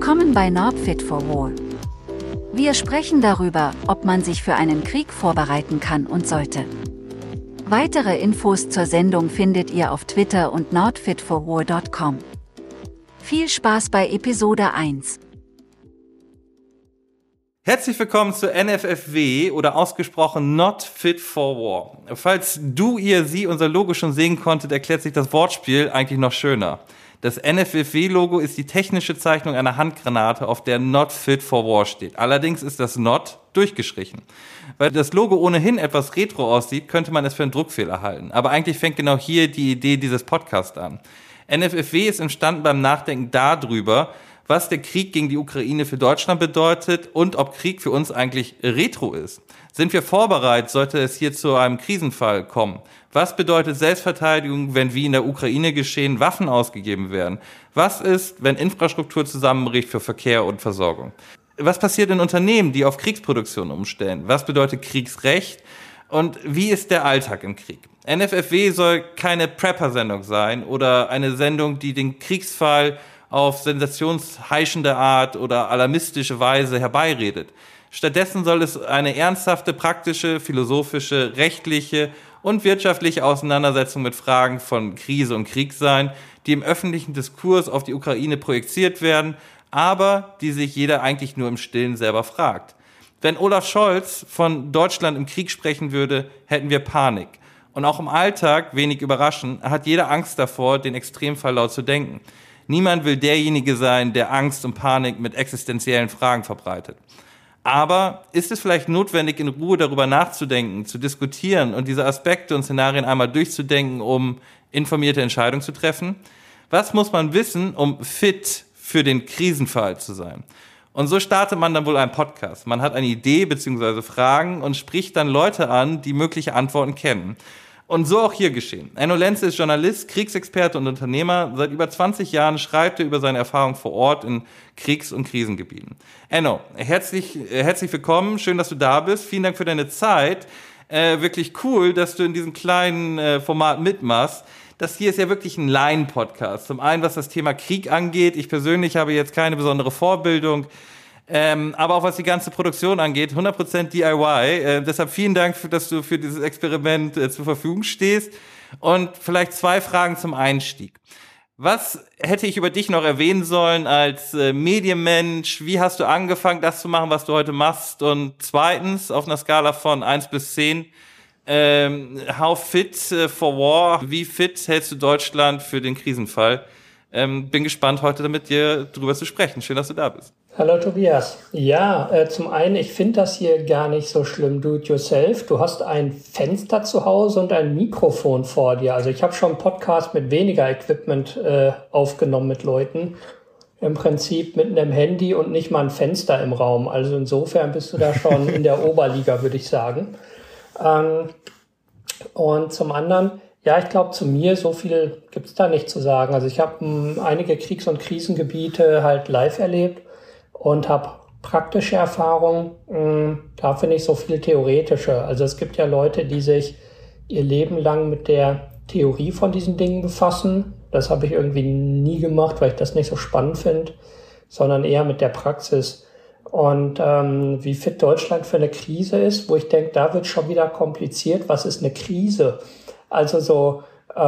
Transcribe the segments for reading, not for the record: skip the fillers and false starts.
Willkommen bei Not Fit for War. Wir sprechen darüber, ob man sich für einen Krieg vorbereiten kann und sollte. Weitere Infos zur Sendung findet ihr auf Twitter und notfitforwar.com. Viel Spaß bei Episode 1. Herzlich willkommen zu NFFW oder ausgesprochen Not Fit for War. Falls du, ihr, sie unser Logo schon sehen konntet, erklärt sich das Wortspiel eigentlich noch schöner. Das NFFW-Logo ist die technische Zeichnung einer Handgranate, auf der Not Fit for War steht. Allerdings ist das Not durchgestrichen. Weil das Logo ohnehin etwas retro aussieht, könnte man es für einen Druckfehler halten. Aber eigentlich fängt genau hier die Idee dieses Podcasts an. NFFW ist entstanden beim Nachdenken darüber, was der Krieg gegen die Ukraine für Deutschland bedeutet und ob Krieg für uns eigentlich retro ist. Sind wir vorbereitet, sollte es hier zu einem Krisenfall kommen? Was bedeutet Selbstverteidigung, wenn wie in der Ukraine geschehen, Waffen ausgegeben werden? Was ist, wenn Infrastruktur zusammenbricht für Verkehr und Versorgung? Was passiert in Unternehmen, die auf Kriegsproduktion umstellen? Was bedeutet Kriegsrecht? Und wie ist der Alltag im Krieg? NFFW soll keine Prepper-Sendung sein oder eine Sendung, die den Kriegsfall auf sensationsheischende Art oder alarmistische Weise herbeiredet. Stattdessen soll es eine ernsthafte, praktische, philosophische, rechtliche und wirtschaftliche Auseinandersetzung mit Fragen von Krise und Krieg sein, die im öffentlichen Diskurs auf die Ukraine projiziert werden, aber die sich jeder eigentlich nur im Stillen selber fragt. Wenn Olaf Scholz von Deutschland im Krieg sprechen würde, hätten wir Panik. Und auch im Alltag, wenig überraschend, hat jeder Angst davor, den Extremfall laut zu denken. Niemand will derjenige sein, der Angst und Panik mit existenziellen Fragen verbreitet. Aber ist es vielleicht notwendig, in Ruhe darüber nachzudenken, zu diskutieren und diese Aspekte und Szenarien einmal durchzudenken, um informierte Entscheidungen zu treffen? Was muss man wissen, um fit für den Krisenfall zu sein? Und so startet man dann wohl einen Podcast. Man hat eine Idee bzw. Fragen und spricht dann Leute an, die mögliche Antworten kennen. Und so auch hier geschehen. Enno Lenze ist Journalist, Kriegsexperte und Unternehmer. Seit über 20 Jahren schreibt er über seine Erfahrungen vor Ort in Kriegs- und Krisengebieten. Enno, herzlich willkommen. Schön, dass du da bist. Vielen Dank für deine Zeit. Wirklich cool, dass du in diesem kleinen Format mitmachst. Das hier ist ja wirklich ein Laien-Podcast. Zum einen, was das Thema Krieg angeht. Ich persönlich habe jetzt keine besondere Vorbildung. Aber auch was die ganze Produktion angeht, 100% DIY. Deshalb vielen Dank, dass du für dieses Experiment zur Verfügung stehst. Und vielleicht 2 Fragen zum Einstieg. Was hätte ich über dich noch erwähnen sollen als Medienmensch? Wie hast du angefangen, das zu machen, was du heute machst? Und zweitens, auf einer Skala von 1 bis 10, how fit for war? Wie fit hältst du Deutschland für den Krisenfall? Bin gespannt, heute mit dir drüber zu sprechen. Schön, dass du da bist. Hallo Tobias. Ja, zum einen, ich finde das hier gar nicht so schlimm, do it yourself. Du hast ein Fenster zu Hause und ein Mikrofon vor dir. Also ich habe schon einen Podcast mit weniger Equipment aufgenommen mit Leuten. Im Prinzip mit einem Handy und nicht mal ein Fenster im Raum. Also insofern bist du da schon in der Oberliga, würde ich sagen. Und zum anderen, ja, ich glaube, zu mir so viel gibt's da nicht zu sagen. Also ich habe einige Kriegs- und Krisengebiete halt live erlebt und habe praktische Erfahrungen, dafür nicht so viel theoretische. Also es gibt ja Leute, die sich ihr Leben lang mit der Theorie von diesen Dingen befassen. Das habe ich irgendwie nie gemacht, weil ich das nicht so spannend finde, sondern eher mit der Praxis. Und wie fit Deutschland für eine Krise ist, wo ich denke, da wird schon wieder kompliziert. Was ist eine Krise? Also so,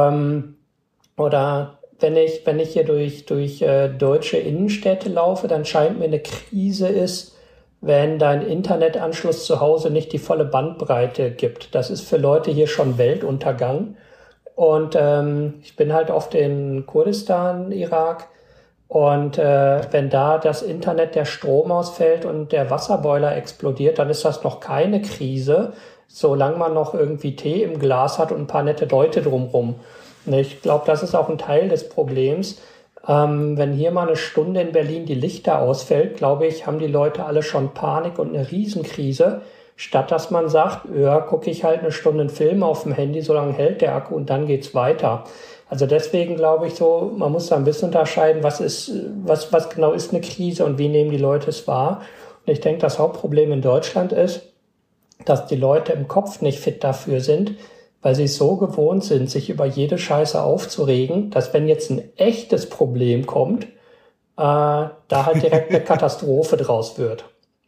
oder wenn ich hier durch deutsche Innenstädte laufe, dann scheint mir eine Krise ist, wenn dein Internetanschluss zu Hause nicht die volle Bandbreite gibt. Das ist für Leute hier schon Weltuntergang. Und ich bin halt oft in Kurdistan, Irak. Und wenn da das Internet, der Strom ausfällt und der Wasserboiler explodiert, dann ist das noch keine Krise, solange man noch irgendwie Tee im Glas hat und ein paar nette Leute drumrum. Ich glaube, das ist auch ein Teil des Problems. Wenn hier mal eine Stunde in Berlin die Lichter ausfällt, glaube ich, haben die Leute alle schon Panik und eine Riesenkrise, statt dass man sagt, ja, gucke ich halt eine Stunde einen Film auf dem Handy, solange hält der Akku und dann geht's weiter. Also deswegen glaube ich so, man muss da ein bisschen unterscheiden, was genau ist eine Krise und wie nehmen die Leute es wahr. Und ich denke, das Hauptproblem in Deutschland ist, dass die Leute im Kopf nicht fit dafür sind, weil sie so gewohnt sind, sich über jede Scheiße aufzuregen, dass wenn jetzt ein echtes Problem kommt, da halt direkt eine Katastrophe draus wird.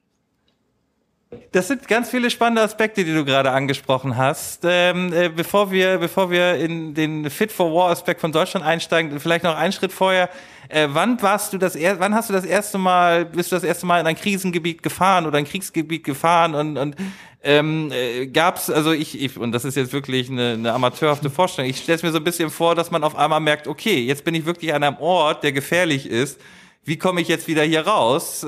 Das sind ganz viele spannende Aspekte, die du gerade angesprochen hast. Bevor wir in den Fit for War Aspekt von Deutschland einsteigen, vielleicht noch einen Schritt vorher. Wann bist du das erste Mal in ein Krisengebiet gefahren oder ein Kriegsgebiet gefahren und gab's, also und das ist jetzt wirklich eine amateurhafte Vorstellung, ich stelle es mir so ein bisschen vor, dass man auf einmal merkt, okay, jetzt bin ich wirklich an einem Ort, der gefährlich ist. Wie komme ich jetzt wieder hier raus?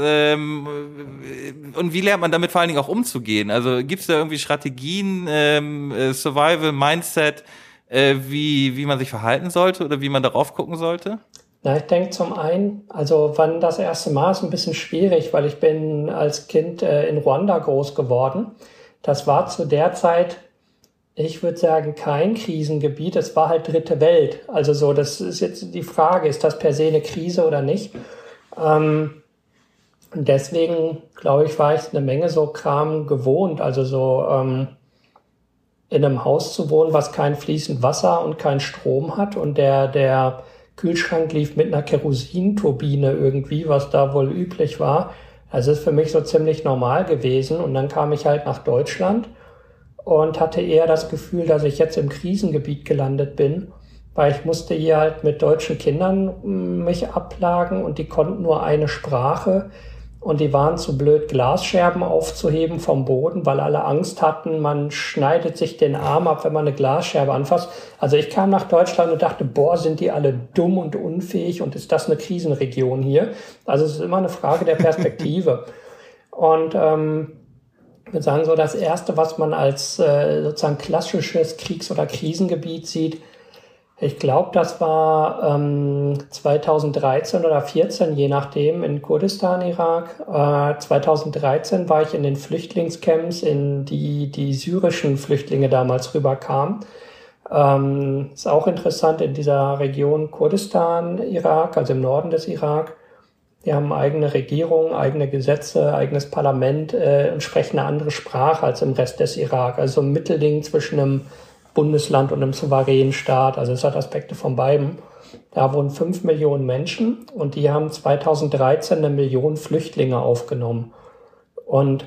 Und wie lernt man damit vor allen Dingen auch umzugehen? Also gibt es da irgendwie Strategien, Survival, Mindset, wie man sich verhalten sollte oder wie man darauf gucken sollte? Na, ich denke zum einen, also wann das erste Mal ist ein bisschen schwierig, weil ich bin als Kind in Ruanda groß geworden. Das war zu der Zeit, ich würde sagen, kein Krisengebiet. Es war halt dritte Welt. Also so, das ist jetzt die Frage, ist das per se eine Krise oder nicht? Und deswegen, glaube ich, war ich eine Menge so Kram gewohnt. Also so in einem Haus zu wohnen, was kein fließend Wasser und kein Strom hat. Und der Kühlschrank lief mit einer Kerosinturbine irgendwie, was da wohl üblich war. Also ist für mich so ziemlich normal gewesen. Und dann kam ich halt nach Deutschland und hatte eher das Gefühl, dass ich jetzt im Krisengebiet gelandet bin, weil ich musste hier halt mit deutschen Kindern mich abplagen und die konnten nur eine Sprache und die waren zu blöd, Glasscherben aufzuheben vom Boden, weil alle Angst hatten, man schneidet sich den Arm ab, wenn man eine Glasscherbe anfasst. Also ich kam nach Deutschland und dachte, boah, sind die alle dumm und unfähig und ist das eine Krisenregion hier? Also es ist immer eine Frage der Perspektive. Und ich würde sagen, so das Erste, was man als sozusagen klassisches Kriegs- oder Krisengebiet sieht, ich glaube, das war 2013 oder 14, je nachdem, in Kurdistan, Irak. 2013 war ich in den Flüchtlingscamps, in die syrischen Flüchtlinge damals rüberkamen. Ist auch interessant, in dieser Region Kurdistan, Irak, also im Norden des Irak. Die haben eigene Regierung, eigene Gesetze, eigenes Parlament und sprechen eine andere Sprache als im Rest des Irak. Also ein Mittelding zwischen einem Bundesland und einem souveränen Staat. Also es hat Aspekte von beiden. Da wohnen 5 Millionen Menschen und die haben 2013 1 Million Flüchtlinge aufgenommen. Und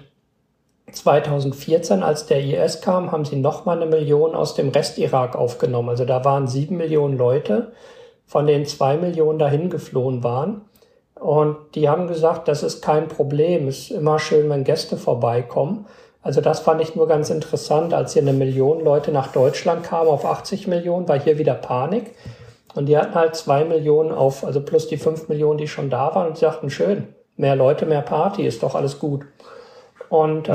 2014, als der IS kam, haben sie nochmal 1 Million aus dem Rest-Irak aufgenommen. Also da waren 7 Millionen Leute, von denen 2 Millionen dahin geflohen waren. Und die haben gesagt, das ist kein Problem. Es ist immer schön, wenn Gäste vorbeikommen. Also das fand ich nur ganz interessant, als hier 1 Million Leute nach Deutschland kamen auf 80 Millionen, war hier wieder Panik. Und die hatten halt 2 Millionen also plus die 5 Millionen, die schon da waren und sie sagten, schön, mehr Leute, mehr Party, ist doch alles gut. Und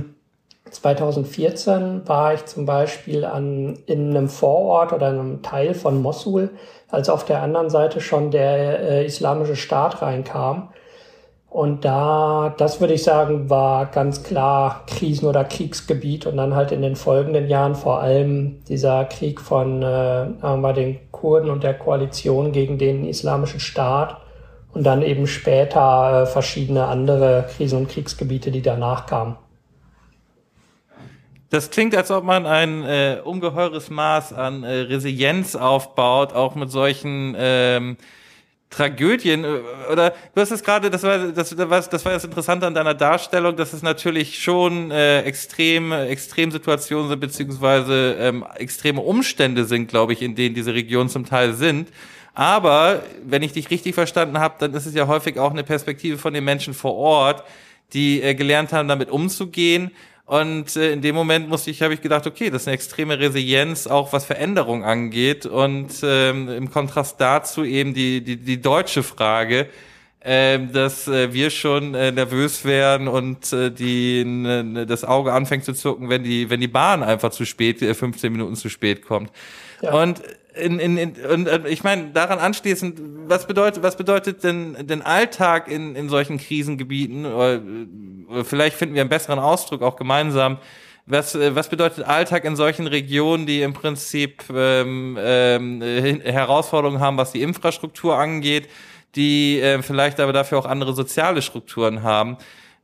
2014 war ich zum Beispiel in einem Vorort oder einem Teil von Mossul, als auf der anderen Seite schon der Islamische Staat reinkam. Und das würde ich sagen, war ganz klar Krisen- oder Kriegsgebiet und dann halt in den folgenden Jahren vor allem dieser Krieg von den Kurden und der Koalition gegen den Islamischen Staat und dann eben später verschiedene andere Krisen- und Kriegsgebiete, die danach kamen. Das klingt, als ob man ein ungeheures Maß an Resilienz aufbaut, auch mit solchen Tragödien, oder du hast es gerade, das war das Interessante an deiner Darstellung, dass es natürlich schon Extremsituationen sind, beziehungsweise extreme Umstände sind, glaube ich, in denen diese Regionen zum Teil sind. Aber, wenn ich dich richtig verstanden habe, dann ist es ja häufig auch eine Perspektive von den Menschen vor Ort, die gelernt haben, damit umzugehen. Und in dem Moment habe ich gedacht, okay, das ist eine extreme Resilienz, auch was Veränderung angeht. Und im Kontrast dazu eben die deutsche Frage, dass wir schon nervös werden und das Auge anfängt zu zucken, wenn die Bahn einfach 15 Minuten zu spät kommt. Ja. Und ich meine, daran anschließend, was bedeutet denn den Alltag in solchen Krisengebieten? Oder vielleicht finden wir einen besseren Ausdruck auch gemeinsam. Was bedeutet Alltag in solchen Regionen, die im Prinzip Herausforderungen haben, was die Infrastruktur angeht, die vielleicht aber dafür auch andere soziale Strukturen haben?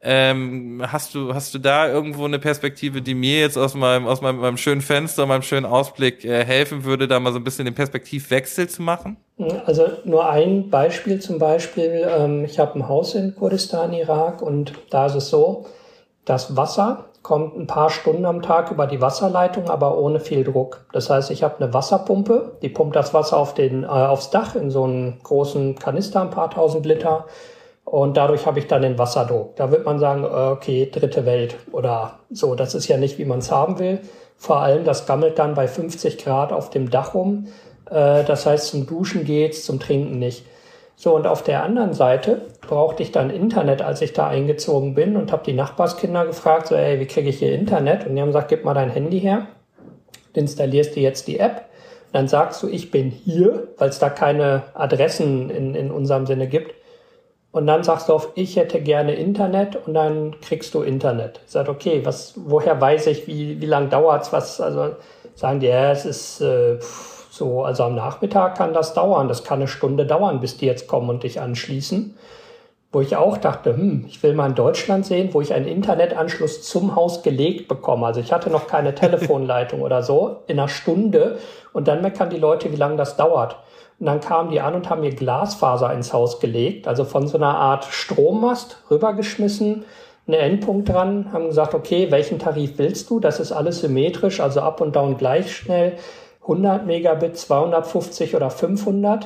Hast du da irgendwo eine Perspektive, die mir jetzt aus meinem schönen Fenster, meinem schönen Ausblick helfen würde, da mal so ein bisschen den Perspektivwechsel zu machen? Also nur ein Beispiel zum Beispiel. Ich habe ein Haus in Kurdistan, Irak, und da ist es so, das Wasser kommt ein paar Stunden am Tag über die Wasserleitung, aber ohne viel Druck. Das heißt, ich habe eine Wasserpumpe, die pumpt das Wasser aufs Dach in so einen großen Kanister, ein paar tausend Liter. Und dadurch habe ich dann den Wasserdruck. Da wird man sagen, okay, dritte Welt oder so. Das ist ja nicht, wie man es haben will. Vor allem, das gammelt dann bei 50 Grad auf dem Dach rum. Das heißt, zum Duschen geht's, zum Trinken nicht. So, und auf der anderen Seite brauchte ich dann Internet, als ich da eingezogen bin, und habe die Nachbarskinder gefragt, so, ey, wie kriege ich hier Internet? Und die haben gesagt, gib mal dein Handy her, du installierst dir jetzt die App, dann sagst du, ich bin hier, weil es da keine Adressen in unserem Sinne gibt. Und dann sagst du auf, ich hätte gerne Internet, und dann kriegst du Internet. Ich sag, okay, woher weiß ich, wie lang dauert's? Also sagen die, ja, es ist so, also am Nachmittag kann das dauern. Das kann eine Stunde dauern, bis die jetzt kommen und dich anschließen. Wo ich auch dachte, ich will mal in Deutschland sehen, wo ich einen Internetanschluss zum Haus gelegt bekomme. Also ich hatte noch keine Telefonleitung oder so, in einer Stunde. Und dann meckern die Leute, wie lange das dauert. Und dann kamen die an und haben mir Glasfaser ins Haus gelegt, also von so einer Art Strommast rübergeschmissen, einen Endpunkt dran, haben gesagt, okay, welchen Tarif willst du? Das ist alles symmetrisch, also up und down gleich schnell, 100 Megabit, 250 oder 500.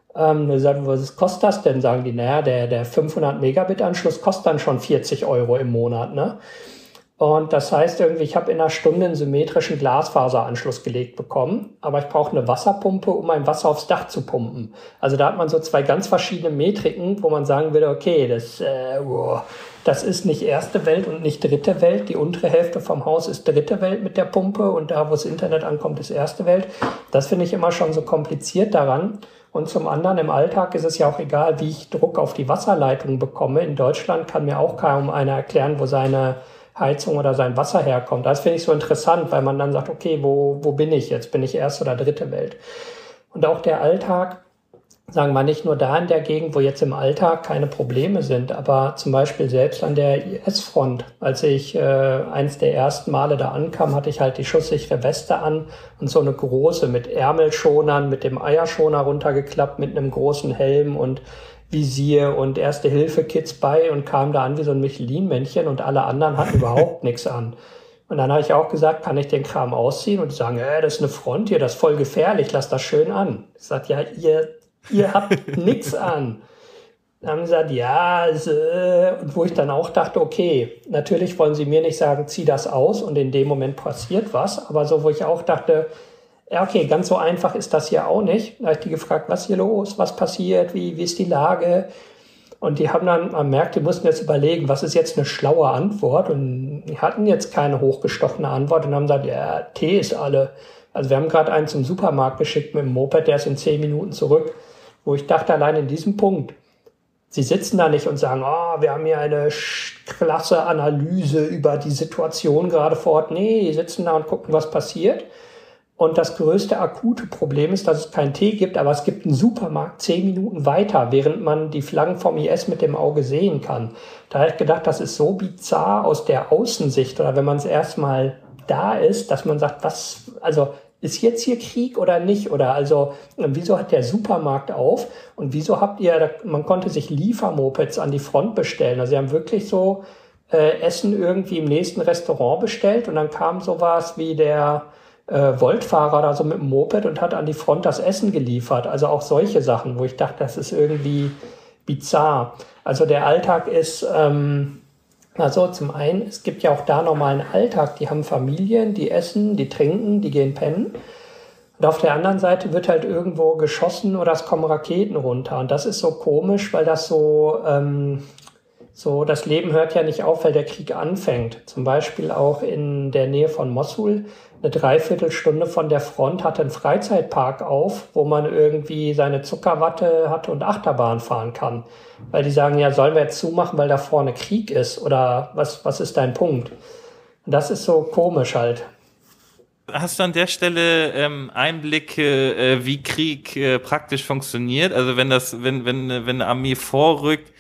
Was kostet das denn? Sagen die, naja, der 500 Megabit Anschluss kostet dann schon 40 Euro im Monat, ne? Und das heißt irgendwie, ich habe in einer Stunde einen symmetrischen Glasfaseranschluss gelegt bekommen, aber ich brauche eine Wasserpumpe, um mein Wasser aufs Dach zu pumpen. Also da hat man so zwei ganz verschiedene Metriken, wo man sagen würde, okay, das ist nicht erste Welt und nicht dritte Welt. Die untere Hälfte vom Haus ist dritte Welt mit der Pumpe, und da, wo das Internet ankommt, ist erste Welt. Das finde ich immer schon so kompliziert daran. Und zum anderen, im Alltag ist es ja auch egal, wie ich Druck auf die Wasserleitung bekomme. In Deutschland kann mir auch kaum einer erklären, wo seine Heizung oder sein Wasser herkommt. Das finde ich so interessant, weil man dann sagt, okay, wo bin ich jetzt? Bin ich erste oder dritte Welt? Und auch der Alltag, sagen wir nicht nur da in der Gegend, wo jetzt im Alltag keine Probleme sind, aber zum Beispiel selbst an der IS-Front. Als ich eins der ersten Male da ankam, hatte ich halt die schusssichere Weste an und so eine große mit Ärmelschonern, mit dem Eierschoner runtergeklappt, mit einem großen Helm und Visier und Erste-Hilfe-Kits bei, und kam da an wie so ein Michelin-Männchen, und alle anderen hatten überhaupt nichts an. Und dann habe ich auch gesagt, kann ich den Kram ausziehen? Und die sagen, das ist eine Front hier, das ist voll gefährlich, lass das schön an. Ich sage, ja, ihr habt nichts an. Dann haben sie gesagt, ja, und wo ich dann auch dachte, okay, natürlich wollen sie mir nicht sagen, zieh das aus, und in dem Moment passiert was, aber so, wo ich auch dachte, ja, okay, ganz so einfach ist das hier auch nicht. Da habe ich die gefragt, was ist hier los, was passiert, wie ist die Lage? Und die haben dann, man merkt, die mussten jetzt überlegen, was ist jetzt eine schlaue Antwort? Und die hatten jetzt keine hochgestochene Antwort und haben gesagt, ja, Tee ist alle. Also wir haben gerade einen zum Supermarkt geschickt mit dem Moped, der ist in 10 Minuten zurück. Wo ich dachte, allein in diesem Punkt, sie sitzen da nicht und sagen, wir haben hier eine klasse Analyse über die Situation gerade vor Ort. Nee, die sitzen da und gucken, was passiert. Und das größte akute Problem ist, dass es keinen Tee gibt, aber es gibt einen Supermarkt 10 Minuten weiter, während man die Flaggen vom IS mit dem Auge sehen kann. Da habe ich gedacht, das ist so bizarr aus der Außensicht, oder wenn man es erstmal da ist, dass man sagt, ist jetzt hier Krieg oder nicht? Oder also, wieso hat der Supermarkt auf? Und wieso man konnte sich Liefermopeds an die Front bestellen. Also sie haben wirklich so Essen irgendwie im nächsten Restaurant bestellt, und dann kam sowas wie der Voltfahrer da so mit dem Moped und hat an die Front das Essen geliefert. Also auch solche Sachen, wo ich dachte, das ist irgendwie bizarr. Also der Alltag ist, also zum einen, es gibt ja auch da normalen Alltag. Die haben Familien, die essen, die trinken, die gehen pennen. Und auf der anderen Seite wird halt irgendwo geschossen oder es kommen Raketen runter. Und das ist so komisch, weil das so das Leben hört ja nicht auf, weil der Krieg anfängt. Zum Beispiel auch in der Nähe von Mossul, eine Dreiviertelstunde von der Front, hatte ein Freizeitpark auf, wo man irgendwie seine Zuckerwatte hatte und Achterbahn fahren kann. Weil die sagen, ja, sollen wir jetzt zumachen, weil da vorne Krieg ist? Oder was ist dein Punkt? Und das ist so komisch halt. Hast du an der Stelle Einblicke, wie Krieg praktisch funktioniert? Also wenn eine Armee vorrückt,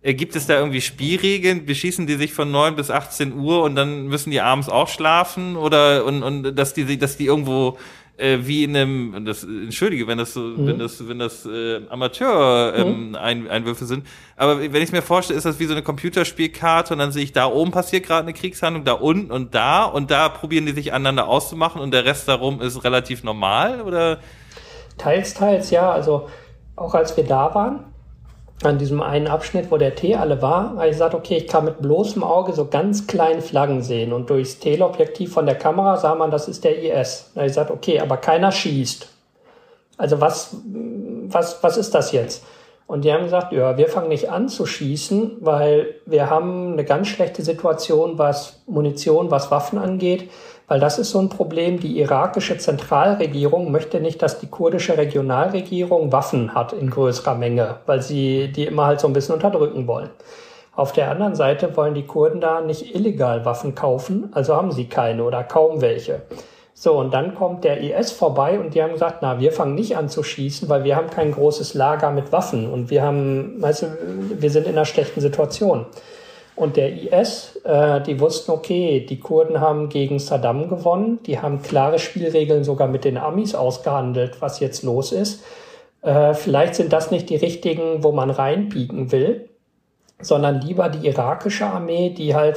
Gibt es da irgendwie Spielregeln? Beschießen die sich von 9 bis 18 Uhr und dann müssen die abends auch schlafen? Oder und dass die irgendwo wie in einem, entschuldige, wenn das Amateur Einwürfe sind, aber wenn ich es mir vorstelle, ist das wie so eine Computerspielkarte und dann sehe ich, da oben passiert gerade eine Kriegshandlung, da unten und da probieren die sich aneinander auszumachen und der Rest darum ist relativ normal, oder? Teils, ja. Also auch als wir da waren, an diesem einen Abschnitt, wo der Tee alle war, habe ich gesagt, okay, ich kann mit bloßem Auge so ganz kleine Flaggen sehen und durchs Teleobjektiv von der Kamera sah man, das ist der IS. Da habe ich gesagt, okay, aber keiner schießt. Also was ist das jetzt? Und die haben gesagt, ja, wir fangen nicht an zu schießen, weil wir haben eine ganz schlechte Situation, was Munition, was Waffen angeht, weil das ist so ein Problem. Die irakische Zentralregierung möchte nicht, dass die kurdische Regionalregierung Waffen hat in größerer Menge, weil sie die immer halt so ein bisschen unterdrücken wollen. Auf der anderen Seite wollen die Kurden da nicht illegal Waffen kaufen, also haben sie keine oder kaum welche. So, und dann kommt der IS vorbei und die haben gesagt, na, wir fangen nicht an zu schießen, weil wir haben kein großes Lager mit Waffen und wir sind in einer schlechten Situation. Und der IS, die wussten, okay, die Kurden haben gegen Saddam gewonnen, die haben klare Spielregeln sogar mit den Amis ausgehandelt, was jetzt los ist. Vielleicht sind das nicht die richtigen, wo man reinpieken will, sondern lieber die irakische Armee, die halt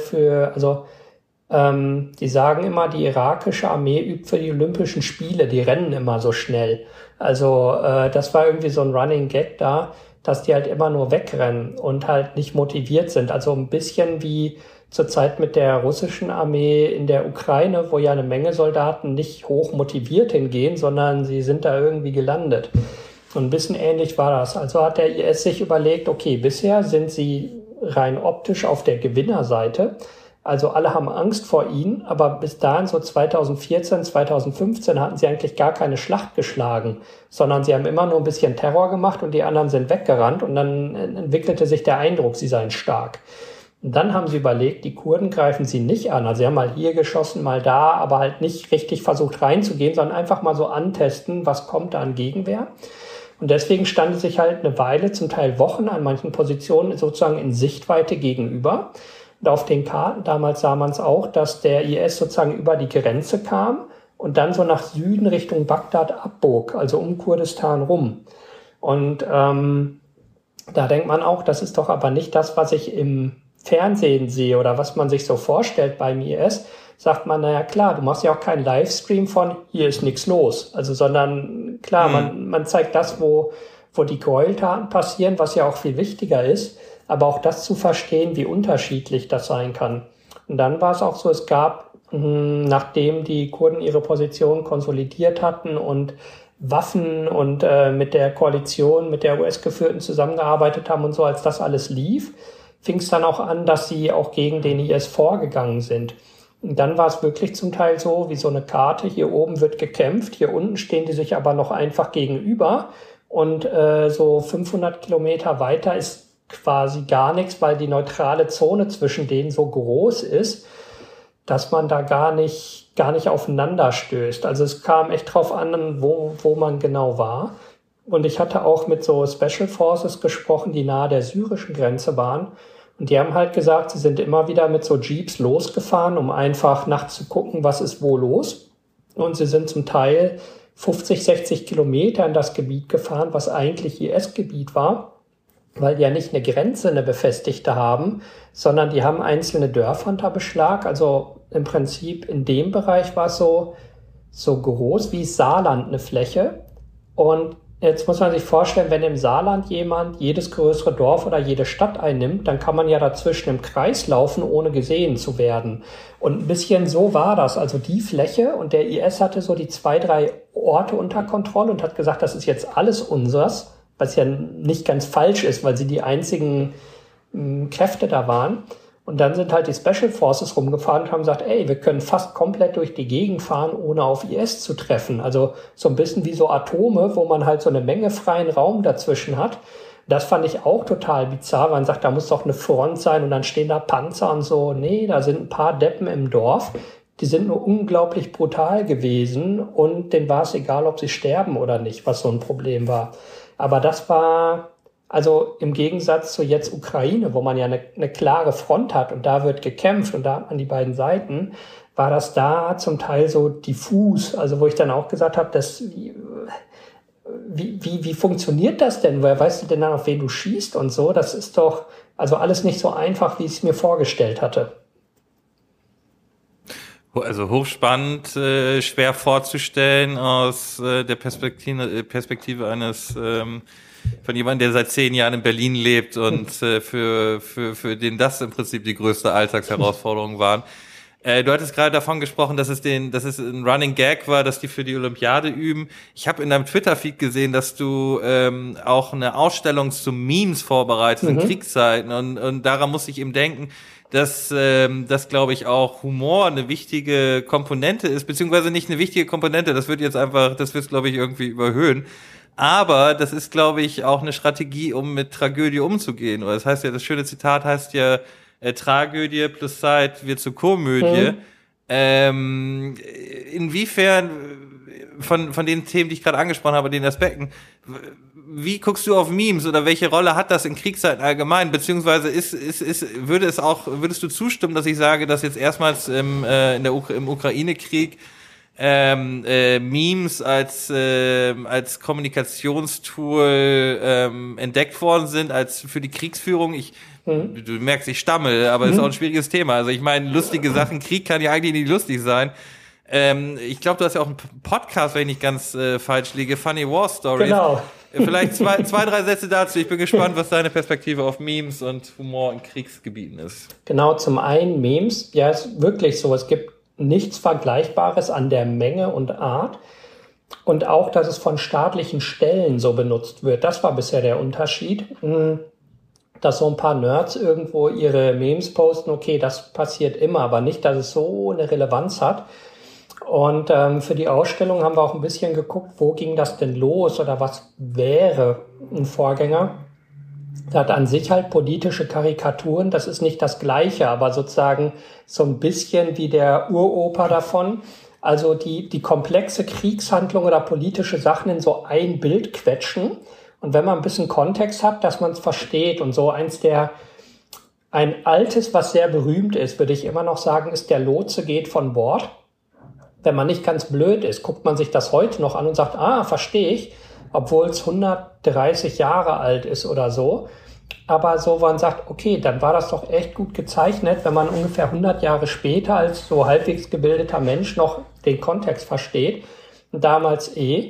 die sagen immer, die irakische Armee übt für die Olympischen Spiele, die rennen immer so schnell. Also das war irgendwie so ein Running Gag da, dass die halt immer nur wegrennen und halt nicht motiviert sind. Also ein bisschen wie zur Zeit mit der russischen Armee in der Ukraine, wo ja eine Menge Soldaten nicht hoch motiviert hingehen, sondern sie sind da irgendwie gelandet. Und ein bisschen ähnlich war das. Also hat der IS sich überlegt, okay, bisher sind sie rein optisch auf der Gewinnerseite. Also alle haben Angst vor ihnen, aber bis dahin, so 2014, 2015, hatten sie eigentlich gar keine Schlacht geschlagen, sondern sie haben immer nur ein bisschen Terror gemacht und die anderen sind weggerannt und dann entwickelte sich der Eindruck, sie seien stark. Und dann haben sie überlegt, die Kurden greifen sie nicht an. Also sie haben mal hier geschossen, mal da, aber halt nicht richtig versucht reinzugehen, sondern einfach mal so antesten, was kommt da an Gegenwehr. Und deswegen standen sie sich halt eine Weile, zum Teil Wochen an manchen Positionen sozusagen in Sichtweite gegenüber. Und auf den Karten damals sah man es auch, dass der IS sozusagen über die Grenze kam und dann so nach Süden Richtung Bagdad abbog, also um Kurdistan rum. Und da denkt man auch, das ist doch aber nicht das, was ich im Fernsehen sehe oder was man sich so vorstellt beim IS. Sagt man, naja klar, du machst ja auch keinen Livestream von, hier ist nichts los. Also sondern klar, man zeigt das, wo die Gräueltaten passieren, was ja auch viel wichtiger ist. Aber auch das zu verstehen, wie unterschiedlich das sein kann. Und dann war es auch so, es gab, nachdem die Kurden ihre Position konsolidiert hatten und Waffen und mit der Koalition, mit der US-Geführten zusammengearbeitet haben und so, als das alles lief, fing es dann auch an, dass sie auch gegen den IS vorgegangen sind. Und dann war es wirklich zum Teil so, wie so eine Karte, hier oben wird gekämpft, hier unten stehen die sich aber noch einfach gegenüber und so 500 Kilometer weiter ist quasi gar nichts, weil die neutrale Zone zwischen denen so groß ist, dass man da gar nicht aufeinander stößt. Also es kam echt drauf an, wo man genau war. Und ich hatte auch mit so Special Forces gesprochen, die nahe der syrischen Grenze waren. Und die haben halt gesagt, sie sind immer wieder mit so Jeeps losgefahren, um einfach nachts zu gucken, was ist wo los. Und sie sind zum Teil 50, 60 Kilometer in das Gebiet gefahren, was eigentlich IS-Gebiet war, weil die ja nicht eine befestigte haben, sondern die haben einzelne Dörfer unter Beschlag. Also im Prinzip in dem Bereich war es so groß wie Saarland eine Fläche. Und jetzt muss man sich vorstellen, wenn im Saarland jemand jedes größere Dorf oder jede Stadt einnimmt, dann kann man ja dazwischen im Kreis laufen, ohne gesehen zu werden. Und ein bisschen so war das. Also die Fläche, und der IS hatte so die 2, 3 Orte unter Kontrolle und hat gesagt, das ist jetzt alles unseres, was ja nicht ganz falsch ist, weil sie die einzigen Kräfte da waren. Und dann sind halt die Special Forces rumgefahren und haben gesagt, ey, wir können fast komplett durch die Gegend fahren, ohne auf IS zu treffen. Also so ein bisschen wie so Atome, wo man halt so eine Menge freien Raum dazwischen hat. Das fand ich auch total bizarr. Man sagt, da muss doch eine Front sein und dann stehen da Panzer und so. Nee, da sind ein paar Deppen im Dorf. Die sind nur unglaublich brutal gewesen und denen war es egal, ob sie sterben oder nicht, was so ein Problem war. Aber das war Also im Gegensatz zu jetzt Ukraine, wo man ja eine klare Front hat und da wird gekämpft und da hat man die beiden Seiten, war das da zum Teil so diffus. Also wo ich dann auch gesagt habe, wie funktioniert das denn? Woher weißt du denn dann, auf wen du schießt und so? Das ist doch also alles nicht so einfach, wie ich es mir vorgestellt hatte. Also hochspannend, schwer vorzustellen aus der Perspektive eines von jemandem, der seit 10 Jahren in Berlin lebt und für den das im Prinzip die größte Alltagsherausforderung waren. Du hattest gerade davon gesprochen, dass es ein Running Gag war, dass die für die Olympiade üben. Ich habe in deinem Twitter-Feed gesehen, dass du auch eine Ausstellung zu Memes vorbereitest in Kriegszeiten und daran musste ich eben denken, dass glaube ich auch Humor eine wichtige Komponente ist, beziehungsweise nicht eine wichtige Komponente, das wird glaube ich irgendwie überhöhen. Aber das ist, glaube ich, auch eine Strategie, um mit Tragödie umzugehen. Oder das heißt ja, das schöne Zitat heißt ja, Tragödie plus Zeit wird zur Komödie. Inwiefern von den Themen, die ich gerade angesprochen habe, den Aspekten, wie guckst du auf Memes oder welche Rolle hat das in Kriegszeiten allgemein? Beziehungsweise würdest du zustimmen, dass ich sage, dass jetzt erstmals im Ukraine-Krieg Memes als Kommunikationstool entdeckt worden sind als für die Kriegsführung? Du merkst, ich stammel, aber ist auch ein schwieriges Thema. Also ich meine, lustige Sachen, Krieg kann ja eigentlich nicht lustig sein. Ich glaube, du hast ja auch einen Podcast, wenn ich nicht ganz falsch liege, Funny War Stories. Genau. Vielleicht zwei, 3 Sätze dazu. Ich bin gespannt, was deine Perspektive auf Memes und Humor in Kriegsgebieten ist. Genau, zum einen Memes, ja, ist wirklich so. Es gibt nichts Vergleichbares an der Menge und Art. Und auch, dass es von staatlichen Stellen so benutzt wird. Das war bisher der Unterschied. Dass so ein paar Nerds irgendwo ihre Memes posten, okay, das passiert immer, aber nicht, dass es so eine Relevanz hat. Und für die Ausstellung haben wir auch ein bisschen geguckt, wo ging das denn los oder was wäre ein Vorgänger. Das hat an sich halt politische Karikaturen, das ist nicht das Gleiche, aber sozusagen so ein bisschen wie der Uropa davon. Also die komplexe Kriegshandlung oder politische Sachen in so ein Bild quetschen. Und wenn man ein bisschen Kontext hat, dass man es versteht und so ein altes, was sehr berühmt ist, würde ich immer noch sagen, ist der Lotse geht von Bord. Wenn man nicht ganz blöd ist, guckt man sich das heute noch an und sagt, verstehe ich, obwohl es 130 Jahre alt ist oder so. Aber so, man sagt, okay, dann war das doch echt gut gezeichnet, wenn man ungefähr 100 Jahre später als so halbwegs gebildeter Mensch noch den Kontext versteht. Und damals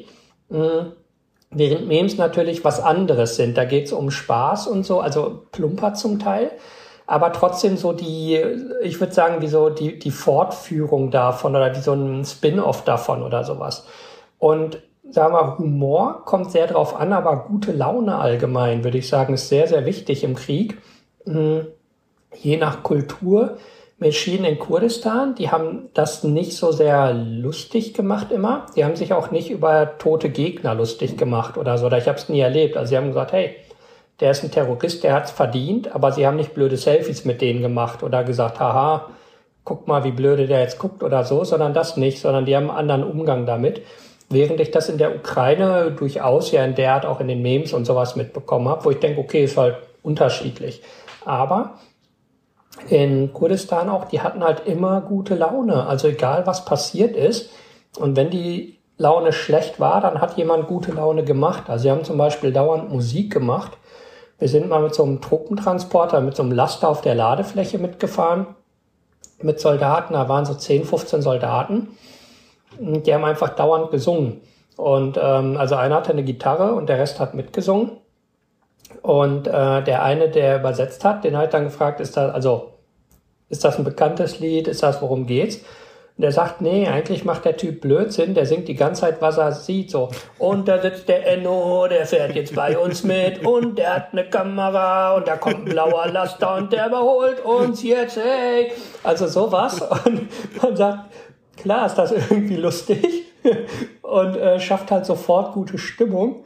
während Memes natürlich was anderes sind. Da geht es um Spaß und so, also plumper zum Teil. Aber trotzdem so ich würde sagen, wie so die Fortführung davon oder wie so ein Spin-off davon oder sowas. Und sagen wir, Humor kommt sehr drauf an, aber gute Laune allgemein, würde ich sagen, ist sehr, sehr wichtig im Krieg. Je nach Kultur. Menschen in Kurdistan, die haben das nicht so sehr lustig gemacht immer. Die haben sich auch nicht über tote Gegner lustig gemacht oder so. Oder ich habe es nie erlebt. Also sie haben gesagt, hey, der ist ein Terrorist, der hat's verdient, aber sie haben nicht blöde Selfies mit denen gemacht oder gesagt, haha, guck mal, wie blöde der jetzt guckt oder so, sondern das nicht, sondern die haben einen anderen Umgang damit. Während ich das in der Ukraine durchaus ja in der Art auch in den Memes und sowas mitbekommen habe, wo ich denke, okay, ist halt unterschiedlich. Aber in Kurdistan auch, die hatten halt immer gute Laune, also egal was passiert ist. Und wenn die Laune schlecht war, dann hat jemand gute Laune gemacht. Also sie haben zum Beispiel dauernd Musik gemacht. Wir sind mal mit so einem Truppentransporter, mit so einem Laster auf der Ladefläche mitgefahren, mit Soldaten, da waren so 10, 15 Soldaten. Die haben einfach dauernd gesungen. Und also einer hatte eine Gitarre und der Rest hat mitgesungen. Und der eine, der übersetzt hat, den hat dann gefragt, ist das ein bekanntes Lied, worum geht's? Und der sagt, nee, eigentlich macht der Typ Blödsinn, der singt die ganze Zeit, was er sieht, so. Und da sitzt der Enno, der fährt jetzt bei uns mit und der hat eine Kamera und da kommt ein blauer Laster und der überholt uns jetzt, hey. Also sowas. Und man sagt, klar ist das irgendwie lustig und schafft halt sofort gute Stimmung.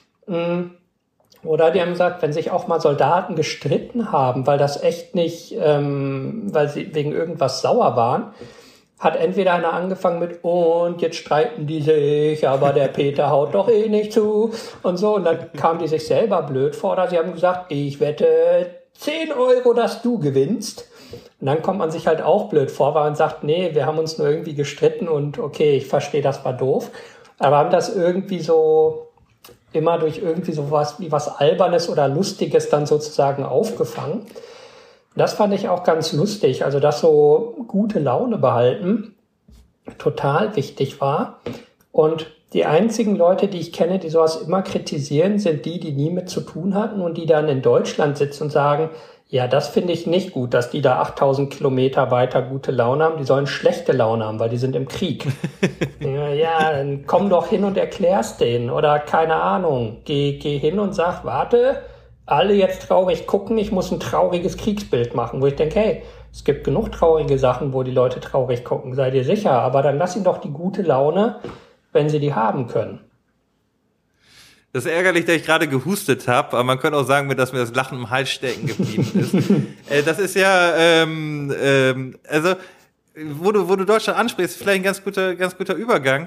Oder die haben gesagt, wenn sich auch mal Soldaten gestritten haben, weil das echt nicht, weil sie wegen irgendwas sauer waren, hat entweder einer angefangen mit und jetzt streiten die sich, aber der Peter haut doch eh nicht zu und so. Und dann kamen die sich selber blöd vor, oder sie haben gesagt, ich wette 10 Euro, dass du gewinnst. Und dann kommt man sich halt auch blöd vor, weil man sagt, nee, wir haben uns nur irgendwie gestritten und okay, ich verstehe, das war doof. Aber haben das irgendwie so immer durch irgendwie so was wie was Albernes oder Lustiges dann sozusagen aufgefangen. Das fand ich auch ganz lustig, also dass so gute Laune behalten total wichtig war. Und die einzigen Leute, die ich kenne, die sowas immer kritisieren, sind die nie mit zu tun hatten und die dann in Deutschland sitzen und sagen, ja, das finde ich nicht gut, dass die da 8000 Kilometer weiter gute Laune haben. Die sollen schlechte Laune haben, weil die sind im Krieg. Ja, dann komm doch hin und erklär's denen. Oder keine Ahnung, geh hin und sag, warte, alle jetzt traurig gucken, ich muss ein trauriges Kriegsbild machen. Wo ich denke, hey, es gibt genug traurige Sachen, wo die Leute traurig gucken, seid ihr sicher. Aber dann lass ihnen doch die gute Laune, wenn sie die haben können. Das ist ärgerlich, dass ich gerade gehustet habe, aber man könnte auch sagen, dass mir das Lachen im Hals stecken geblieben ist. Das ist ja, also, wo du Deutschland ansprichst, vielleicht ein ganz guter Übergang.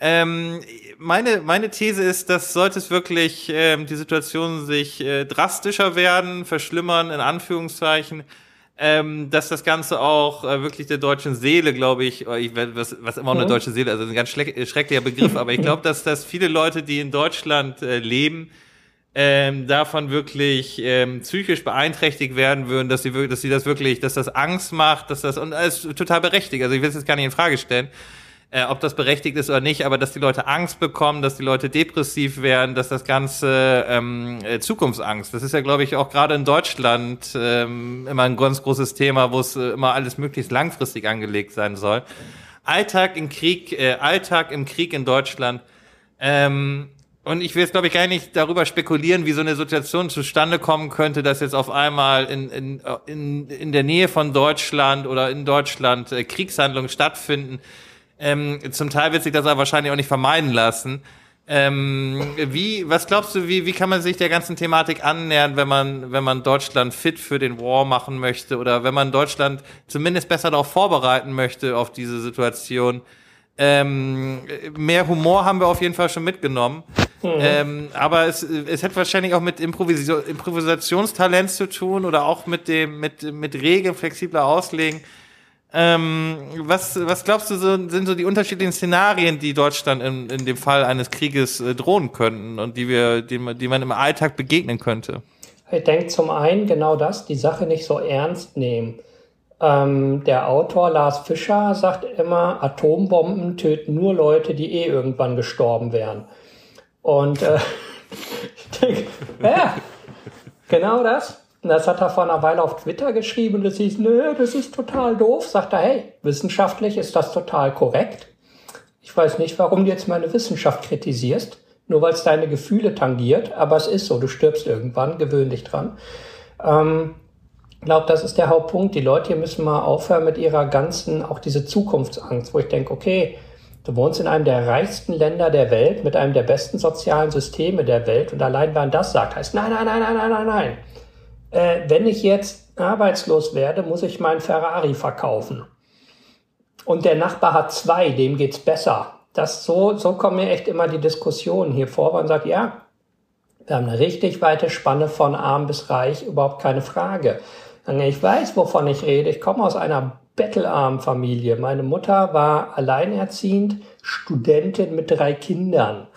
Meine These ist, dass sollte es wirklich die Situation sich drastischer werden, verschlimmern, in Anführungszeichen, dass das Ganze auch wirklich der deutschen Seele, glaube ich, was immer auch eine deutsche Seele, also ein ganz schrecklicher Begriff, aber ich glaube, dass viele Leute, die in Deutschland leben, davon wirklich psychisch beeinträchtigt werden würden, dass das Angst macht, dass das, und das ist total berechtigt, also ich will es jetzt gar nicht in Frage stellen, ob das berechtigt ist oder nicht, aber dass die Leute Angst bekommen, dass die Leute depressiv werden, dass das Ganze Zukunftsangst, das ist ja, glaube ich, auch gerade in Deutschland immer ein ganz großes Thema, wo es immer alles möglichst langfristig angelegt sein soll. Alltag im Krieg in Deutschland. Und ich will jetzt, glaube ich, gar nicht darüber spekulieren, wie so eine Situation zustande kommen könnte, dass jetzt auf einmal in der Nähe von Deutschland oder in Deutschland Kriegshandlungen stattfinden. Zum Teil wird sich das aber wahrscheinlich auch nicht vermeiden lassen. Was glaubst du, wie kann man sich der ganzen Thematik annähern, wenn man Deutschland fit für den War machen möchte oder wenn man Deutschland zumindest besser darauf vorbereiten möchte auf diese Situation? Mehr Humor haben wir auf jeden Fall schon mitgenommen. Aber es hat wahrscheinlich auch mit Improvisationstalent zu tun oder auch mit Regeln flexibler auslegen. Was glaubst du, sind so die unterschiedlichen Szenarien, die Deutschland in dem Fall eines Krieges drohen könnten und die man im Alltag begegnen könnte? Ich denke zum einen genau das, die Sache nicht so ernst nehmen. Der Autor Lars Fischer sagt immer, Atombomben töten nur Leute, die irgendwann gestorben wären. Und ich denke, ja, genau das. Und das hat er vor einer Weile auf Twitter geschrieben und das hieß, nö, das ist total doof. Sagt er, hey, wissenschaftlich ist das total korrekt. Ich weiß nicht, warum du jetzt meine Wissenschaft kritisierst, nur weil es deine Gefühle tangiert, aber es ist so, du stirbst irgendwann, gewöhn dich dran. Ich glaube, das ist der Hauptpunkt. Die Leute hier müssen mal aufhören mit ihrer ganzen, auch diese Zukunftsangst, wo ich denke, okay, du wohnst in einem der reichsten Länder der Welt, mit einem der besten sozialen Systeme der Welt und allein, wenn das sagt, heißt, nein. Wenn ich jetzt arbeitslos werde, muss ich meinen Ferrari verkaufen. Und der Nachbar hat 2, dem geht's besser. So kommen mir echt immer die Diskussionen hier vor, wo man sagt, ja, wir haben eine richtig weite Spanne von arm bis reich, überhaupt keine Frage. Ich weiß, wovon ich rede. Ich komme aus einer bettelarmen Familie. Meine Mutter war alleinerziehend, Studentin mit 3 Kindern.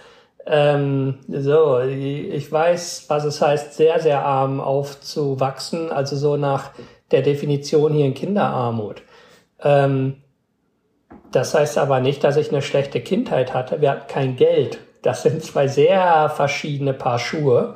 Ich weiß, was es heißt, sehr, sehr arm aufzuwachsen, also so nach der Definition hier in Kinderarmut. Das heißt aber nicht, dass ich eine schlechte Kindheit hatte. Wir hatten kein Geld. Das sind 2 sehr verschiedene Paar Schuhe.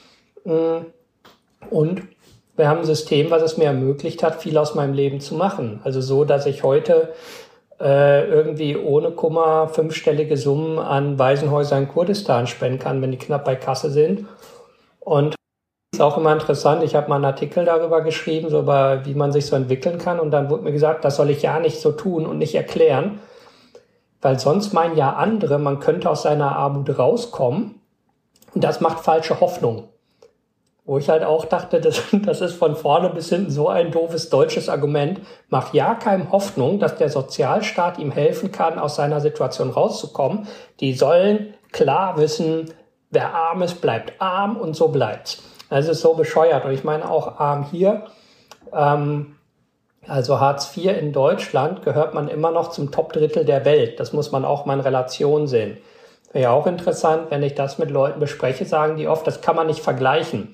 Und wir haben ein System, was es mir ermöglicht hat, viel aus meinem Leben zu machen. Also so, dass ich heute irgendwie ohne Kummer 5-stellige Summen an Waisenhäuser in Kurdistan spenden kann, wenn die knapp bei Kasse sind. Und das ist auch immer interessant. Ich habe mal einen Artikel darüber geschrieben, so über wie man sich so entwickeln kann. Und dann wurde mir gesagt, das soll ich ja nicht so tun und nicht erklären. Weil sonst meinen ja andere, man könnte aus seiner Armut rauskommen. Und das macht falsche Hoffnung. Wo ich halt auch dachte, das ist von vorne bis hinten so ein doofes deutsches Argument. Mach ja keinem Hoffnung, dass der Sozialstaat ihm helfen kann, aus seiner Situation rauszukommen. Die sollen klar wissen, wer arm ist, bleibt arm und so bleibt's. Das ist so bescheuert. Und ich meine auch arm hier. Also Hartz IV in Deutschland gehört man immer noch zum Top-Drittel der Welt. Das muss man auch mal in Relation sehen. Wäre ja auch interessant, wenn ich das mit Leuten bespreche, sagen die oft, das kann man nicht vergleichen.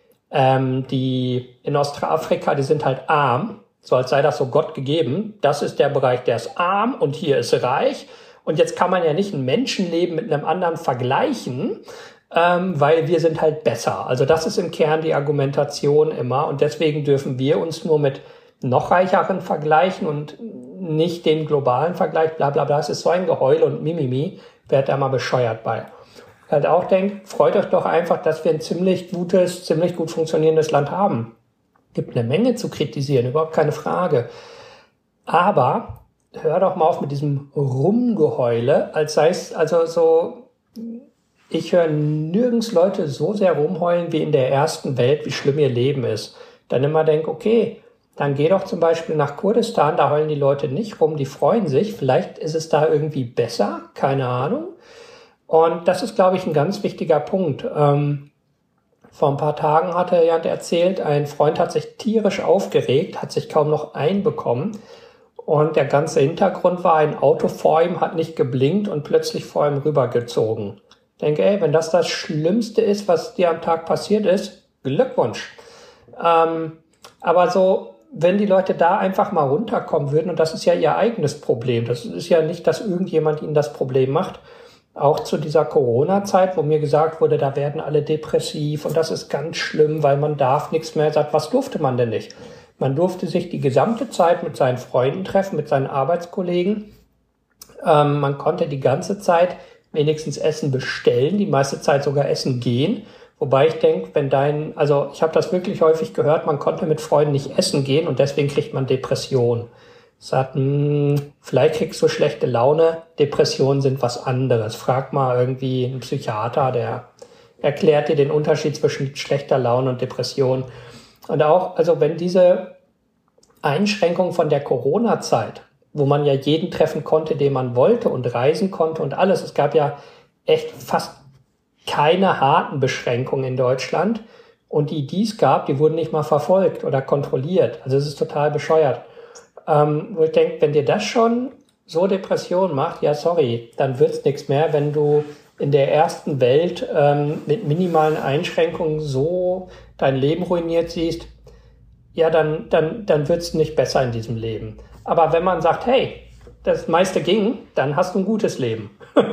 Die in Ostafrika, die sind halt arm, so als sei das so Gott gegeben. Das ist der Bereich, der ist arm und hier ist reich. Und jetzt kann man ja nicht ein Menschenleben mit einem anderen vergleichen, weil wir sind halt besser. Also das ist im Kern die Argumentation immer. Und deswegen dürfen wir uns nur mit noch reicheren vergleichen und nicht den globalen Vergleich, bla bla bla. Es ist so ein Geheul und Mimimi, werd da mal bescheuert bei. Halt auch denkt, freut euch doch einfach, dass wir ein ziemlich gut funktionierendes Land haben. Gibt eine Menge zu kritisieren, überhaupt keine Frage. Aber hör doch mal auf mit diesem Rumgeheule, als sei es, also so, ich höre nirgends Leute so sehr rumheulen wie in der ersten Welt, wie schlimm ihr Leben ist. Dann immer denk, okay, dann geh doch zum Beispiel nach Kurdistan, da heulen die Leute nicht rum, die freuen sich, vielleicht ist es da irgendwie besser, keine Ahnung. Und das ist, glaube ich, ein ganz wichtiger Punkt. Vor ein paar Tagen hatte jemand erzählt, ein Freund hat sich tierisch aufgeregt, hat sich kaum noch einbekommen. Und der ganze Hintergrund war, ein Auto vor ihm hat nicht geblinkt und plötzlich vor ihm rübergezogen. Ich denke, wenn das das Schlimmste ist, was dir am Tag passiert ist, Glückwunsch. Aber so, wenn die Leute da einfach mal runterkommen würden, und das ist ja ihr eigenes Problem, das ist ja nicht, dass irgendjemand ihnen das Problem macht, auch zu dieser Corona-Zeit, wo mir gesagt wurde, da werden alle depressiv und das ist ganz schlimm, weil man darf nichts mehr. Sagt, was durfte man denn nicht? Man durfte sich die gesamte Zeit mit seinen Freunden treffen, mit seinen Arbeitskollegen. Man konnte die ganze Zeit wenigstens Essen bestellen, die meiste Zeit sogar essen gehen. Wobei ich denke, also ich habe das wirklich häufig gehört, man konnte mit Freunden nicht essen gehen und deswegen kriegt man Depressionen. Sagt, vielleicht kriegst du schlechte Laune, Depressionen sind was anderes. Frag mal irgendwie einen Psychiater, der erklärt dir den Unterschied zwischen schlechter Laune und Depression. Und auch, also wenn diese Einschränkung von der Corona-Zeit, wo man ja jeden treffen konnte, den man wollte und reisen konnte und alles, es gab ja echt fast keine harten Beschränkungen in Deutschland und die es gab, die wurden nicht mal verfolgt oder kontrolliert. Also es ist total bescheuert. Wo ich denke, wenn dir das schon so Depression macht, ja sorry, dann wird's nichts mehr, wenn du in der ersten Welt mit minimalen Einschränkungen so dein Leben ruiniert siehst, ja dann wird's nicht besser in diesem Leben. Aber wenn man sagt, hey, das meiste ging, dann hast du ein gutes Leben.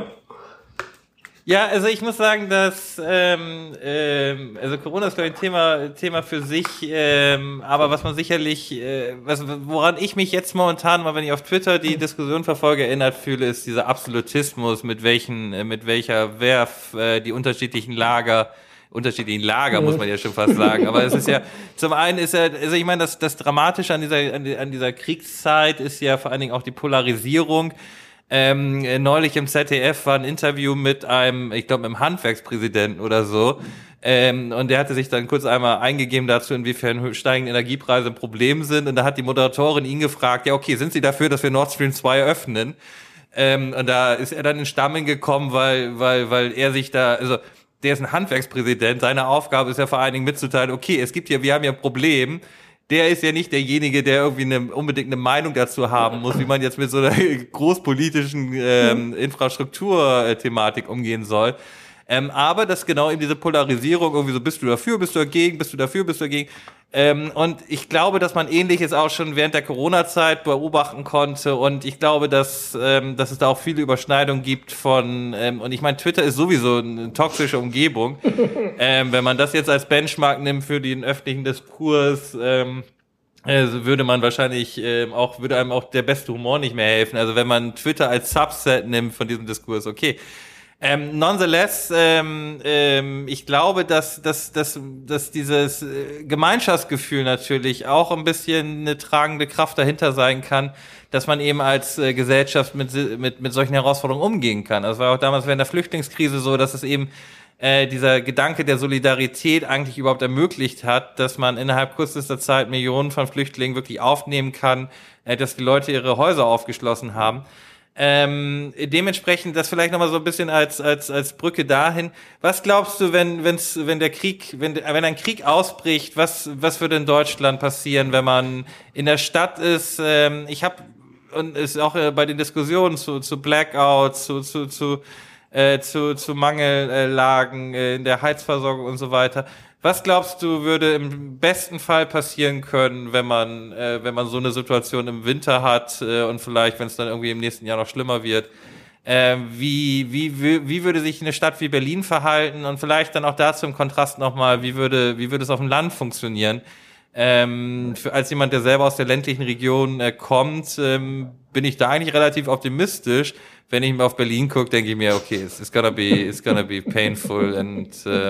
Ja, also ich muss sagen, dass also Corona ist, glaube ich, ein Thema für sich, aber was man sicherlich, woran ich mich jetzt momentan mal, wenn ich auf Twitter die Diskussion verfolge, erinnert fühle, ist dieser Absolutismus, mit welcher Werf die unterschiedlichen Lager, muss man ja schon fast sagen, aber es ist ja, zum einen ist ja, also ich meine, das Dramatische an dieser Kriegszeit ist ja vor allen Dingen auch die Polarisierung. Neulich im ZDF war ein Interview mit ich glaube, einem Handwerkspräsidenten oder so. Und der hatte sich dann kurz einmal eingegeben dazu, inwiefern steigende Energiepreise ein Problem sind. Und da hat die Moderatorin ihn gefragt, ja, okay, sind Sie dafür, dass wir Nord Stream 2 öffnen? Und da ist er dann in Stammeln gekommen, weil er sich da, also, der ist ein Handwerkspräsident. Seine Aufgabe ist ja vor allen Dingen mitzuteilen, okay, wir haben ja ein Problem. Der ist ja nicht derjenige, der irgendwie unbedingt eine Meinung dazu haben muss, wie man jetzt mit so einer großpolitischen Infrastrukturthematik umgehen soll. Aber dass genau eben diese Polarisierung irgendwie so, bist du dafür, bist du dagegen, bist du dafür, bist du dagegen. Und ich glaube, dass man Ähnliches auch schon während der Corona-Zeit beobachten konnte. Und ich glaube, dass es da auch viele Überschneidungen gibt und ich meine, Twitter ist sowieso eine toxische Umgebung. Wenn man das jetzt als Benchmark nimmt für den öffentlichen Diskurs, würde man wahrscheinlich würde einem auch der beste Humor nicht mehr helfen. Also wenn man Twitter als Subset nimmt von diesem Diskurs, okay. Nonetheless, ich glaube, dass dieses Gemeinschaftsgefühl natürlich auch ein bisschen eine tragende Kraft dahinter sein kann, dass man eben als Gesellschaft mit solchen Herausforderungen umgehen kann. Das war auch damals während der Flüchtlingskrise so, dass es eben dieser Gedanke der Solidarität eigentlich überhaupt ermöglicht hat, dass man innerhalb kürzester Zeit Millionen von Flüchtlingen wirklich aufnehmen kann, dass die Leute ihre Häuser aufgeschlossen haben. Dementsprechend das vielleicht nochmal so ein bisschen als Brücke dahin. Was glaubst du, wenn ein Krieg ausbricht, was würde in Deutschland passieren, wenn man in der Stadt ist? Und ist auch bei den Diskussionen zu Blackouts, zu Mangellagen in der Heizversorgung und so weiter. Was glaubst du, würde im besten Fall passieren können, wenn man so eine Situation im Winter hat und vielleicht, wenn es dann irgendwie im nächsten Jahr noch schlimmer wird? Wie würde sich eine Stadt wie Berlin verhalten? Und vielleicht dann auch dazu im Kontrast nochmal, wie würde es auf dem Land funktionieren? Als jemand, der selber aus der ländlichen Region kommt, bin ich da eigentlich relativ optimistisch. Wenn ich mir auf Berlin gucke, denke ich mir, okay, it's gonna be painful and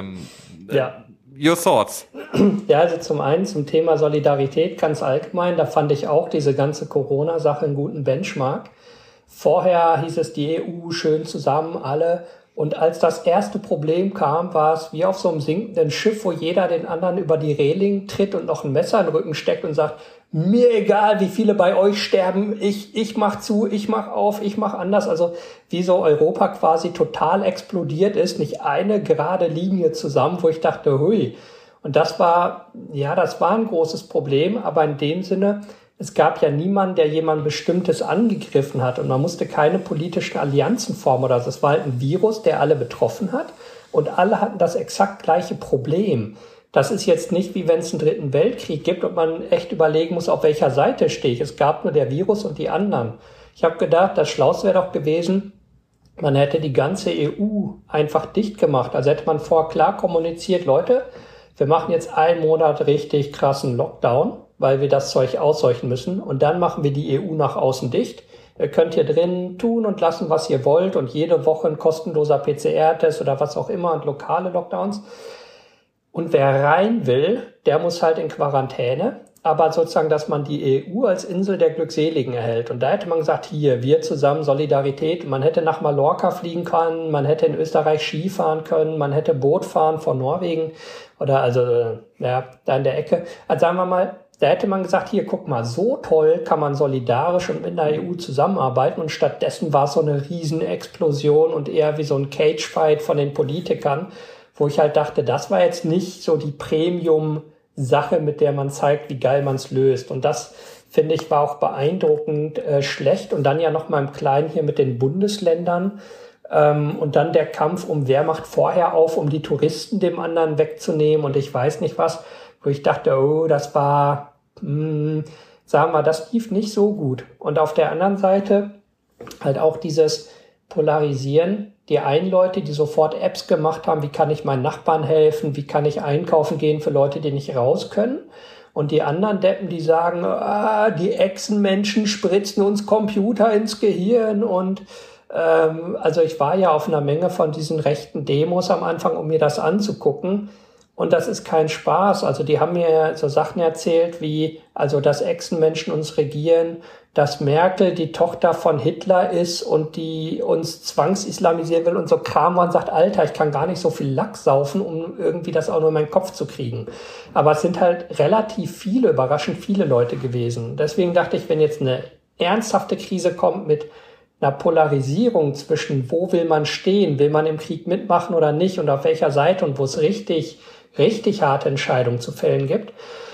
your thoughts? Ja, also zum einen zum Thema Solidarität ganz allgemein, da fand ich auch diese ganze Corona-Sache einen guten Benchmark. Vorher hieß es die EU schön zusammen, alle. Und als das erste Problem kam, war es wie auf so einem sinkenden Schiff, wo jeder den anderen über die Reling tritt und noch ein Messer in den Rücken steckt und sagt, mir egal, wie viele bei euch sterben, ich mach zu, ich mach auf, ich mach anders. Also wie so Europa quasi total explodiert ist, nicht eine gerade Linie zusammen, wo ich dachte, hui. Und das war ein großes Problem, aber in dem Sinne, es gab ja niemanden, der jemand Bestimmtes angegriffen hat und man musste keine politischen Allianzen formen oder so. Es war halt ein Virus, der alle betroffen hat und alle hatten das exakt gleiche Problem. Das ist jetzt nicht wie wenn es einen dritten Weltkrieg gibt und man echt überlegen muss, auf welcher Seite stehe ich. Es gab nur der Virus und die anderen. Ich habe gedacht, das Schlauste wäre doch gewesen, man hätte die ganze EU einfach dicht gemacht. Also hätte man vorher klar kommuniziert, Leute, wir machen jetzt einen Monat richtig krassen Lockdown, weil wir das Zeug ausseuchen müssen. Und dann machen wir die EU nach außen dicht. Ihr könnt hier drin tun und lassen, was ihr wollt. Und jede Woche ein kostenloser PCR-Test oder was auch immer und lokale Lockdowns. Und wer rein will, der muss halt in Quarantäne. Aber sozusagen, dass man die EU als Insel der Glückseligen erhält. Und da hätte man gesagt, hier, wir zusammen, Solidarität. Man hätte nach Mallorca fliegen können, man hätte in Österreich Ski fahren können, man hätte Boot fahren von Norwegen oder da in der Ecke. Also sagen wir mal, da hätte man gesagt, hier, guck mal, so toll kann man solidarisch und mit der EU zusammenarbeiten. Und stattdessen war es so eine Riesenexplosion und eher wie so ein Cagefight von den Politikern, wo ich halt dachte, das war jetzt nicht so die Premium-Sache, mit der man zeigt, wie geil man es löst. Und das, finde ich, war auch beeindruckend schlecht. Und dann ja noch mal im Kleinen hier mit den Bundesländern. Und dann der Kampf um, wer macht vorher auf, um die Touristen dem anderen wegzunehmen und ich weiß nicht was, wo ich dachte, oh, das war, sagen wir, das lief nicht so gut. Und auf der anderen Seite halt auch dieses Polarisieren. Die einen Leute, die sofort Apps gemacht haben, wie kann ich meinen Nachbarn helfen, wie kann ich einkaufen gehen für Leute, die nicht raus können. Und die anderen Deppen, die sagen, die Echsenmenschen spritzen uns Computer ins Gehirn. Und also ich war ja auf einer Menge von diesen rechten Demos am Anfang, um mir das anzugucken. Und das ist kein Spaß. Also die haben mir so Sachen erzählt wie, also dass Echsenmenschen uns regieren, dass Merkel die Tochter von Hitler ist und die uns zwangsislamisieren will und so Kram. Man sagt, Alter, ich kann gar nicht so viel Lack saufen, um irgendwie das auch nur in meinen Kopf zu kriegen. Aber es sind halt relativ viele, überraschend viele Leute gewesen. Deswegen dachte ich, wenn jetzt eine ernsthafte Krise kommt mit einer Polarisierung zwischen, wo will man stehen, will man im Krieg mitmachen oder nicht und auf welcher Seite und wo es richtig harte Entscheidungen zu fällen gibt.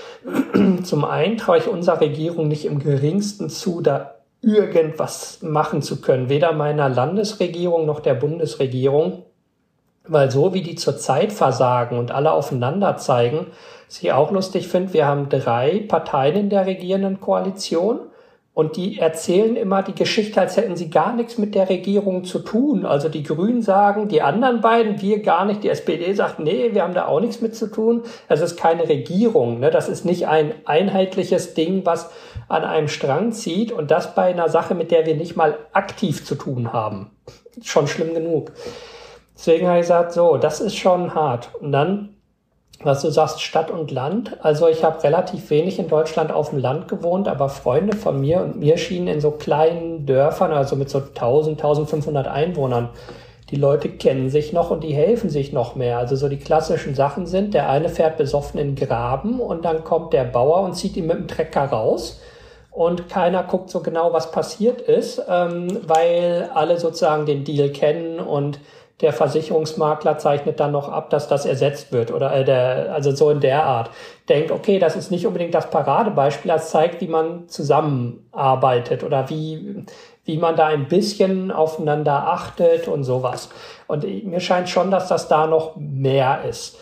Zum einen traue ich unserer Regierung nicht im geringsten zu, da irgendwas machen zu können, weder meiner Landesregierung noch der Bundesregierung, weil so wie die zurzeit versagen und alle aufeinander zeigen, was ich auch lustig finde, wir haben 3 Parteien in der regierenden Koalition und die erzählen immer die Geschichte, als hätten sie gar nichts mit der Regierung zu tun. Also die Grünen sagen, die anderen beiden, wir gar nicht. Die SPD sagt, nee, wir haben da auch nichts mit zu tun. Das ist keine Regierung, ne? Das ist nicht ein einheitliches Ding, was an einem Strang zieht. Und das bei einer Sache, mit der wir nicht mal aktiv zu tun haben. Schon schlimm genug. Deswegen habe ich gesagt, so, das ist schon hart. Und dann, was du sagst, Stadt und Land. Also ich habe relativ wenig in Deutschland auf dem Land gewohnt, aber Freunde von mir und mir schienen in so kleinen Dörfern, also mit so 1000, 1500 Einwohnern, die Leute kennen sich noch und die helfen sich noch mehr. Also so die klassischen Sachen sind, der eine fährt besoffen in den Graben und dann kommt der Bauer und zieht ihn mit dem Trecker raus. Und keiner guckt so genau, was passiert ist, weil alle sozusagen den Deal kennen und der Versicherungsmakler zeichnet dann noch ab, dass das ersetzt wird oder also so in der Art. Denkt, okay, das ist nicht unbedingt das Paradebeispiel, das zeigt, wie man zusammenarbeitet oder wie man da ein bisschen aufeinander achtet und sowas. Und mir scheint schon, dass das da noch mehr ist.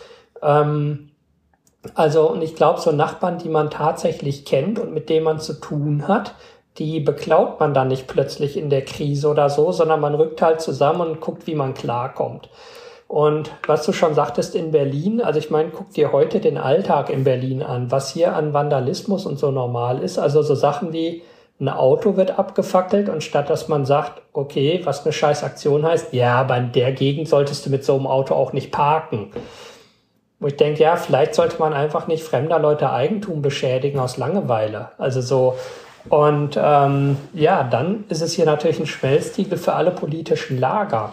Und ich glaube, so Nachbarn, die man tatsächlich kennt und mit denen man zu tun hat, die beklaut man dann nicht plötzlich in der Krise oder so, sondern man rückt halt zusammen und guckt, wie man klarkommt. Und was du schon sagtest in Berlin, also ich meine, guck dir heute den Alltag in Berlin an, was hier an Vandalismus und so normal ist. Also so Sachen wie ein Auto wird abgefackelt und statt dass man sagt, okay, was eine scheiß Aktion heißt, ja, aber in der Gegend solltest du mit so einem Auto auch nicht parken. Wo ich denke, ja, vielleicht sollte man einfach nicht fremder Leute Eigentum beschädigen aus Langeweile. Also so. Und ja, dann ist es hier natürlich ein Schmelztiegel für alle politischen Lager.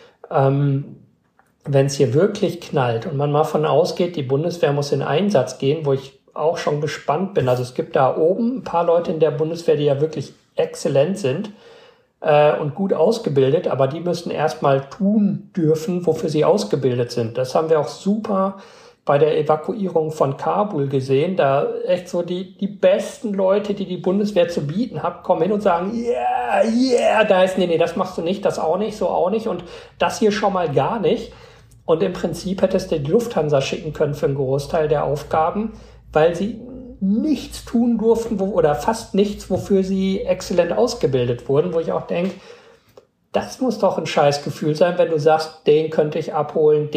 Wenn es hier wirklich knallt und man mal von ausgeht, die Bundeswehr muss in Einsatz gehen, wo ich auch schon gespannt bin. Also es gibt da oben ein paar Leute in der Bundeswehr, die ja wirklich exzellent sind und gut ausgebildet, aber die müssen erstmal tun dürfen, wofür sie ausgebildet sind. Das haben wir auch super bei der Evakuierung von Kabul gesehen. Da echt so die besten Leute, die die Bundeswehr zu bieten hat, kommen hin und sagen, yeah, da ist, nee, das machst du nicht, das auch nicht, so auch nicht und das hier schon mal gar nicht. Und im Prinzip hättest du die Lufthansa schicken können für einen Großteil der Aufgaben, weil sie nichts tun durften oder fast nichts, wofür sie exzellent ausgebildet wurden, wo ich auch denke, das muss doch ein Scheißgefühl sein, wenn du sagst, den könnte ich abholen,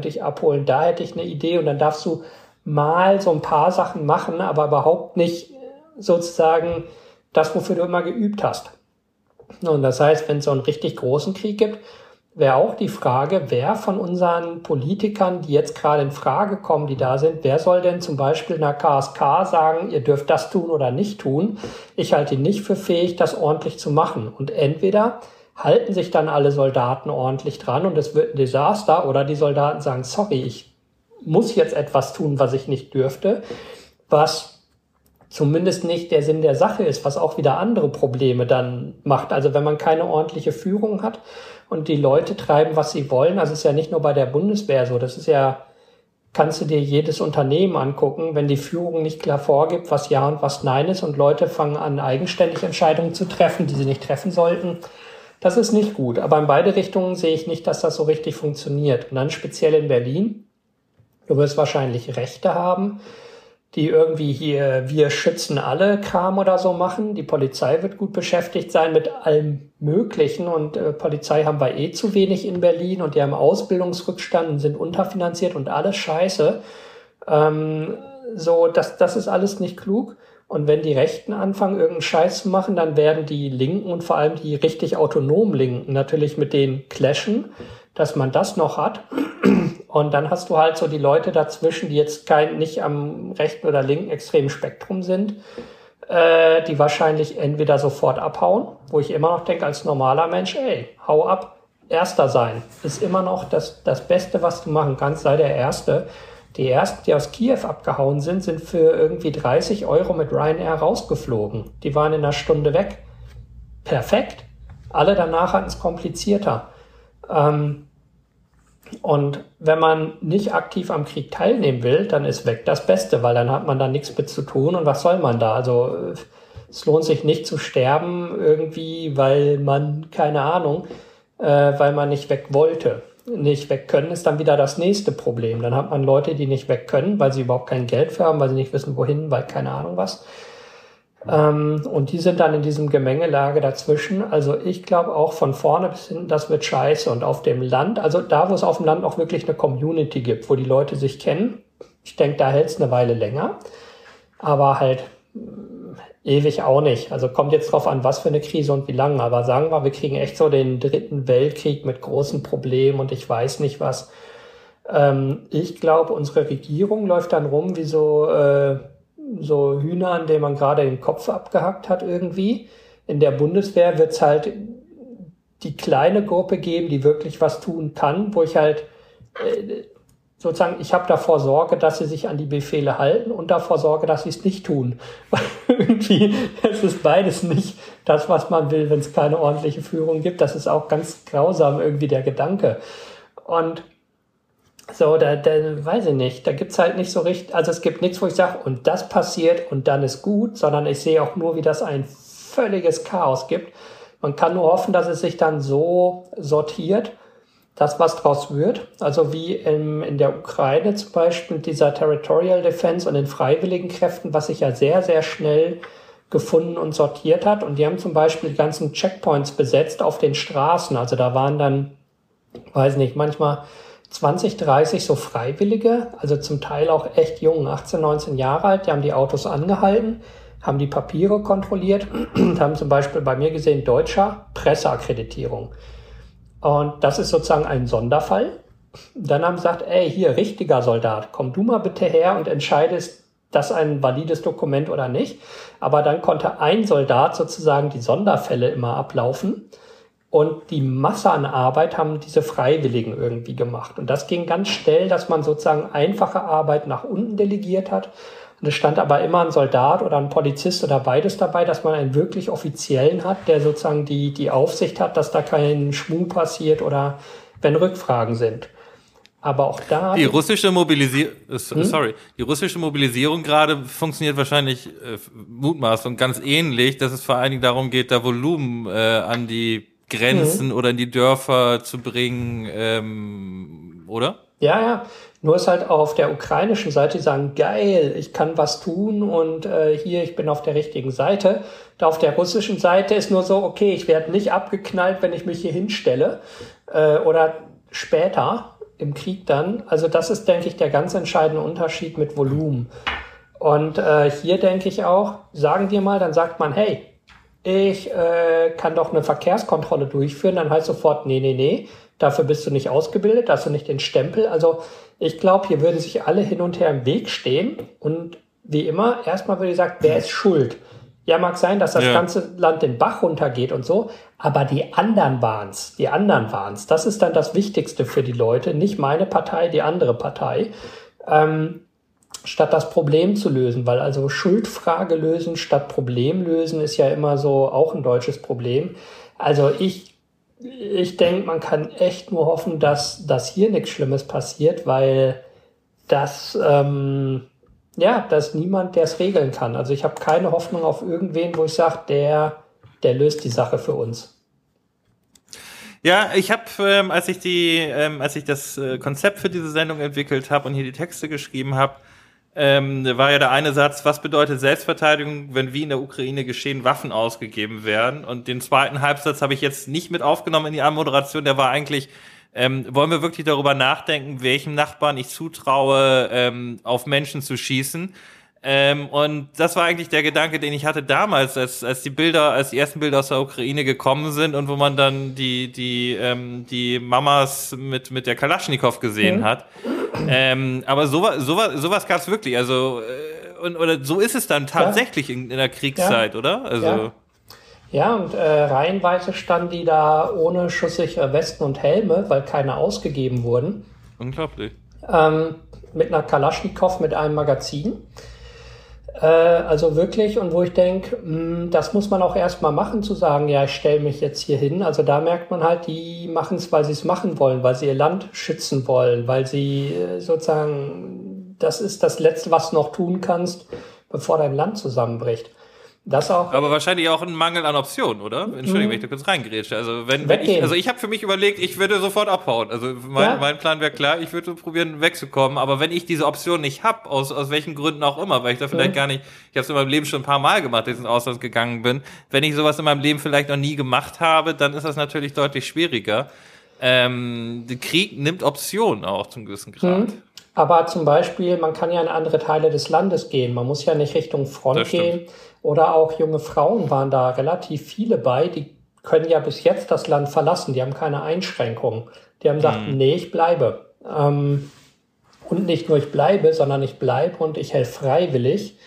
da hätte ich eine Idee und dann darfst du mal so ein paar Sachen machen, aber überhaupt nicht sozusagen das, wofür du immer geübt hast. Und das heißt, wenn es so einen richtig großen Krieg gibt, wäre auch die Frage, wer von unseren Politikern, die jetzt gerade in Frage kommen, die da sind, wer soll denn zum Beispiel in der KSK sagen, ihr dürft das tun oder nicht tun? Ich halte ihn nicht für fähig, das ordentlich zu machen. Und entweder halten sich dann alle Soldaten ordentlich dran und es wird ein Desaster oder die Soldaten sagen, sorry, ich muss jetzt etwas tun, was ich nicht dürfte, was zumindest nicht der Sinn der Sache ist, was auch wieder andere Probleme dann macht. Also wenn man keine ordentliche Führung hat und die Leute treiben, was sie wollen, also es ist ja nicht nur bei der Bundeswehr so, das ist ja, kannst du dir jedes Unternehmen angucken, wenn die Führung nicht klar vorgibt, was Ja und was Nein ist und Leute fangen an, eigenständig Entscheidungen zu treffen, die sie nicht treffen sollten. Das ist nicht gut, aber in beide Richtungen sehe ich nicht, dass das so richtig funktioniert. Und dann speziell in Berlin, du wirst wahrscheinlich Rechte haben, die irgendwie hier wir schützen alle Kram oder so machen. Die Polizei wird gut beschäftigt sein mit allem Möglichen und Polizei haben wir eh zu wenig in Berlin und die haben Ausbildungsrückstand und sind unterfinanziert und alles Scheiße. So, das ist alles nicht klug. Und wenn die Rechten anfangen, irgendeinen Scheiß zu machen, dann werden die Linken und vor allem die richtig autonomen Linken natürlich mit denen clashen, dass man das noch hat. Und dann hast du halt so die Leute dazwischen, die jetzt nicht am rechten oder linken extremen Spektrum sind, die wahrscheinlich entweder sofort abhauen, wo ich immer noch denke als normaler Mensch, ey, hau ab, Erster sein. Ist immer noch das Beste, was du machen kannst, sei der Erste. Die Ersten, die aus Kiew abgehauen sind für irgendwie 30 € mit Ryanair rausgeflogen. Die waren in einer Stunde weg. Perfekt. Alle danach hatten es komplizierter. Und wenn man nicht aktiv am Krieg teilnehmen will, dann ist weg das Beste, weil dann hat man da nichts mit zu tun. Und was soll man da? Also es lohnt sich nicht zu sterben irgendwie, weil man, keine Ahnung, weil man nicht weg wollte. Nicht weg können ist dann wieder das nächste Problem. Dann hat man Leute, die nicht weg können, weil sie überhaupt kein Geld für haben, weil sie nicht wissen, wohin, weil keine Ahnung was. Und die sind dann in diesem Gemengelage dazwischen. Also ich glaube auch von vorne bis hinten, das wird scheiße. Und auf dem Land, also da, wo es auf dem Land auch wirklich eine Community gibt, wo die Leute sich kennen, ich denke, da hält es eine Weile länger. Aber halt ewig auch nicht. Also kommt jetzt drauf an, was für eine Krise und wie lange. Aber sagen wir kriegen echt so den 3. Weltkrieg mit großen Problemen und ich weiß nicht was. Ich glaube, unsere Regierung läuft dann rum wie so Hühner, an denen man gerade den Kopf abgehackt hat irgendwie. In der Bundeswehr wird's halt die kleine Gruppe geben, die wirklich was tun kann, wo ich halt sozusagen, ich habe davor Sorge, dass sie sich an die Befehle halten und davor Sorge, dass sie es nicht tun. Weil irgendwie, es ist beides nicht das, was man will, wenn es keine ordentliche Führung gibt. Das ist auch ganz grausam irgendwie der Gedanke. Und so, da weiß ich nicht, da gibt's halt nicht so richtig, also es gibt nichts, wo ich sage, und das passiert und dann ist gut, sondern ich sehe auch nur, wie das ein völliges Chaos gibt. Man kann nur hoffen, dass es sich dann so sortiert, dass was draus wird. Also wie in der Ukraine zum Beispiel mit dieser Territorial Defense und den freiwilligen Kräften, was sich ja sehr, sehr schnell gefunden und sortiert hat. Und die haben zum Beispiel die ganzen Checkpoints besetzt auf den Straßen. Also da waren dann, weiß nicht, manchmal 20, 30 so Freiwillige, also zum Teil auch echt jung, 18, 19 Jahre alt, die haben die Autos angehalten, haben die Papiere kontrolliert und haben zum Beispiel bei mir gesehen, deutscher Presseakkreditierung. Und das ist sozusagen ein Sonderfall. Dann haben sie gesagt, ey, hier, richtiger Soldat, komm du mal bitte her und entscheidest, das ein valides Dokument oder nicht. Aber dann konnte ein Soldat sozusagen die Sonderfälle immer ablaufen. Und die Masse an Arbeit haben diese Freiwilligen irgendwie gemacht. Und das ging ganz schnell, dass man sozusagen einfache Arbeit nach unten delegiert hat. Und es stand aber immer ein Soldat oder ein Polizist oder beides dabei, dass man einen wirklich Offiziellen hat, der sozusagen die Aufsicht hat, dass da kein Schmuh passiert oder wenn Rückfragen sind. Aber auch da... Die russische Mobilisierung gerade funktioniert wahrscheinlich Mutmaßung ganz ähnlich, dass es vor allen Dingen darum geht, da Volumen an die Grenzen oder in die Dörfer zu bringen, oder? Ja, ja. Nur ist halt auf der ukrainischen Seite, die sagen, geil, ich kann was tun und hier, ich bin auf der richtigen Seite. Da auf der russischen Seite ist nur so, okay, ich werde nicht abgeknallt, wenn ich mich hier hinstelle oder später im Krieg dann. Also das ist, denke ich, der ganz entscheidende Unterschied mit Volumen. Und hier denke ich auch, sagen wir mal, dann sagt man, hey, ich kann doch eine Verkehrskontrolle durchführen, dann heißt sofort, nee, dafür bist du nicht ausgebildet, hast du nicht den Stempel. Also ich glaube, hier würden sich alle hin und her im Weg stehen. Und wie immer, erstmal würde ich sagen, wer ist schuld? Ja, mag sein, dass das ganze Land den Bach runtergeht und so, aber die anderen waren's. Das ist dann das Wichtigste für die Leute, nicht meine Partei, die andere Partei, statt das Problem zu lösen. Weil also Schuldfrage lösen statt Problem lösen ist ja immer so auch ein deutsches Problem. Also ich denke, man kann echt nur hoffen, dass hier nichts Schlimmes passiert, weil das, dass niemand, der es regeln kann. Also ich habe keine Hoffnung auf irgendwen, wo ich sage, der löst die Sache für uns. Ja, ich habe, als ich das Konzept für diese Sendung entwickelt habe und hier die Texte geschrieben habe, war ja der eine Satz, was bedeutet Selbstverteidigung, wenn wie in der Ukraine geschehen, Waffen ausgegeben werden? Und den zweiten Halbsatz habe ich jetzt nicht mit aufgenommen in die Anmoderation, der war eigentlich, wollen wir wirklich darüber nachdenken, welchem Nachbarn ich zutraue, auf Menschen zu schießen? Und das war eigentlich der Gedanke, den ich hatte damals, als die ersten Bilder aus der Ukraine gekommen sind und wo man dann die Mamas mit der Kalaschnikow gesehen hat. Aber sowas gab's wirklich, also oder so ist es dann tatsächlich in der Kriegszeit, oder? Also ja, und reihenweise standen die da ohne schusssichere Westen und Helme, weil keine ausgegeben wurden. Unglaublich. Mit einer Kalaschnikow mit einem Magazin. Also wirklich, und wo ich denke, das muss man auch erstmal machen, zu sagen, ja, ich stelle mich jetzt hier hin. Also da merkt man halt, die machen es, weil sie es machen wollen, weil sie ihr Land schützen wollen, weil sie sozusagen, das ist das Letzte, was du noch tun kannst, bevor dein Land zusammenbricht. Das auch. Aber wahrscheinlich auch ein Mangel an Optionen, oder? Entschuldigung, wenn ich da kurz reingrätsche. Also ich habe für mich überlegt, ich würde sofort abhauen. Also mein Plan wäre klar, ich würde probieren wegzukommen. Aber wenn ich diese Option nicht habe, aus welchen Gründen auch immer, weil ich da vielleicht gar nicht, ich habe es in meinem Leben schon ein paar Mal gemacht, dass ich ins Ausland gegangen bin. Wenn ich sowas in meinem Leben vielleicht noch nie gemacht habe, dann ist das natürlich deutlich schwieriger. Der Krieg nimmt Optionen auch zum gewissen Grad. Aber zum Beispiel, man kann ja in andere Teile des Landes gehen. Man muss ja nicht Richtung Front gehen. Oder auch junge Frauen waren da relativ viele bei. Die können ja bis jetzt das Land verlassen. Die haben keine Einschränkungen. Die haben gesagt, nee, ich bleibe. Und nicht nur ich bleibe, sondern ich bleibe und ich helfe freiwillig.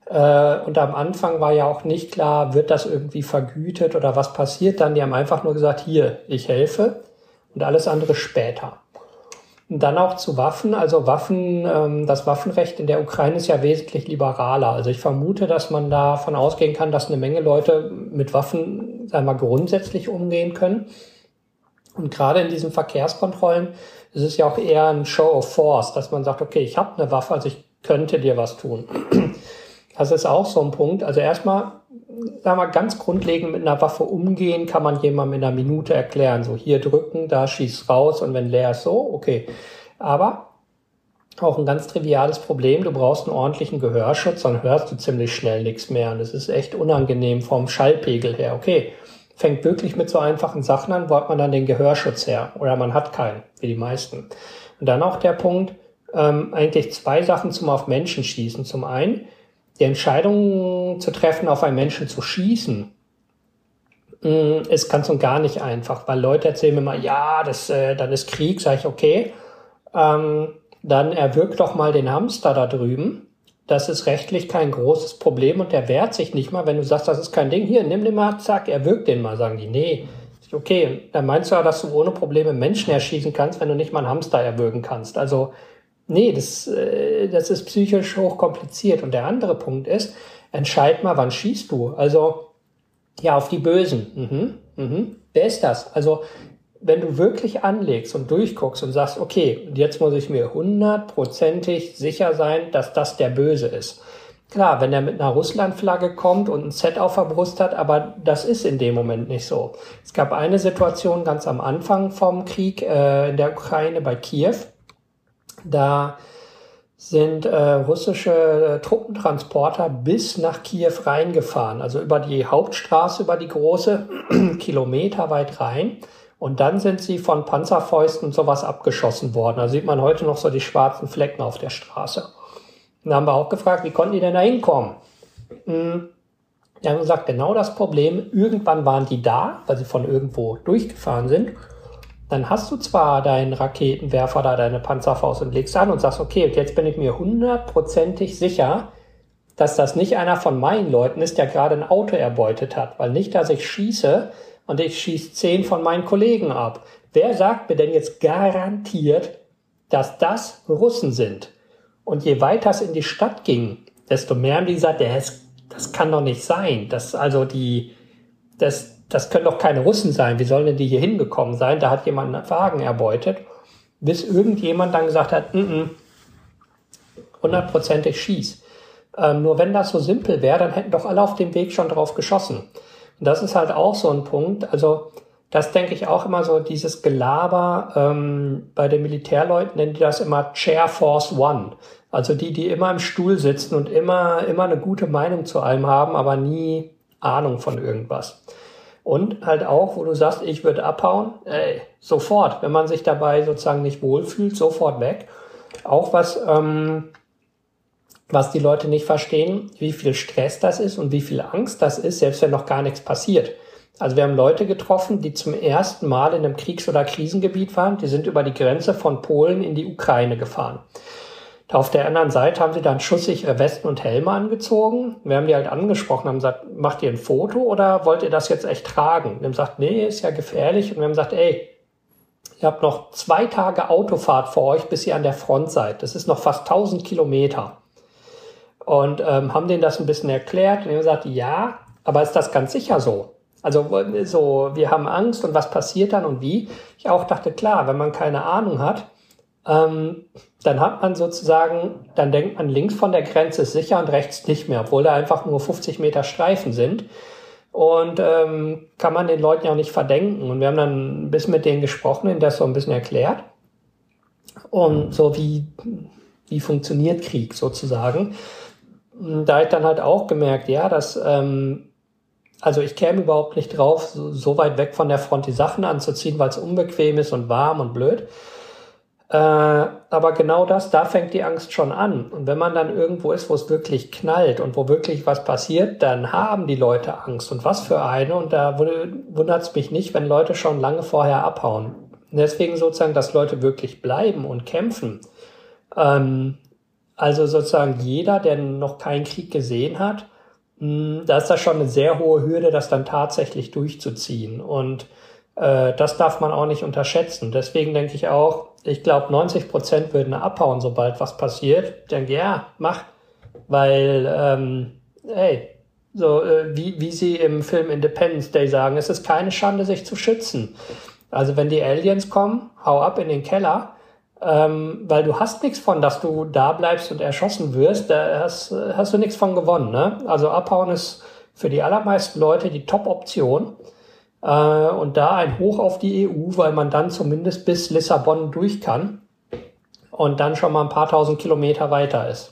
Und am Anfang war ja auch nicht klar, wird das irgendwie vergütet oder was passiert dann. Die haben einfach nur gesagt, hier, ich helfe und alles andere später. Und dann auch zu Waffen. Also Waffen, das Waffenrecht in der Ukraine ist ja wesentlich liberaler. Also ich vermute, dass man davon ausgehen kann, dass eine Menge Leute mit Waffen, sagen wir mal, grundsätzlich umgehen können. Und gerade in diesen Verkehrskontrollen ist es ja auch eher ein Show of Force, dass man sagt, okay, ich habe eine Waffe, also ich könnte dir was tun. Das ist auch so ein Punkt. Also erstmal, sagen wir, ganz grundlegend mit einer Waffe umgehen, kann man jemandem in einer Minute erklären. So hier drücken, da schieß raus und wenn leer ist, so, okay. Aber auch ein ganz triviales Problem, du brauchst einen ordentlichen Gehörschutz, dann hörst du ziemlich schnell nichts mehr. Und es ist echt unangenehm vom Schallpegel her. Okay, fängt wirklich mit so einfachen Sachen an, wo hat man dann den Gehörschutz her? Oder man hat keinen, wie die meisten. Und dann auch der Punkt, eigentlich zwei Sachen zum auf Menschen schießen. Zum einen, die Entscheidung zu treffen, auf einen Menschen zu schießen, ist ganz und gar nicht einfach, weil Leute erzählen mir immer, ja, dann ist Krieg, sage ich, okay, dann erwürg doch mal den Hamster da drüben. Das ist rechtlich kein großes Problem und der wehrt sich nicht mal, wenn du sagst, das ist kein Ding, hier, nimm den mal, zack, erwürg den mal, sagen die, nee. Okay, dann meinst du ja, dass du ohne Probleme Menschen erschießen kannst, wenn du nicht mal einen Hamster erwürgen kannst. Also, nee, das ist psychisch hochkompliziert. Und der andere Punkt ist, entscheid mal, wann schießt du? Also, ja, auf die Bösen. Wer ist das? Also, wenn du wirklich anlegst und durchguckst und sagst, okay, jetzt muss ich mir 100%ig sicher sein, dass das der Böse ist. Klar, wenn er mit einer Russland-Flagge kommt und ein Z auf der Brust hat, aber das ist in dem Moment nicht so. Es gab eine Situation ganz am Anfang vom Krieg in der Ukraine bei Kiew. Da sind russische Truppentransporter bis nach Kiew reingefahren, also über die Hauptstraße, über die große, kilometerweit rein. Und dann sind sie von Panzerfäusten und sowas abgeschossen worden. Da sieht man heute noch so die schwarzen Flecken auf der Straße. Und da haben wir auch gefragt, wie konnten die denn da hinkommen? Die haben gesagt, genau das Problem, irgendwann waren die da, weil sie von irgendwo durchgefahren sind. Dann hast du zwar deinen Raketenwerfer da, deine Panzerfaust und legst an und sagst, okay, und jetzt bin ich mir 100%ig sicher, dass das nicht einer von meinen Leuten ist, der gerade ein Auto erbeutet hat. Weil nicht, dass ich schieße und ich schieße 10 von meinen Kollegen ab. Wer sagt mir denn jetzt garantiert, dass das Russen sind? Und je weiter es in die Stadt ging, desto mehr haben die gesagt, das kann doch nicht sein. Das können doch keine Russen sein. Wie sollen denn die hier hingekommen sein? Da hat jemand einen Wagen erbeutet, bis irgendjemand dann gesagt hat, 100%ig schieß. Nur wenn das so simpel wäre, dann hätten doch alle auf dem Weg schon drauf geschossen. Und das ist halt auch so ein Punkt. Also das denke ich auch immer so, dieses Gelaber, bei den Militärleuten nennen die das immer Chair Force One. Also die immer im Stuhl sitzen und immer eine gute Meinung zu allem haben, aber nie Ahnung von irgendwas. Und halt auch, wo du sagst, ich würde abhauen, sofort, wenn man sich dabei sozusagen nicht wohlfühlt, sofort weg. Auch was die Leute nicht verstehen, wie viel Stress das ist und wie viel Angst das ist, selbst wenn noch gar nichts passiert. Also wir haben Leute getroffen, die zum ersten Mal in einem Kriegs- oder Krisengebiet waren. Die sind über die Grenze von Polen in die Ukraine gefahren. Auf der anderen Seite haben sie dann schusssichere Westen und Helme angezogen. Wir haben die halt angesprochen, haben gesagt, macht ihr ein Foto oder wollt ihr das jetzt echt tragen? Wir haben gesagt, nee, ist ja gefährlich. Und wir haben gesagt, ey, ihr habt noch 2 Tage Autofahrt vor euch, bis ihr an der Front seid. Das ist noch fast 1000 Kilometer. Und haben denen das ein bisschen erklärt. Und die haben gesagt, ja, aber ist das ganz sicher so? Also so, wir haben Angst und was passiert dann und wie? Ich auch dachte, klar, wenn man keine Ahnung hat, dann hat man sozusagen, dann denkt man, links von der Grenze ist sicher und rechts nicht mehr, obwohl da einfach nur 50 Meter Streifen sind. Und kann man den Leuten ja auch nicht verdenken. Und wir haben dann ein bisschen mit denen gesprochen, ihnen das so ein bisschen erklärt. Und so wie funktioniert Krieg sozusagen. Da habe ich dann halt auch gemerkt, ja, dass also ich käme überhaupt nicht drauf, so weit weg von der Front die Sachen anzuziehen, weil es unbequem ist und warm und blöd. Aber genau da fängt die Angst schon an. Und wenn man dann irgendwo ist, wo es wirklich knallt und wo wirklich was passiert, dann haben die Leute Angst. Und was für eine. Und da wundert es mich nicht, wenn Leute schon lange vorher abhauen. Und deswegen sozusagen, dass Leute wirklich bleiben und kämpfen. Also sozusagen jeder, der noch keinen Krieg gesehen hat, da ist das schon eine sehr hohe Hürde, das dann tatsächlich durchzuziehen. Und das darf man auch nicht unterschätzen. Deswegen denke ich auch, ich glaube 90% würden abhauen, sobald was passiert. Ich denke, ja, mach. Weil, wie sie im Film Independence Day sagen, es ist keine Schande, sich zu schützen. Also wenn die Aliens kommen, hau ab in den Keller, weil du hast nichts von, dass du da bleibst und erschossen wirst, da hast du nichts von gewonnen. Ne? Also abhauen ist für die allermeisten Leute die Top-Option. Und da ein Hoch auf die EU, weil man dann zumindest bis Lissabon durch kann und dann schon mal ein paar tausend Kilometer weiter ist.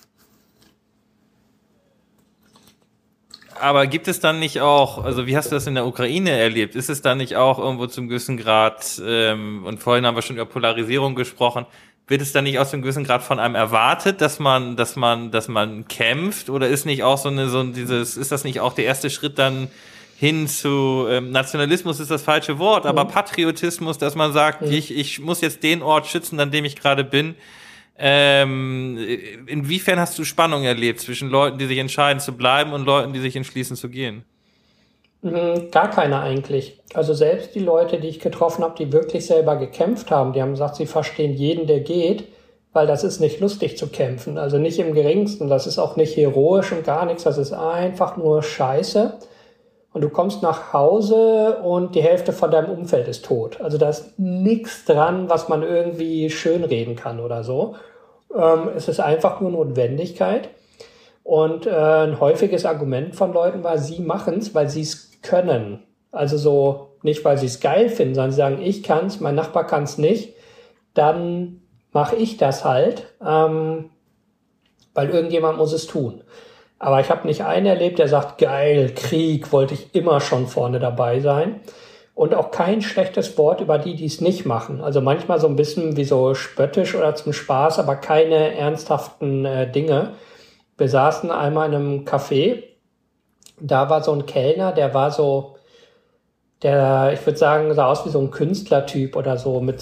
Aber gibt es dann nicht auch, also wie hast du das in der Ukraine erlebt? Ist es dann nicht auch irgendwo zum gewissen Grad, und vorhin haben wir schon über Polarisierung gesprochen, wird es dann nicht aus einem gewissen Grad von einem erwartet, dass man kämpft? Oder ist nicht auch ist das nicht auch der erste Schritt dann hin zu Nationalismus ist das falsche Wort, aber Patriotismus, dass man sagt, ich muss jetzt den Ort schützen, an dem ich gerade bin. Inwiefern hast du Spannung erlebt zwischen Leuten, die sich entscheiden zu bleiben und Leuten, die sich entschließen zu gehen? Gar keine eigentlich. Also selbst die Leute, die ich getroffen habe, die wirklich selber gekämpft haben, die haben gesagt, sie verstehen jeden, der geht, weil das ist nicht lustig zu kämpfen. Also nicht im Geringsten. Das ist auch nicht heroisch und gar nichts. Das ist einfach nur Scheiße. Und du kommst nach Hause und die Hälfte von deinem Umfeld ist tot. Also da ist nichts dran, was man irgendwie schönreden kann oder so. Es ist einfach nur Notwendigkeit. Und ein häufiges Argument von Leuten war, sie machen es, weil sie es können. Also so nicht, weil sie es geil finden, sondern sie sagen, ich kann es, mein Nachbar kann es nicht. Dann mache ich das halt, weil irgendjemand muss es tun. Aber ich habe nicht einen erlebt, der sagt, geil, Krieg, wollte ich immer schon vorne dabei sein. Und auch kein schlechtes Wort über die es nicht machen. Also manchmal so ein bisschen wie so spöttisch oder zum Spaß, aber keine ernsthaften Dinge. Wir saßen einmal in einem Café, da war so ein Kellner, der war so, ich würde sagen, sah aus wie so ein Künstlertyp oder so, mit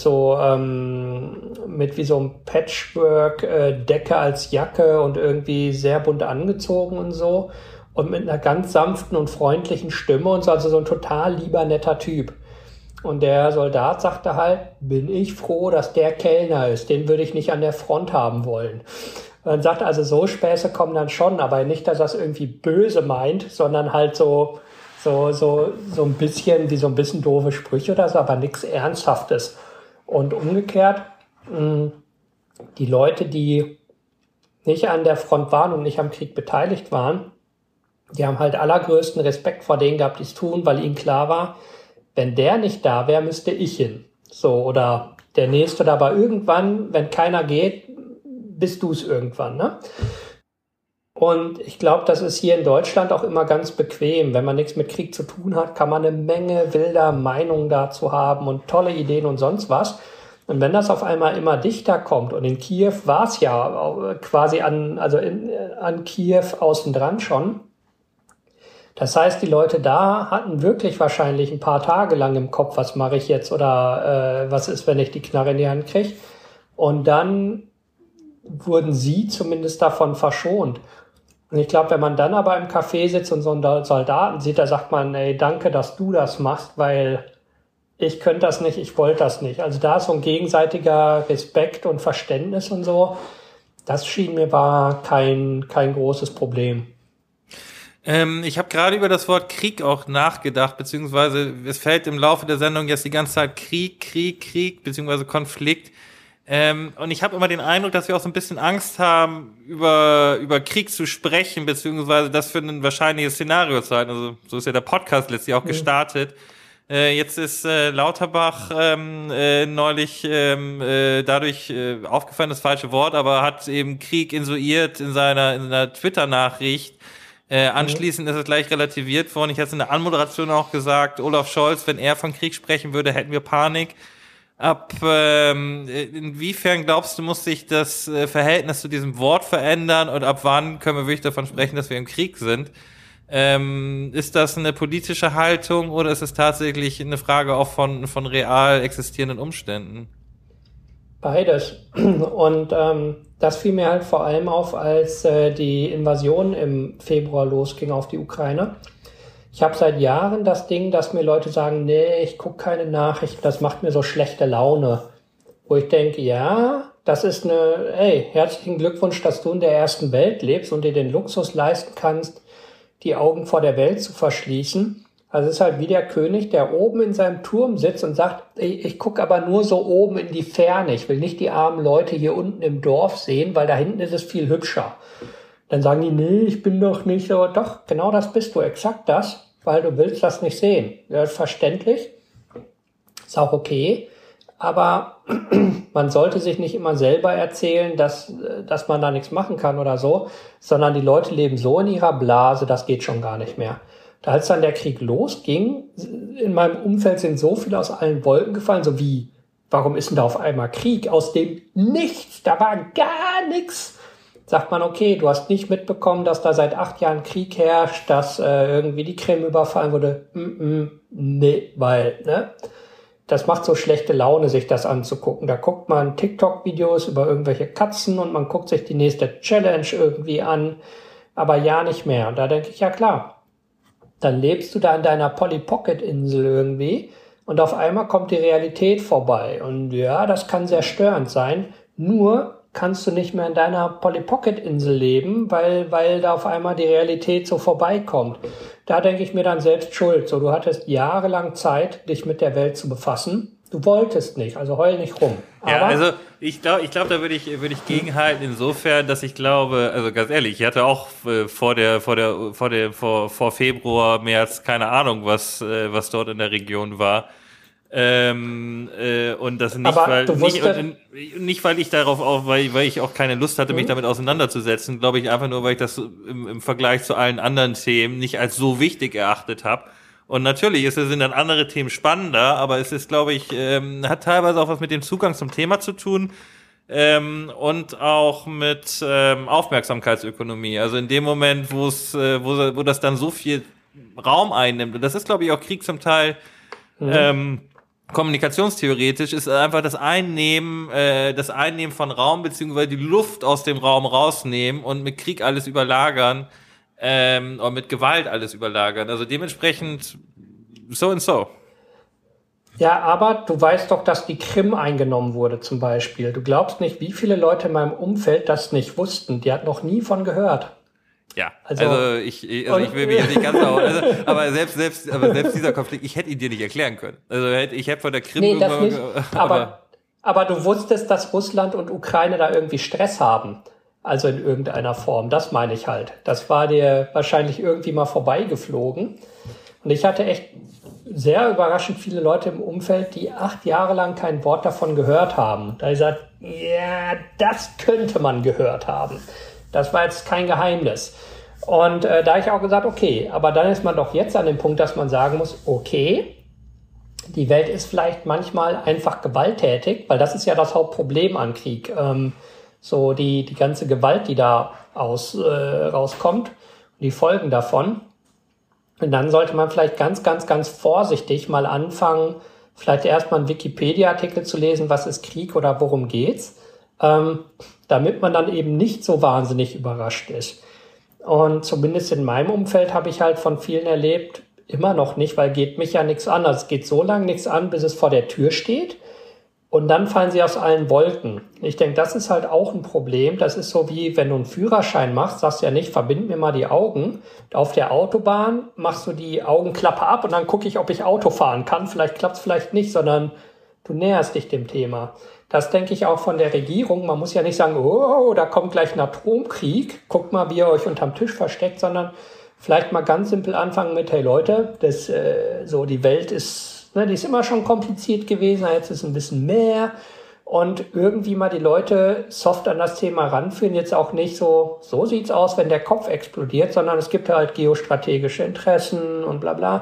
wie so einem Patchwork-Decke als Jacke und irgendwie sehr bunt angezogen und so. Und mit einer ganz sanften und freundlichen Stimme und so, also so ein total lieber, netter Typ. Und der Soldat sagte halt, bin ich froh, dass der Kellner ist, den würde ich nicht an der Front haben wollen. Und dann sagt also, so Späße kommen dann schon, aber nicht, dass er es irgendwie böse meint, sondern halt so ein bisschen, wie so ein bisschen doofe Sprüche oder so, aber nichts Ernsthaftes. Und umgekehrt, die Leute, die nicht an der Front waren und nicht am Krieg beteiligt waren, die haben halt allergrößten Respekt vor denen gehabt, die es tun, weil ihnen klar war, wenn der nicht da wäre, müsste ich hin. So, oder der Nächste, oder aber irgendwann, wenn keiner geht, bist du es irgendwann, ne? Und ich glaube, das ist hier in Deutschland auch immer ganz bequem. Wenn man nichts mit Krieg zu tun hat, kann man eine Menge wilder Meinungen dazu haben und tolle Ideen und sonst was. Und wenn das auf einmal immer dichter kommt, und in Kiew war es ja quasi an Kiew außen dran schon. Das heißt, die Leute da hatten wirklich wahrscheinlich ein paar Tage lang im Kopf, was mache ich jetzt oder was ist, wenn ich die Knarre in die Hand kriege. Und dann wurden sie zumindest davon verschont. Und ich glaube, wenn man dann aber im Café sitzt und so einen Soldaten sieht, da sagt man, ey, danke, dass du das machst, weil ich könnte das nicht, ich wollte das nicht. Also da ist so ein gegenseitiger Respekt und Verständnis und so. Das schien mir war kein großes Problem. Ich habe gerade über das Wort Krieg auch nachgedacht, beziehungsweise es fällt im Laufe der Sendung jetzt die ganze Zeit Krieg, beziehungsweise Konflikt. Und ich habe immer den Eindruck, dass wir auch so ein bisschen Angst haben, über Krieg zu sprechen, beziehungsweise das für ein wahrscheinliches Szenario zu halten. Also so ist ja der Podcast letztlich auch gestartet. Jetzt ist Lauterbach neulich dadurch aufgefallen, das falsche Wort, aber hat eben Krieg insinuiert in seiner Twitter-Nachricht. Anschließend ist es gleich relativiert worden. Ich hatte in der Anmoderation auch gesagt, Olaf Scholz, wenn er von Krieg sprechen würde, hätten wir Panik. Inwiefern glaubst du, muss sich das Verhältnis zu diesem Wort verändern und ab wann können wir wirklich davon sprechen, dass wir im Krieg sind? Ist das eine politische Haltung oder ist es tatsächlich eine Frage auch von real existierenden Umständen? Beides. Und das fiel mir halt vor allem auf, als die Invasion im Februar losging auf die Ukraine. Ich habe seit Jahren das Ding, dass mir Leute sagen, nee, ich gucke keine Nachrichten, das macht mir so schlechte Laune. Wo ich denke, ja, das ist herzlichen Glückwunsch, dass du in der ersten Welt lebst und dir den Luxus leisten kannst, die Augen vor der Welt zu verschließen. Also es ist halt wie der König, der oben in seinem Turm sitzt und sagt, ich gucke aber nur so oben in die Ferne. Ich will nicht die armen Leute hier unten im Dorf sehen, weil da hinten ist es viel hübscher. Dann sagen die, nee, ich bin doch nicht, aber doch, genau das bist du, exakt das, weil du willst das nicht sehen. Ja, ist verständlich, ist auch okay, aber man sollte sich nicht immer selber erzählen, dass man da nichts machen kann oder so, sondern die Leute leben so in ihrer Blase, das geht schon gar nicht mehr. Da als dann der Krieg losging, in meinem Umfeld sind so viele aus allen Wolken gefallen, so wie, warum ist denn da auf einmal Krieg? Aus dem Nichts, da war gar nichts. Sagt man, okay, du hast nicht mitbekommen, dass da seit 8 Jahren Krieg herrscht, dass irgendwie die Krim überfallen wurde. Nee, weil, ne? Das macht so schlechte Laune, sich das anzugucken. Da guckt man TikTok-Videos über irgendwelche Katzen und man guckt sich die nächste Challenge irgendwie an, aber ja nicht mehr. Und da denke ich, ja klar, dann lebst du da in deiner Polly-Pocket-Insel irgendwie und auf einmal kommt die Realität vorbei. Und ja, das kann sehr störend sein, nur kannst du nicht mehr in deiner Polly-Pocket-Insel leben, weil da auf einmal die Realität so vorbeikommt. Da denke ich mir dann selbst schuld. So, du hattest jahrelang Zeit, dich mit der Welt zu befassen. Du wolltest nicht, also heul nicht rum. Aber ja, also ich glaube, da würde ich gegenhalten insofern, dass ich glaube, also ganz ehrlich, ich hatte auch vor Februar, März keine Ahnung, was dort in der Region war. Und das nicht, weil ich darauf auch, weil ich auch keine Lust hatte, mich damit auseinanderzusetzen, glaube ich einfach nur, weil ich das im Vergleich zu allen anderen Themen nicht als so wichtig erachtet habe. Und natürlich sind dann andere Themen spannender, aber es ist, glaube ich, hat teilweise auch was mit dem Zugang zum Thema zu tun, und auch mit Aufmerksamkeitsökonomie. Also in dem Moment, wo das dann so viel Raum einnimmt, und das ist, glaube ich, auch Krieg zum Teil, kommunikationstheoretisch ist einfach das Einnehmen von Raum beziehungsweise die Luft aus dem Raum rausnehmen und mit Krieg alles überlagern, oder mit Gewalt alles überlagern. Also dementsprechend so und so. Ja, aber du weißt doch, dass die Krim eingenommen wurde zum Beispiel. Du glaubst nicht, wie viele Leute in meinem Umfeld das nicht wussten. Die hat noch nie von gehört. Ja, also ich will mich jetzt nicht ganz aber selbst dieser Konflikt, ich hätte ihn dir nicht erklären können. Also ich hätte von der Krim das nicht, aber du wusstest, dass Russland und Ukraine da irgendwie Stress haben. Also in irgendeiner Form. Das meine ich halt. Das war dir wahrscheinlich irgendwie mal vorbeigeflogen. Und ich hatte echt sehr überraschend viele Leute im Umfeld, die 8 Jahre lang kein Wort davon gehört haben. Da ich gesagt, ja, das könnte man gehört haben. Das war jetzt kein Geheimnis. Und da habe ich auch gesagt, okay, aber dann ist man doch jetzt an dem Punkt, dass man sagen muss, okay, die Welt ist vielleicht manchmal einfach gewalttätig, weil das ist ja das Hauptproblem an Krieg. So die ganze Gewalt, die da rauskommt, die Folgen davon. Und dann sollte man vielleicht ganz, ganz, ganz vorsichtig mal anfangen, vielleicht erstmal einen Wikipedia-Artikel zu lesen, was ist Krieg oder worum geht's, damit man dann eben nicht so wahnsinnig überrascht ist. Und zumindest in meinem Umfeld habe ich halt von vielen erlebt, immer noch nicht, weil geht mich ja nichts an. Also es geht so lange nichts an, bis es vor der Tür steht. Und dann fallen sie aus allen Wolken. Ich denke, das ist halt auch ein Problem. Das ist so wie, wenn du einen Führerschein machst, sagst du ja nicht, verbind mir mal die Augen. Auf der Autobahn machst du die Augenklappe ab und dann gucke ich, ob ich Auto fahren kann. Vielleicht klappt es, vielleicht nicht, sondern du näherst dich dem Thema. Das denke ich auch von der Regierung. Man muss ja nicht sagen, oh, da kommt gleich ein Atomkrieg. Guckt mal, wie ihr euch unterm Tisch versteckt, sondern vielleicht mal ganz simpel anfangen mit, hey Leute, die Welt ist, die ist immer schon kompliziert gewesen, jetzt ist ein bisschen mehr und irgendwie mal die Leute soft an das Thema ranführen, jetzt auch nicht so sieht's aus, wenn der Kopf explodiert, sondern es gibt halt geostrategische Interessen und bla bla.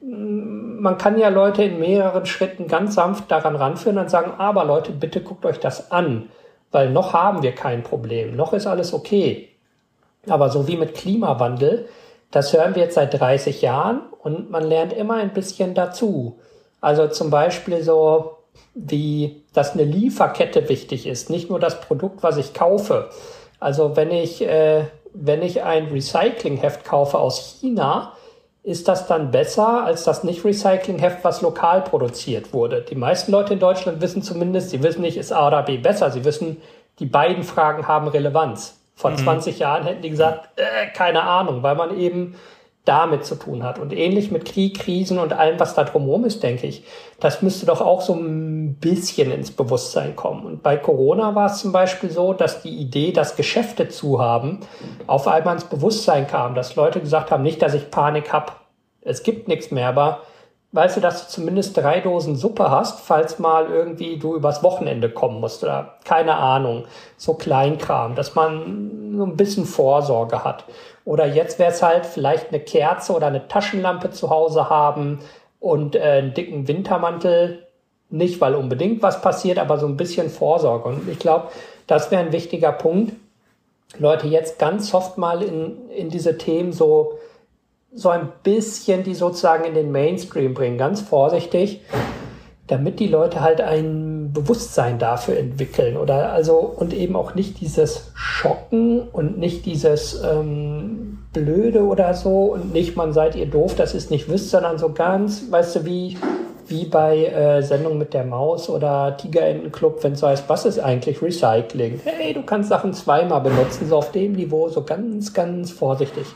Man kann ja Leute in mehreren Schritten ganz sanft daran ranführen und sagen, aber Leute, bitte guckt euch das an, weil noch haben wir kein Problem, noch ist alles okay. Aber so wie mit Klimawandel, das hören wir jetzt seit 30 Jahren und man lernt immer ein bisschen dazu. Also zum Beispiel so, dass eine Lieferkette wichtig ist, nicht nur das Produkt, was ich kaufe. Also wenn ich ein Recyclingheft kaufe aus China, ist das dann besser als das Nicht-Recyclingheft, was lokal produziert wurde? Die meisten Leute in Deutschland wissen zumindest, sie wissen nicht, ist A oder B besser. Sie wissen, die beiden Fragen haben Relevanz. Vor 20 Jahren hätten die gesagt, keine Ahnung, weil man eben damit zu tun hat. Und ähnlich mit Krieg, Krisen und allem, was da drumherum ist, denke ich, das müsste doch auch so ein bisschen ins Bewusstsein kommen. Und bei Corona war es zum Beispiel so, dass die Idee, dass Geschäfte zu haben, auf einmal ins Bewusstsein kam, dass Leute gesagt haben, nicht, dass ich Panik habe, es gibt nichts mehr, aber weißt du, dass du zumindest 3 Dosen Suppe hast, falls mal irgendwie du übers Wochenende kommen musst oder keine Ahnung, so Kleinkram, dass man so ein bisschen Vorsorge hat. Oder jetzt wäre es halt vielleicht eine Kerze oder eine Taschenlampe zu Hause haben und einen dicken Wintermantel. Nicht, weil unbedingt was passiert, aber so ein bisschen Vorsorge. Und ich glaube, das wäre ein wichtiger Punkt, Leute jetzt ganz soft mal in diese Themen so ein bisschen die sozusagen in den Mainstream bringen, ganz vorsichtig, damit die Leute halt ein Bewusstsein dafür entwickeln und eben auch nicht dieses Schocken und nicht dieses Blöde oder so und nicht, man seid ihr doof, das ist nicht wisst, sondern so ganz, weißt du, wie bei Sendung mit der Maus oder Tigerentenclub, wenn es so heißt, was ist eigentlich Recycling? Hey, du kannst Sachen zweimal benutzen, so auf dem Niveau, so ganz, ganz vorsichtig.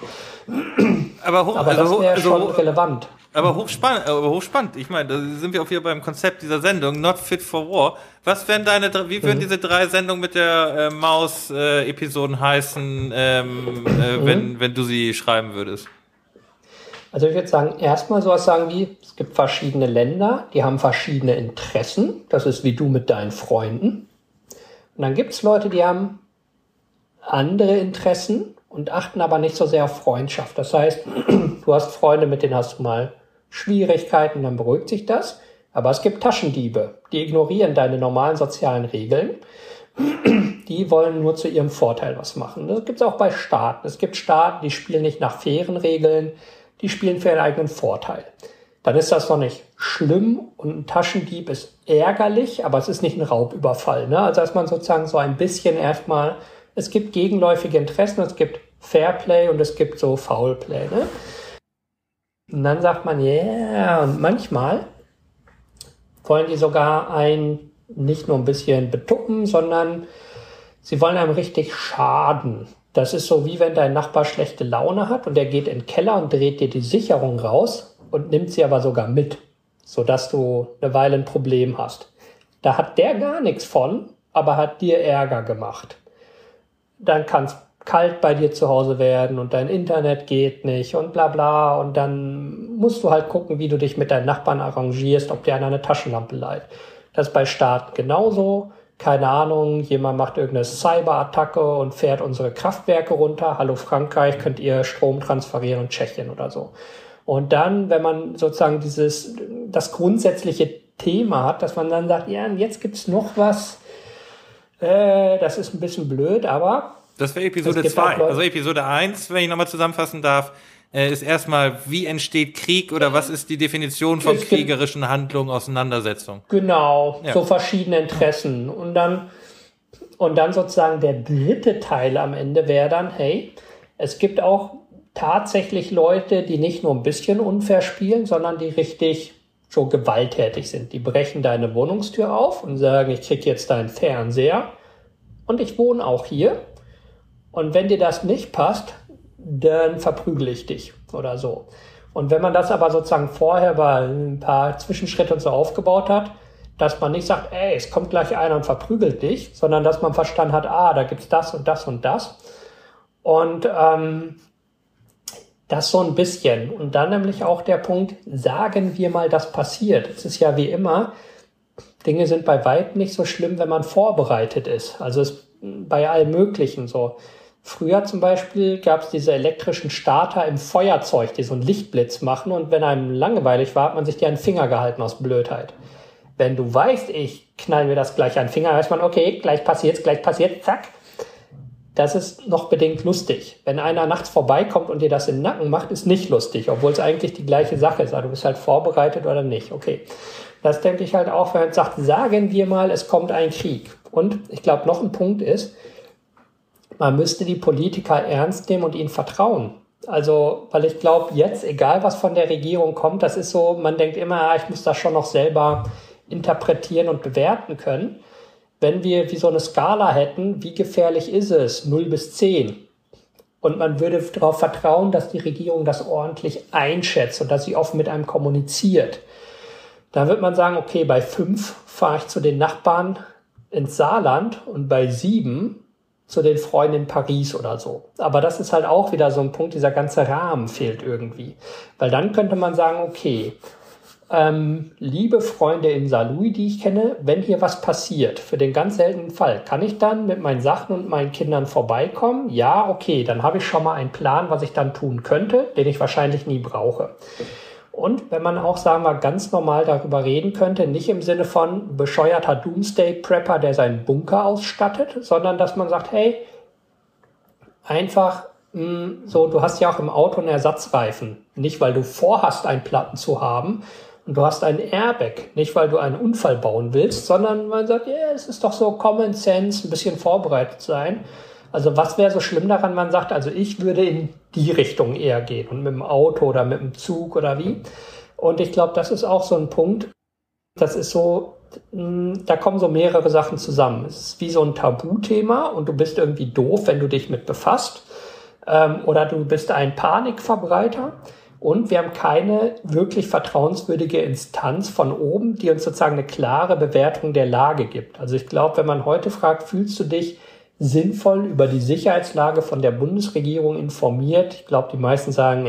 Aber das wäre schon relevant. Aber hochspannend. Ich meine, da sind wir auch wieder beim Konzept dieser Sendung, Not Fit for War. Wie würden diese 3 Sendungen mit der Maus-Episoden heißen, wenn du sie schreiben würdest? Also ich würde sagen, erstmal sowas sagen wie, es gibt verschiedene Länder, die haben verschiedene Interessen. Das ist wie du mit deinen Freunden. Und dann gibt es Leute, die haben andere Interessen und achten aber nicht so sehr auf Freundschaft. Das heißt, du hast Freunde, mit denen hast du mal Schwierigkeiten, dann beruhigt sich das. Aber es gibt Taschendiebe, die ignorieren deine normalen sozialen Regeln. Die wollen nur zu ihrem Vorteil was machen. Das gibt es auch bei Staaten. Es gibt Staaten, die spielen nicht nach fairen Regeln, die spielen für ihren eigenen Vorteil. Dann ist das noch nicht schlimm und ein Taschendieb ist ärgerlich, aber es ist nicht ein Raubüberfall. Ne? Also dass man sozusagen so ein bisschen erstmal, es gibt gegenläufige Interessen, es gibt Fairplay und es gibt so Foulplay. Ne? Und dann sagt man, yeah, und manchmal wollen die sogar einen nicht nur ein bisschen betuppen, sondern sie wollen einem richtig schaden. Das ist so, wie wenn dein Nachbar schlechte Laune hat und der geht in den Keller und dreht dir die Sicherung raus und nimmt sie aber sogar mit, sodass du eine Weile ein Problem hast. Da hat der gar nichts von, aber hat dir Ärger gemacht. Dann kann es kalt bei dir zu Hause werden und dein Internet geht nicht und bla bla und dann musst du halt gucken, wie du dich mit deinen Nachbarn arrangierst, ob dir einer eine Taschenlampe leiht. Das ist bei Staaten genauso. Keine Ahnung, jemand macht irgendeine Cyberattacke und fährt unsere Kraftwerke runter. Hallo Frankreich, könnt ihr Strom transferieren und Tschechien oder so. Und dann, wenn man sozusagen das grundsätzliche Thema hat, dass man dann sagt, ja, jetzt gibt's noch was, das ist ein bisschen blöd, aber... Das wäre Episode 2. Also Episode 1, wenn ich nochmal zusammenfassen darf, ist erstmal, wie entsteht Krieg oder was ist die Definition von kriegerischen Handlungen, Auseinandersetzung? Genau, ja. So verschiedene Interessen. Und dann sozusagen der dritte Teil am Ende wäre dann, hey, es gibt auch tatsächlich Leute, die nicht nur ein bisschen unfair spielen, sondern die richtig so gewalttätig sind. Die brechen deine Wohnungstür auf und sagen, ich krieg jetzt deinen Fernseher und ich wohne auch hier. Und wenn dir das nicht passt, dann verprügel ich dich oder so. Und wenn man das aber sozusagen vorher bei ein paar Zwischenschritte und so aufgebaut hat, dass man nicht sagt, ey, es kommt gleich einer und verprügelt dich, sondern dass man verstanden hat, da gibt's das und das und das. Und das so ein bisschen. Und dann nämlich auch der Punkt, sagen wir mal, das passiert. Es ist ja wie immer, Dinge sind bei weitem nicht so schlimm, wenn man vorbereitet ist. Also es bei allem Möglichen so. Früher zum Beispiel gab es diese elektrischen Starter im Feuerzeug, die so einen Lichtblitz machen und wenn einem langweilig war, hat man sich die an den Finger gehalten aus Blödheit. Wenn du weißt, ich knall mir das gleich an den Finger, weiß man, okay, gleich passiert, zack. das ist noch bedingt lustig. Wenn einer nachts vorbeikommt und dir das in den Nacken macht, ist nicht lustig, obwohl es eigentlich die gleiche Sache ist. Also du bist halt vorbereitet oder nicht. Okay, das denke ich halt auch, wenn man sagt, sagen wir mal, es kommt ein Krieg. Und ich glaube, noch ein Punkt ist, man müsste die Politiker ernst nehmen und ihnen vertrauen. Also, weil ich glaube, jetzt, egal was von der Regierung kommt, das ist so, man denkt immer, ich muss das schon noch selber interpretieren und bewerten können. Wenn wir wie so eine Skala hätten, wie gefährlich ist es? 0 bis 10. Und man würde darauf vertrauen, dass die Regierung das ordentlich einschätzt und dass sie offen mit einem kommuniziert. Dann wird man sagen, okay, bei 5 fahre ich zu den Nachbarn ins Saarland und bei 7 zu den Freunden in Paris oder so. Aber das ist halt auch wieder so ein Punkt, dieser ganze Rahmen fehlt irgendwie. Weil dann könnte man sagen, okay, liebe Freunde in Saarlouis, die ich kenne, wenn hier was passiert, für den ganz seltenen Fall, kann ich dann mit meinen Sachen und meinen Kindern vorbeikommen? Ja, okay, dann habe ich schon mal einen Plan, was ich dann tun könnte, den ich wahrscheinlich nie brauche. Und wenn man auch, sagen wir, ganz normal darüber reden könnte, nicht im Sinne von bescheuerter Doomsday-Prepper, der seinen Bunker ausstattet, sondern dass man sagt, hey, einfach so, du hast ja auch im Auto einen Ersatzreifen. Nicht, weil du vorhast, einen Platten zu haben, und du hast einen Airbag, nicht weil du einen Unfall bauen willst, sondern man sagt, ja, es ist doch so Common Sense, ein bisschen vorbereitet sein. Also was wäre so schlimm daran, man sagt, also ich würde in die Richtung eher gehen und mit dem Auto oder mit dem Zug oder wie. Und ich glaube, das ist auch so ein Punkt, das ist so, da kommen so mehrere Sachen zusammen. Es ist wie so ein Tabuthema und du bist irgendwie doof, wenn du dich mit befasst, oder du bist ein Panikverbreiter. Und wir haben keine wirklich vertrauenswürdige Instanz von oben, die uns sozusagen eine klare Bewertung der Lage gibt. Also ich glaube, wenn man heute fragt, fühlst du dich sinnvoll über die Sicherheitslage von der Bundesregierung informiert? Ich glaube, die meisten sagen,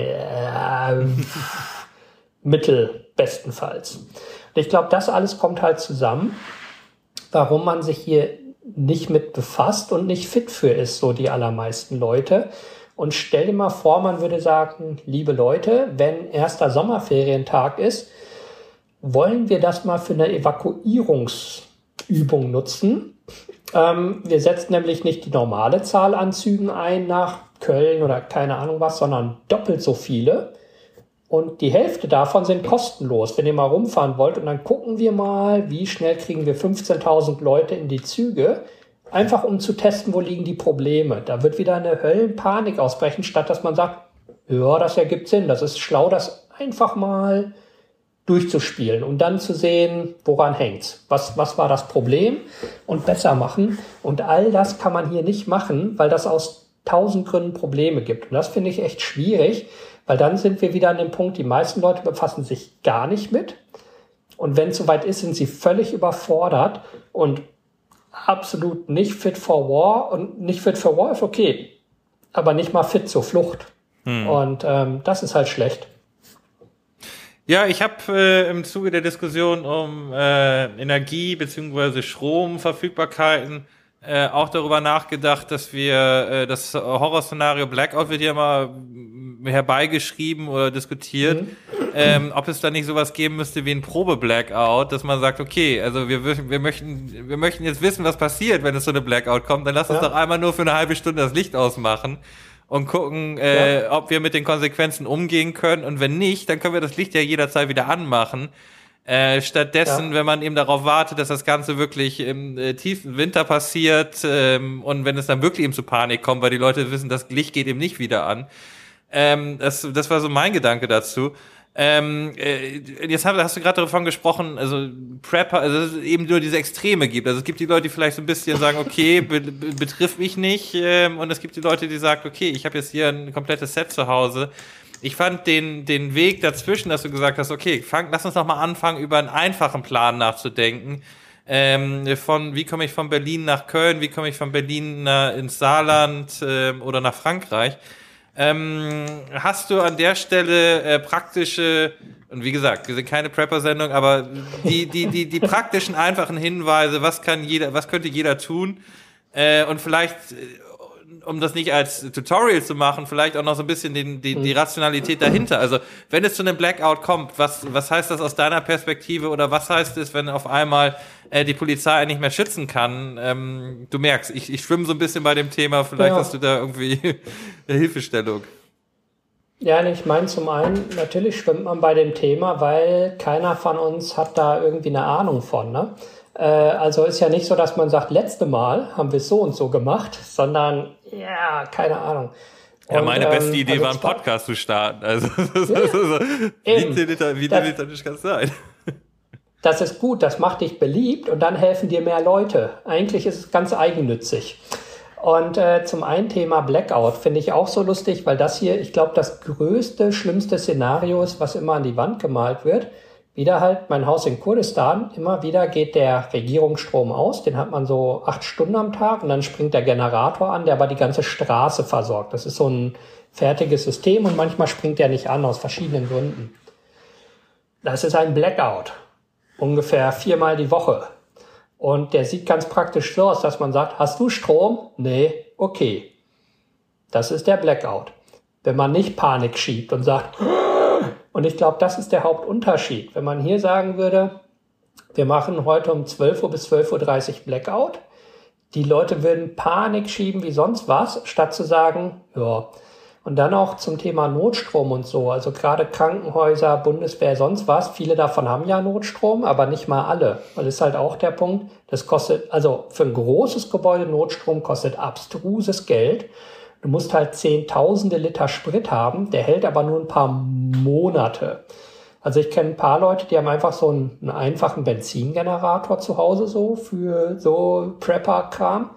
mittel bestenfalls. Und ich glaube, das alles kommt halt zusammen, warum man sich hier nicht mit befasst und nicht fit für ist, so die allermeisten Leute. Und stell dir mal vor, man würde sagen, liebe Leute, wenn erster Sommerferientag ist, wollen wir das mal für eine Evakuierungsübung nutzen. Wir setzen nämlich nicht die normale Zahl an Zügen ein nach Köln oder keine Ahnung was, sondern doppelt so viele. Und die Hälfte davon sind kostenlos, wenn ihr mal rumfahren wollt. Und dann gucken wir mal, wie schnell kriegen wir 15.000 Leute in die Züge. Einfach um zu testen, wo liegen die Probleme. Da wird wieder eine Höllenpanik ausbrechen, statt dass man sagt, ja, das ergibt Sinn, das ist schlau, das einfach mal durchzuspielen und dann zu sehen, woran hängt's. Was war das Problem? Und besser machen. Und all das kann man hier nicht machen, weil das aus 1000 Gründen Probleme gibt. Und das finde ich echt schwierig, weil dann sind wir wieder an dem Punkt, die meisten Leute befassen sich gar nicht mit. Und wenn es soweit ist, sind sie völlig überfordert und absolut nicht fit for war. Und nicht fit for war ist okay, aber nicht mal fit zur Flucht. Und das ist halt schlecht. Ja, ich habe im Zuge der Diskussion um Energie bzw. Stromverfügbarkeiten auch darüber nachgedacht, dass wir das Horrorszenario Blackout wird ja mal herbeigeschrieben oder diskutiert, ob es da nicht sowas geben müsste wie ein Probe-Blackout, dass man sagt, okay, also wir möchten jetzt wissen, was passiert, wenn es so eine Blackout kommt, dann lass uns doch einmal nur für eine halbe Stunde das Licht ausmachen und gucken, ob wir mit den Konsequenzen umgehen können, und wenn nicht, dann können wir das Licht ja jederzeit wieder anmachen. Stattdessen, wenn man eben darauf wartet, dass das Ganze wirklich im tiefen Winter passiert, und wenn es dann wirklich eben zu Panik kommt, weil die Leute wissen, das Licht geht eben nicht wieder an. Das war so mein Gedanke dazu. Jetzt hast du gerade davon gesprochen, also Prepper, also dass es eben nur diese Extreme gibt. Also es gibt die Leute, die vielleicht so ein bisschen sagen, okay, betrifft mich nicht, und es gibt die Leute, die sagen, okay, ich habe jetzt hier ein komplettes Set zu Hause. Ich fand den Weg dazwischen, dass du gesagt hast, okay, lass uns noch mal anfangen, über einen einfachen Plan nachzudenken. Wie komme ich von Berlin nach Köln, wie komme ich von Berlin ins Saarland oder nach Frankreich? Hast du an der Stelle praktische, und wie gesagt, wir sind keine Prepper-Sendung, aber die praktischen, einfachen Hinweise, was könnte jeder tun? Und vielleicht um das nicht als Tutorial zu machen, vielleicht auch noch so ein bisschen die Rationalität dahinter. Also wenn es zu einem Blackout kommt, was heißt das aus deiner Perspektive oder was heißt es, wenn auf einmal die Polizei einen nicht mehr schützen kann? Du merkst, ich schwimme so ein bisschen bei dem Thema, vielleicht hast du da irgendwie eine Hilfestellung. Ja, ich meine, zum einen, natürlich schwimmt man bei dem Thema, weil keiner von uns hat da irgendwie eine Ahnung von, ne? Also ist ja nicht so, dass man sagt, letzte Mal haben wir es so und so gemacht, sondern, ja, keine Ahnung. Ja, meine beste Idee war, einen Podcast zu starten. Also, wie dilettantisch kann es sein? Das ist gut, das macht dich beliebt und dann helfen dir mehr Leute. Eigentlich ist es ganz eigennützig. Und zum einen Thema Blackout finde ich auch so lustig, weil das hier, ich glaube, das größte, schlimmste Szenario ist, was immer an die Wand gemalt wird. Wieder halt mein Haus in Kurdistan, immer wieder geht der Regierungsstrom aus, den hat man so 8 Stunden am Tag und dann springt der Generator an, der aber die ganze Straße versorgt. Das ist so ein fertiges System und manchmal springt der nicht an, aus verschiedenen Gründen. Das ist ein Blackout, ungefähr 4-mal die Woche. Und der sieht ganz praktisch so aus, dass man sagt, hast du Strom? Nee, okay. Das ist der Blackout. Wenn man nicht Panik schiebt und sagt, und ich glaube, das ist der Hauptunterschied. Wenn man hier sagen würde, wir machen heute um 12 Uhr bis 12.30 Uhr Blackout, die Leute würden Panik schieben wie sonst was, statt zu sagen, ja. Und dann auch zum Thema Notstrom und so, also gerade Krankenhäuser, Bundeswehr, sonst was, viele davon haben ja Notstrom, aber nicht mal alle. Weil das ist halt auch der Punkt, das kostet, also für ein großes Gebäude Notstrom kostet abstruses Geld. Du musst halt Zehntausende Liter Sprit haben, der hält aber nur ein paar Monate. Also ich kenne ein paar Leute, die haben einfach so einen einfachen Benzingenerator zu Hause so für so Prepper-Kram.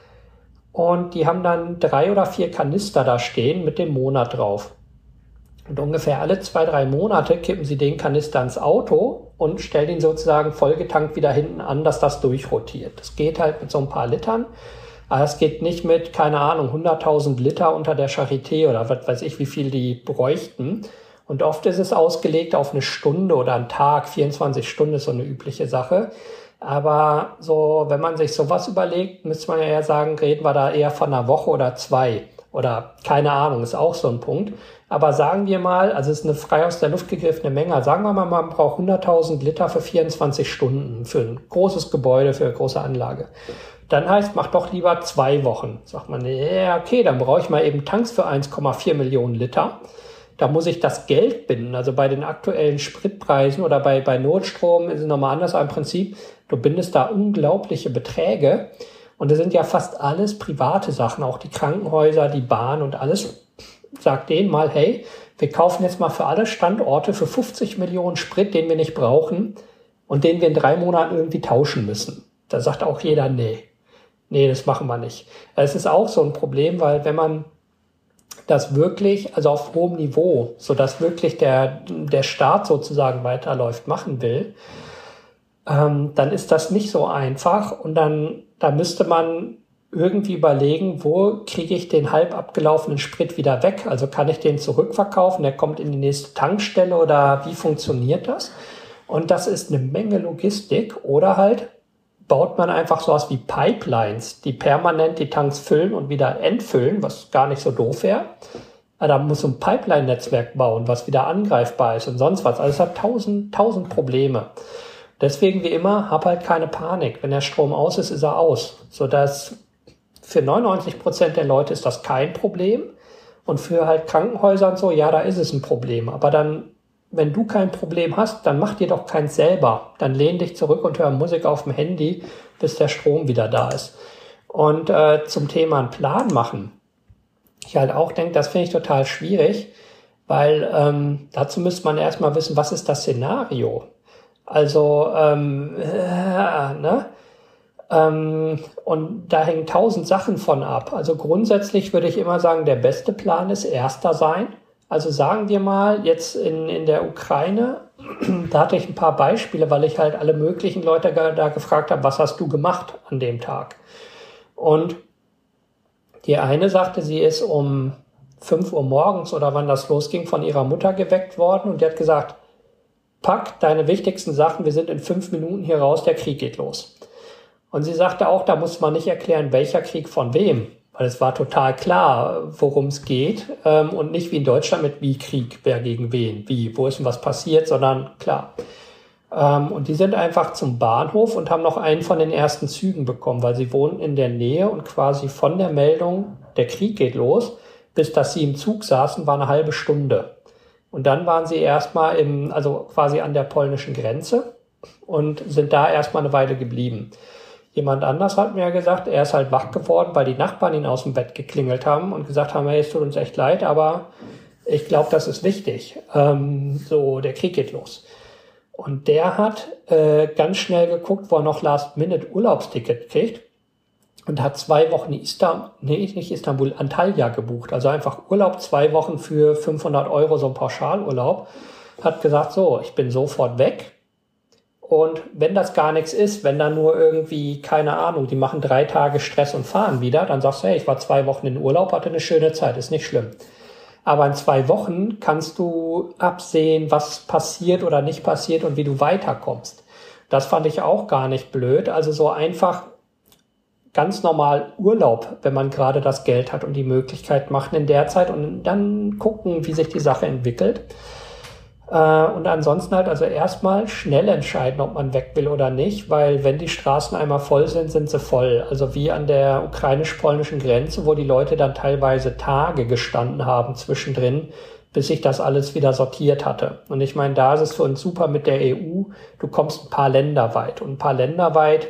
Und die haben dann 3 oder 4 Kanister da stehen mit dem Monat drauf. Und ungefähr alle 2-3 Monate kippen sie den Kanister ins Auto und stellen ihn sozusagen vollgetankt wieder hinten an, dass das durchrotiert. Das geht halt mit so ein paar Litern. Aber es geht nicht mit, keine Ahnung, 100.000 Liter unter der Charité oder was weiß ich, wie viel die bräuchten. Und oft ist es ausgelegt auf eine Stunde oder einen Tag, 24 Stunden ist so eine übliche Sache. Aber so, wenn man sich sowas überlegt, müsste man ja eher sagen, reden wir da eher von einer Woche oder 2. Oder keine Ahnung, ist auch so ein Punkt. Aber sagen wir mal, also es ist eine frei aus der Luft gegriffene Menge. Sagen wir mal, man braucht 100.000 Liter für 24 Stunden für ein großes Gebäude, für eine große Anlage. Dann heißt, mach doch lieber 2 Wochen. Sagt man, ja, okay, dann brauche ich mal eben Tanks für 1,4 Millionen Liter. Da muss ich das Geld binden. Also bei den aktuellen Spritpreisen oder bei Notstrom ist es nochmal anders. Aber im Prinzip, du bindest da unglaubliche Beträge. Und das sind ja fast alles private Sachen, auch die Krankenhäuser, die Bahn und alles. Sag denen mal, hey, wir kaufen jetzt mal für alle Standorte für 50 Millionen Sprit, den wir nicht brauchen und den wir in 3 Monaten irgendwie tauschen müssen. Da sagt auch jeder, nee, das machen wir nicht. Es ist auch so ein Problem, weil wenn man das wirklich, also auf hohem Niveau, so dass wirklich der Staat sozusagen weiterläuft, machen will, dann ist das nicht so einfach und da müsste man irgendwie überlegen, wo kriege ich den halb abgelaufenen Sprit wieder weg? Also kann ich den zurückverkaufen, der kommt in die nächste Tankstelle oder wie funktioniert das? Und das ist eine Menge Logistik oder halt baut man einfach sowas wie Pipelines, die permanent die Tanks füllen und wieder entfüllen, was gar nicht so doof wäre. Aber da muss ein Pipeline-Netzwerk bauen, was wieder angreifbar ist und sonst was. Also es hat tausend Probleme. Deswegen wie immer, hab halt keine Panik. Wenn der Strom aus ist, ist er aus. Sodass für 99% der Leute ist das kein Problem. Und für halt Krankenhäuser und so, ja, da ist es ein Problem. Aber dann, wenn du kein Problem hast, dann mach dir doch keins selber. Dann lehn dich zurück und hör Musik auf dem Handy, bis der Strom wieder da ist. Und zum Thema einen Plan machen. Ich halt auch denke, das finde ich total schwierig, weil dazu müsste man erstmal wissen, was ist das Szenario? Also, und da hängen 1000 Sachen von ab. Also grundsätzlich würde ich immer sagen, der beste Plan ist Erster sein. Also sagen wir mal, jetzt in der Ukraine, da hatte ich ein paar Beispiele, weil ich halt alle möglichen Leute da gefragt habe, was hast du gemacht an dem Tag? Und die eine sagte, sie ist um 5 Uhr morgens oder wann das losging, von ihrer Mutter geweckt worden und die hat gesagt, pack deine wichtigsten Sachen, wir sind in 5 Minuten hier raus, der Krieg geht los. Und sie sagte auch, da muss man nicht erklären, welcher Krieg von wem, Weil es war total klar, worum es geht und nicht wie in Deutschland mit wie Krieg, wer gegen wen, wie, wo ist denn was passiert, sondern klar. Und die sind einfach zum Bahnhof und haben noch einen von den ersten Zügen bekommen, weil sie wohnen in der Nähe und quasi von der Meldung, der Krieg geht los, bis dass sie im Zug saßen, war eine halbe Stunde. Und dann waren sie erstmal also quasi an der polnischen Grenze und sind da erstmal eine Weile geblieben. Jemand anders hat mir gesagt, er ist halt wach geworden, weil die Nachbarn ihn aus dem Bett geklingelt haben und gesagt haben, hey, es tut uns echt leid, aber ich glaube, das ist wichtig. Der Krieg geht los. Und der hat ganz schnell geguckt, wo er noch Last-Minute-Urlaubsticket kriegt und hat 2 Wochen Antalya gebucht. Also einfach Urlaub 2 Wochen für 500 €, so ein Pauschalurlaub. Hat gesagt, so, ich bin sofort weg. Und wenn das gar nichts ist, wenn da nur irgendwie, keine Ahnung, die machen 3 Tage Stress und fahren wieder, dann sagst du, hey, ich war 2 Wochen in Urlaub, hatte eine schöne Zeit, ist nicht schlimm. Aber in 2 Wochen kannst du absehen, was passiert oder nicht passiert und wie du weiterkommst. Das fand ich auch gar nicht blöd. Also so einfach ganz normal Urlaub, wenn man gerade das Geld hat und die Möglichkeit machen in der Zeit und dann gucken, wie sich die Sache entwickelt. Und ansonsten halt also erstmal schnell entscheiden, ob man weg will oder nicht, weil wenn die Straßen einmal voll sind, sind sie voll. Also wie an der ukrainisch-polnischen Grenze, wo die Leute dann teilweise Tage gestanden haben zwischendrin, bis sich das alles wieder sortiert hatte. Und ich meine, da ist es für uns super mit der EU, du kommst ein paar Länder weit. Und ein paar Länder weit,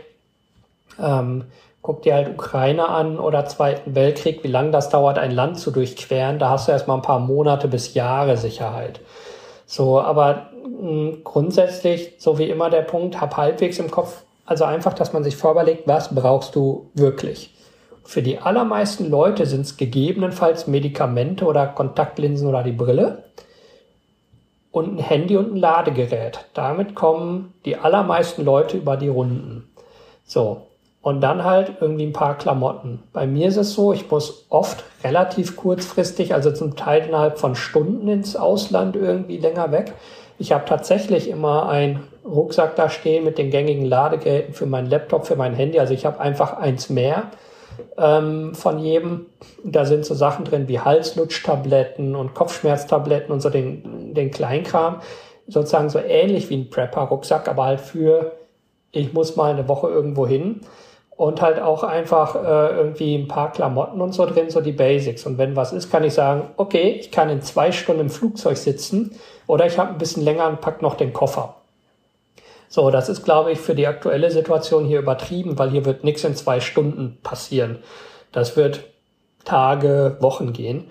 guck dir halt Ukraine an oder Zweiten Weltkrieg, wie lange das dauert, ein Land zu durchqueren, da hast du erstmal ein paar Monate bis Jahre Sicherheit. So, aber grundsätzlich, so wie immer der Punkt, hab halbwegs im Kopf, also einfach, dass man sich vorüberlegt, was brauchst du wirklich? Für die allermeisten Leute sind es gegebenenfalls Medikamente oder Kontaktlinsen oder die Brille und ein Handy und ein Ladegerät. Damit kommen die allermeisten Leute über die Runden. So. Und dann halt irgendwie ein paar Klamotten. Bei mir ist es so, ich muss oft relativ kurzfristig, also zum Teil innerhalb von Stunden ins Ausland irgendwie länger weg. Ich habe tatsächlich immer einen Rucksack da stehen mit den gängigen Ladegeräten für meinen Laptop, für mein Handy. Also ich habe einfach eins mehr von jedem. Da sind so Sachen drin wie Halslutschtabletten und Kopfschmerztabletten und so den Kleinkram. Sozusagen so ähnlich wie ein Prepper-Rucksack, aber halt für, ich muss mal eine Woche irgendwo hin. Und halt auch einfach irgendwie ein paar Klamotten und so drin, so die Basics. Und wenn was ist, kann ich sagen, okay, ich kann in 2 Stunden im Flugzeug sitzen oder ich habe ein bisschen länger und pack noch den Koffer. So, das ist, glaube ich, für die aktuelle Situation hier übertrieben, weil hier wird nichts in 2 Stunden passieren. Das wird Tage, Wochen gehen.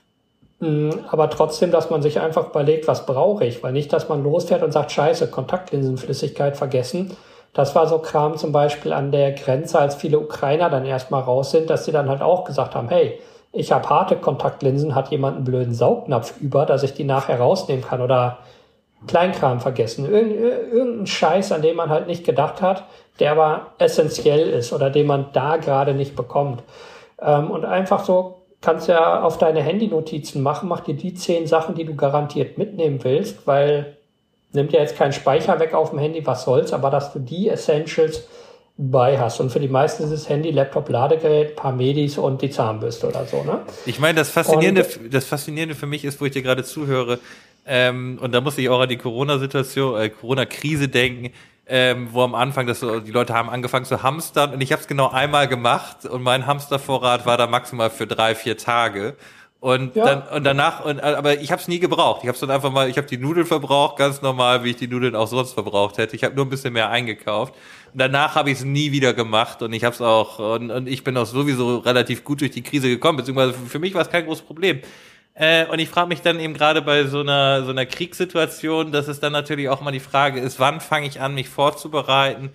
Aber trotzdem, dass man sich einfach überlegt, was brauche ich? Weil nicht, dass man losfährt und sagt, scheiße, Kontaktlinsenflüssigkeit vergessen. Das war so Kram zum Beispiel an der Grenze, als viele Ukrainer dann erstmal raus sind, dass sie dann halt auch gesagt haben, hey, ich habe harte Kontaktlinsen, hat jemand einen blöden Saugnapf über, dass ich die nachher rausnehmen kann oder Kleinkram vergessen. Irgendein Scheiß, an den man halt nicht gedacht hat, der aber essentiell ist oder den man da gerade nicht bekommt. Und einfach so kannst ja auf deine Handynotizen machen, mach dir die 10 Sachen, die du garantiert mitnehmen willst, weil nimmt ja jetzt keinen Speicher weg auf dem Handy, was soll's, aber dass du die Essentials bei hast. Und für die meisten ist es Handy, Laptop, Ladegerät, paar Medis und die Zahnbürste oder so, ne? Ich meine, das Faszinierende für mich ist, wo ich dir gerade zuhöre, und da muss ich auch an die Corona-Situation, Corona-Krise denken, wo am Anfang die Leute haben angefangen zu hamstern und ich habe es genau einmal gemacht und mein Hamstervorrat war da maximal für 3-4 Tage. Und ja. Aber ich habe es nie gebraucht. Ich habe die Nudeln verbraucht, ganz normal, wie ich die Nudeln auch sonst verbraucht hätte. Ich habe nur ein bisschen mehr eingekauft. Und danach habe ich es nie wieder gemacht und ich habe es auch und ich bin auch sowieso relativ gut durch die Krise gekommen, beziehungsweise für mich war es kein großes Problem. Und ich frage mich dann eben gerade bei so einer Kriegssituation, dass es dann natürlich auch mal die Frage ist, wann fange ich an, mich vorzubereiten?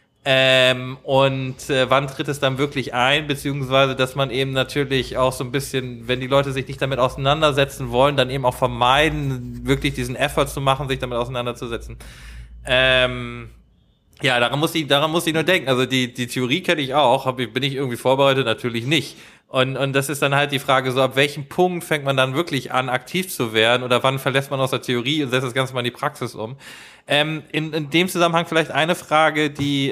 Wann tritt es dann wirklich ein, beziehungsweise, dass man eben natürlich auch so ein bisschen, wenn die Leute sich nicht damit auseinandersetzen wollen, dann eben auch vermeiden, wirklich diesen Effort zu machen, sich damit auseinanderzusetzen. Daran muss ich nur denken. Also die Theorie kenne ich auch, bin ich irgendwie vorbereitet? Natürlich nicht. Und das ist dann halt die Frage, so ab welchem Punkt fängt man dann wirklich an, aktiv zu werden oder wann verlässt man aus der Theorie und setzt das Ganze mal in die Praxis um. In dem Zusammenhang vielleicht eine Frage, die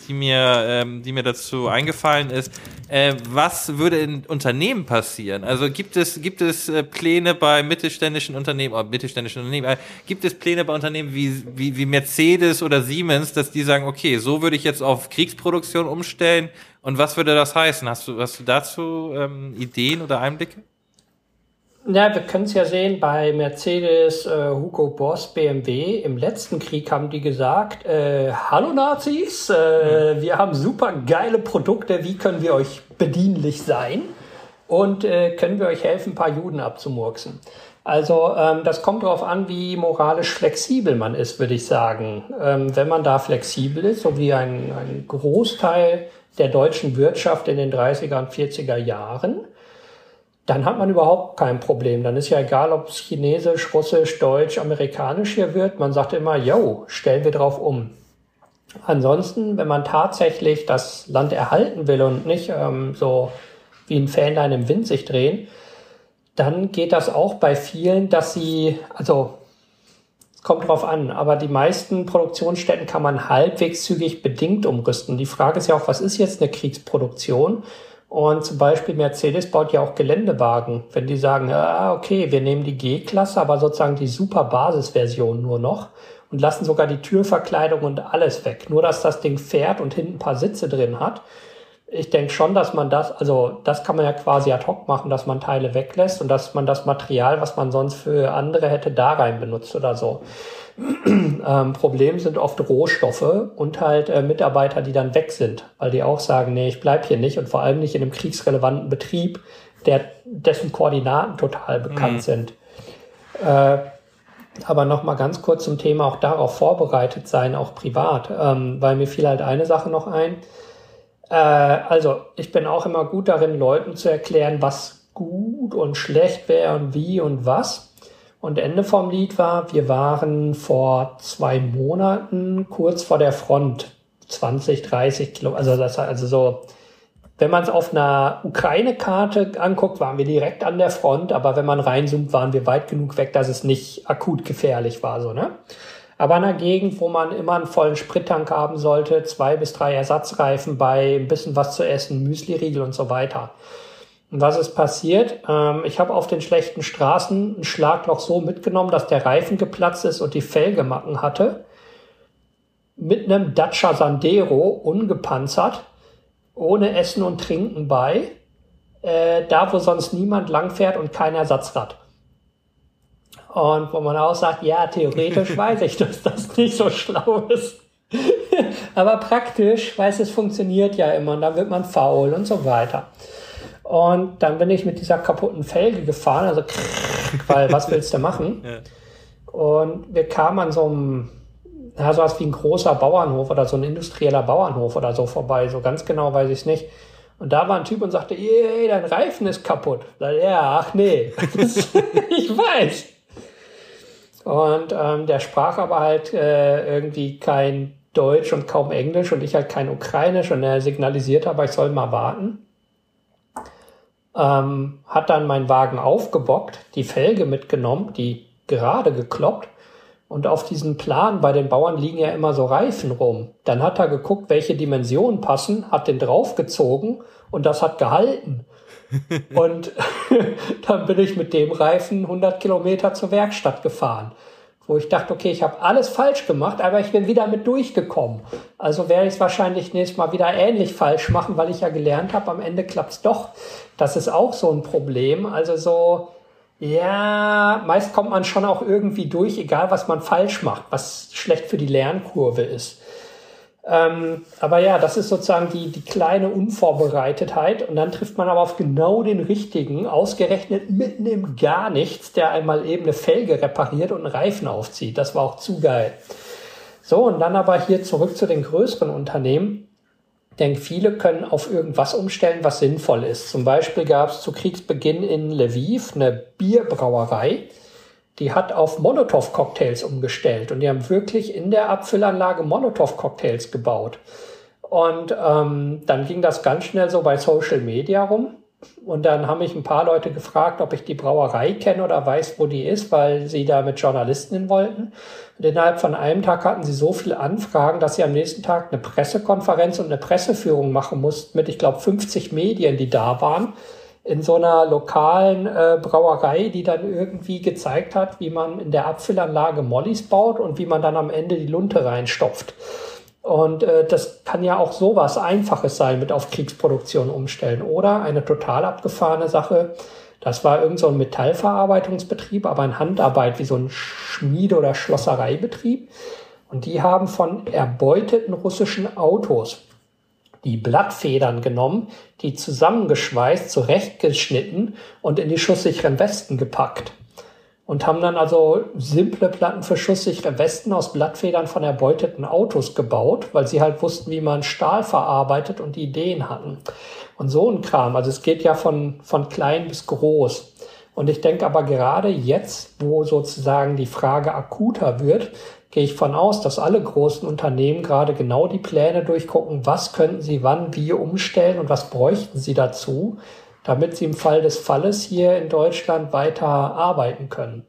mir dazu eingefallen ist. Was würde in Unternehmen passieren? Also gibt es Pläne bei mittelständischen Unternehmen, gibt es Pläne bei Unternehmen wie Mercedes oder Siemens, dass die sagen, okay, so würde ich jetzt auf Kriegsproduktion umstellen? Und was würde das heißen? Hast du dazu Ideen oder Einblicke? Ja, wir können es ja sehen bei Mercedes, Hugo Boss, BMW. Im letzten Krieg haben die gesagt, hallo Nazis, wir haben super geile Produkte, wie können wir euch bedienlich sein? Und können wir euch helfen, ein paar Juden abzumurksen? Also das kommt darauf an, wie moralisch flexibel man ist, würde ich sagen. Wenn man da flexibel ist, so wie ein Großteil der deutschen Wirtschaft in den 30er und 40er Jahren, dann hat man überhaupt kein Problem. Dann ist ja egal, ob es Chinesisch, Russisch, Deutsch, Amerikanisch hier wird. Man sagt immer, yo, stellen wir drauf um. Ansonsten, wenn man tatsächlich das Land erhalten will und nicht so wie ein Fähnlein im Wind sich drehen, dann geht das auch bei vielen, dass sie, also es kommt drauf an, aber die meisten Produktionsstätten kann man halbwegs zügig bedingt umrüsten. Die Frage ist ja auch, was ist jetzt eine Kriegsproduktion? Und zum Beispiel Mercedes baut ja auch Geländewagen. Wenn die sagen, ja, okay, wir nehmen die G-Klasse, aber sozusagen die super Basisversion nur noch und lassen sogar die Türverkleidung und alles weg. Nur, dass das Ding fährt und hinten ein paar Sitze drin hat. Ich denke schon, dass man das kann man ja quasi ad hoc machen, dass man Teile weglässt und dass man das Material, was man sonst für andere hätte, da rein benutzt oder so. Problem sind oft Rohstoffe und halt Mitarbeiter, die dann weg sind, weil die auch sagen, nee, ich bleib hier nicht und vor allem nicht in einem kriegsrelevanten Betrieb, dessen Koordinaten total bekannt sind. Aber nochmal ganz kurz zum Thema auch darauf vorbereitet sein, auch privat, weil mir fiel halt eine Sache noch ein. Also ich bin auch immer gut darin, Leuten zu erklären, was gut und schlecht wäre und wie und was. Und Ende vom Lied war, wir waren vor 2 Monaten kurz vor der Front, 20, 30 Kilometer, also so, wenn man es auf einer Ukraine-Karte anguckt, waren wir direkt an der Front, aber wenn man reinzoomt, waren wir weit genug weg, dass es nicht akut gefährlich war, so, ne? Aber in einer Gegend, wo man immer einen vollen Sprittank haben sollte, 2 bis 3 Ersatzreifen bei, ein bisschen was zu essen, Müsliriegel und so weiter. Und was ist passiert? Ich habe auf den schlechten Straßen ein Schlagloch so mitgenommen, dass der Reifen geplatzt ist und die Felge Macken hatte. Mit einem Dacia Sandero, ungepanzert, ohne Essen und Trinken bei, da wo sonst niemand langfährt und kein Ersatzrad. Und wo man auch sagt, ja, theoretisch weiß ich, dass das nicht so schlau ist. Aber praktisch, weiß es funktioniert ja immer und da wird man faul und so weiter. Und dann bin ich mit dieser kaputten Felge gefahren, also weil was willst du machen? Ja. Und wir kamen an so einem, sowas wie ein großer Bauernhof oder so ein industrieller Bauernhof oder so vorbei, so ganz genau weiß ich es nicht. Und da war ein Typ und sagte, ey, dein Reifen ist kaputt. Ja, ach nee, ich weiß. Und der sprach aber halt irgendwie kein Deutsch und kaum Englisch und ich halt kein Ukrainisch und er signalisierte aber, ich soll mal warten. Hat dann meinen Wagen aufgebockt, die Felge mitgenommen, die gerade gekloppt und auf diesem Plan, bei den Bauern liegen ja immer so Reifen rum. Dann hat er geguckt, welche Dimensionen passen, hat den draufgezogen und das hat gehalten. Und dann bin ich mit dem Reifen 100 Kilometer zur Werkstatt gefahren, wo ich dachte, okay, ich habe alles falsch gemacht, aber ich bin wieder mit durchgekommen. Also werde ich es wahrscheinlich nächstes Mal wieder ähnlich falsch machen, weil ich ja gelernt habe, am Ende klappt's doch. Das ist auch so ein Problem. Also so, ja, meist kommt man schon auch irgendwie durch, egal was man falsch macht, was schlecht für die Lernkurve ist. Aber ja, das ist sozusagen die kleine Unvorbereitetheit und dann trifft man aber auf genau den richtigen, ausgerechnet mitten im Gar nichts, der einmal eben eine Felge repariert und einen Reifen aufzieht. Das war auch zu geil. So, und dann aber hier zurück zu den größeren Unternehmen. Ich denke, viele können auf irgendwas umstellen, was sinnvoll ist. Zum Beispiel gab es zu Kriegsbeginn in Lviv eine Bierbrauerei, die hat auf Molotow-Cocktails umgestellt und die haben wirklich in der Abfüllanlage Molotow-Cocktails gebaut. Und dann ging das ganz schnell so bei Social Media rum Und dann haben mich ein paar Leute gefragt, ob ich die Brauerei kenne oder weiß, wo die ist, weil sie da mit Journalisten hin wollten. Und innerhalb von einem Tag hatten sie so viele Anfragen, dass sie am nächsten Tag eine Pressekonferenz und eine Presseführung machen mussten mit, ich glaube, 50 Medien, die da waren, in so einer lokalen Brauerei, die dann irgendwie gezeigt hat, wie man in der Abfüllanlage Mollys baut und wie man dann am Ende die Lunte reinstopft. Und das kann ja auch sowas Einfaches sein, mit auf Kriegsproduktion umstellen. Oder eine total abgefahrene Sache, das war irgend so ein Metallverarbeitungsbetrieb, aber in Handarbeit, wie so ein Schmiede- oder Schlossereibetrieb. Und die haben von erbeuteten russischen Autos die Blattfedern genommen, die zusammengeschweißt, zurechtgeschnitten und in die schusssicheren Westen gepackt. Und haben dann also simple Platten für schusssichere Westen aus Blattfedern von erbeuteten Autos gebaut, weil sie halt wussten, wie man Stahl verarbeitet und die Ideen hatten. Und so ein Kram, also es geht ja von klein bis groß. Und ich denke aber gerade jetzt, wo sozusagen die Frage akuter wird, gehe ich von aus, dass alle großen Unternehmen gerade genau die Pläne durchgucken, was könnten sie wann, wie umstellen und was bräuchten sie dazu, damit sie im Fall des Falles hier in Deutschland weiter arbeiten können.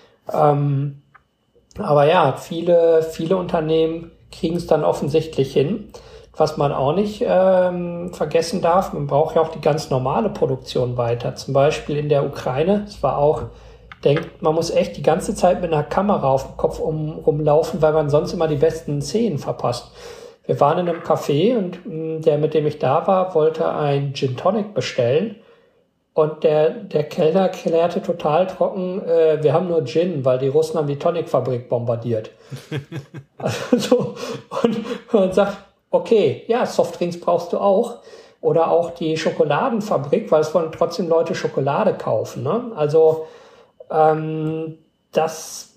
Aber ja, viele Unternehmen kriegen es dann offensichtlich hin. Was man auch nicht vergessen darf, man braucht ja auch die ganz normale Produktion weiter. Zum Beispiel in der Ukraine, es war auch, denkt, man muss echt die ganze Zeit mit einer Kamera auf dem Kopf rumlaufen, weil man sonst immer die besten Szenen verpasst. Wir waren in einem Café und der, mit dem ich da war, wollte ein Gin Tonic bestellen. Und der Kellner erklärte total trocken, wir haben nur Gin, weil die Russen haben die Tonicfabrik bombardiert. Also, und man sagt, okay, ja, Softdrinks brauchst du auch. Oder auch die Schokoladenfabrik, weil es wollen trotzdem Leute Schokolade kaufen. Ne? Also das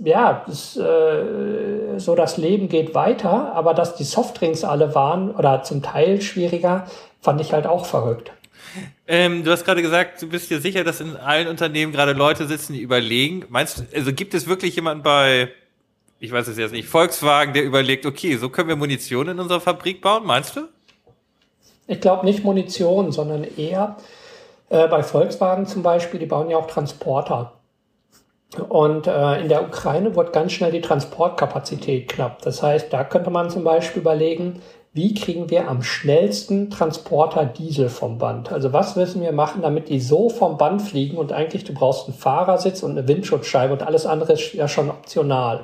Leben geht weiter, aber dass die Softdrinks alle waren oder zum Teil schwieriger, fand ich halt auch verrückt. Du hast gerade gesagt, du bist dir sicher, dass in allen Unternehmen gerade Leute sitzen, die überlegen. Meinst du, also gibt es wirklich jemanden bei, ich weiß es jetzt nicht, Volkswagen, der überlegt, okay, so können wir Munition in unserer Fabrik bauen, meinst du? Ich glaube nicht Munition, sondern eher bei Volkswagen zum Beispiel, die bauen ja auch Transporter. Und in der Ukraine wird ganz schnell die Transportkapazität knapp. Das heißt, da könnte man zum Beispiel überlegen, wie kriegen wir am schnellsten Transporter Diesel vom Band? Also was müssen wir machen, damit die so vom Band fliegen und eigentlich du brauchst einen Fahrersitz und eine Windschutzscheibe und alles andere ist ja schon optional.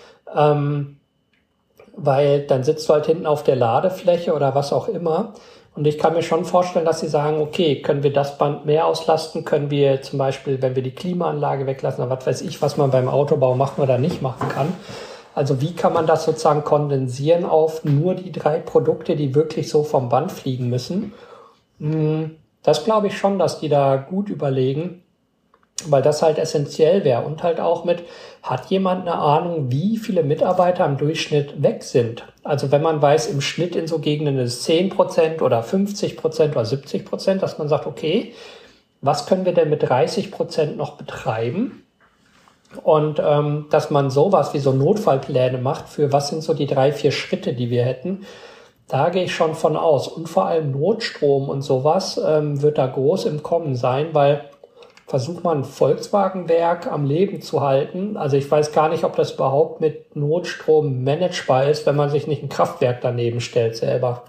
Weil dann sitzt du halt hinten auf der Ladefläche oder was auch immer. Und ich kann mir schon vorstellen, dass sie sagen, okay, können wir das Band mehr auslasten? Können wir zum Beispiel, wenn wir die Klimaanlage weglassen oder was weiß ich, was man beim Autobau machen oder nicht machen kann. Also wie kann man das sozusagen kondensieren auf nur die 3 Produkte, die wirklich so vom Band fliegen müssen? Das glaube ich schon, dass die da gut überlegen, weil das halt essentiell wäre. Und halt auch mit, hat jemand eine Ahnung, wie viele Mitarbeiter im Durchschnitt weg sind? Also wenn man weiß, im Schnitt in so Gegenden ist 10% oder 50% oder 70%, dass man sagt, okay, was können wir denn mit 30% noch betreiben? Und dass man sowas wie so Notfallpläne macht für was sind so die 3-4 Schritte, die wir hätten, da gehe ich schon von aus. Und vor allem Notstrom und sowas wird da groß im Kommen sein, weil versucht man ein Volkswagenwerk am Leben zu halten. Also ich weiß gar nicht, ob das überhaupt mit Notstrom managebar ist, wenn man sich nicht ein Kraftwerk daneben stellt selber.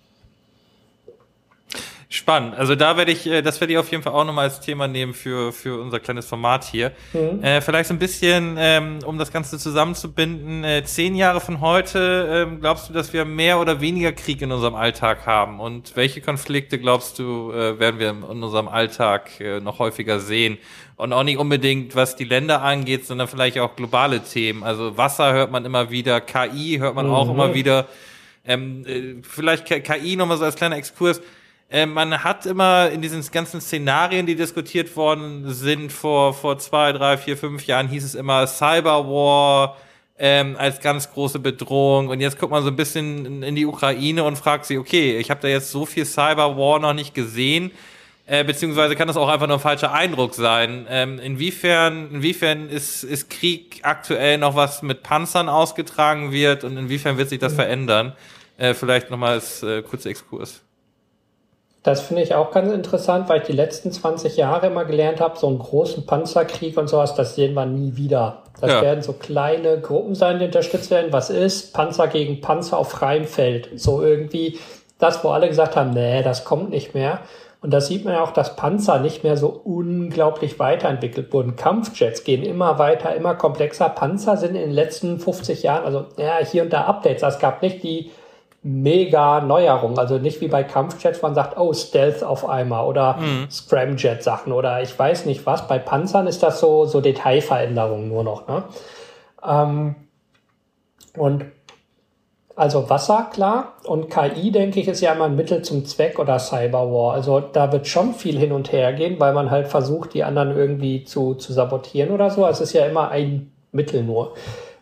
Spannend. Also das werde ich auf jeden Fall auch nochmal als Thema nehmen für unser kleines Format hier. Vielleicht so ein bisschen, um das Ganze zusammenzubinden, 10 Jahre von heute, glaubst du, dass wir mehr oder weniger Krieg in unserem Alltag haben? Und welche Konflikte, glaubst du, werden wir in unserem Alltag noch häufiger sehen? Und auch nicht unbedingt, was die Länder angeht, sondern vielleicht auch globale Themen. Also Wasser hört man immer wieder, KI hört man auch immer wieder. Vielleicht KI nochmal so als kleiner Exkurs. Man hat immer in diesen ganzen Szenarien, die diskutiert worden sind, vor 2, 3, 4, 5 Jahren hieß es immer Cyberwar als ganz große Bedrohung. Und jetzt guckt man so ein bisschen in die Ukraine und fragt sich, okay, ich habe da jetzt so viel Cyberwar noch nicht gesehen, beziehungsweise kann das auch einfach nur ein falscher Eindruck sein. Inwiefern ist Krieg aktuell noch was mit Panzern ausgetragen wird und inwiefern wird sich das verändern? Vielleicht nochmal als kurzer Exkurs. Das finde ich auch ganz interessant, weil ich die letzten 20 Jahre immer gelernt habe, so einen großen Panzerkrieg und sowas, das sehen wir nie wieder. Das werden so kleine Gruppen sein, die unterstützt werden. Was ist? Panzer gegen Panzer auf freiem Feld. So irgendwie das, wo alle gesagt haben, nee, das kommt nicht mehr. Und das sieht man ja auch, dass Panzer nicht mehr so unglaublich weiterentwickelt wurden. Kampfjets gehen immer weiter, immer komplexer. Panzer sind in den letzten 50 Jahren, also ja, hier und da Updates. Es gab nicht die mega Neuerung, also nicht wie bei Kampfjets, man sagt, oh, Stealth auf einmal oder Scramjet-Sachen oder ich weiß nicht was. Bei Panzern ist das so Detailveränderungen nur noch, ne? Und also Wasser, klar, und KI, denke ich, ist ja immer ein Mittel zum Zweck oder Cyberwar. Also da wird schon viel hin und her gehen, weil man halt versucht, die anderen irgendwie zu sabotieren oder so. Es ist ja immer ein Mittel nur.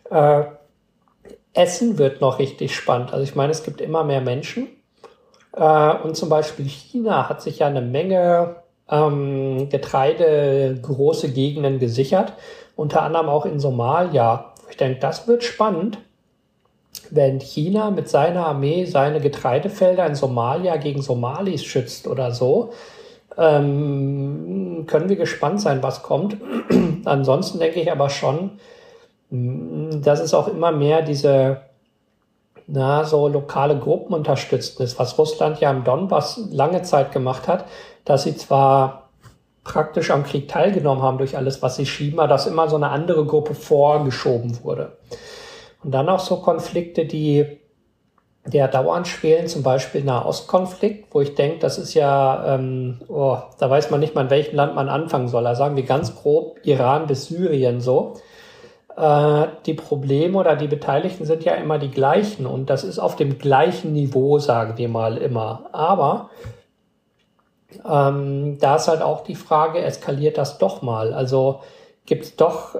Essen wird noch richtig spannend. Also ich meine, es gibt immer mehr Menschen. Und zum Beispiel China hat sich ja eine Menge Getreide, große Gegenden gesichert. Unter anderem auch in Somalia. Ich denke, das wird spannend, wenn China mit seiner Armee seine Getreidefelder in Somalia gegen Somalis schützt oder so. Können wir gespannt sein, was kommt. Ansonsten denke ich aber schon, dass es auch immer mehr diese so lokale Gruppen unterstützt ist, was Russland ja im Donbass lange Zeit gemacht hat, dass sie zwar praktisch am Krieg teilgenommen haben durch alles, was sie schieben, aber dass immer so eine andere Gruppe vorgeschoben wurde. Und dann auch so Konflikte, die ja dauernd schwelen, zum Beispiel Nahostkonflikt, wo ich denke, das ist ja, da weiß man nicht mal, in welchem Land man anfangen soll. Da sagen wir ganz grob Iran bis Syrien so. Die Probleme oder die Beteiligten sind ja immer die gleichen und das ist auf dem gleichen Niveau, sagen wir mal immer. Aber da ist halt auch die Frage, eskaliert das doch mal? Also gibt es doch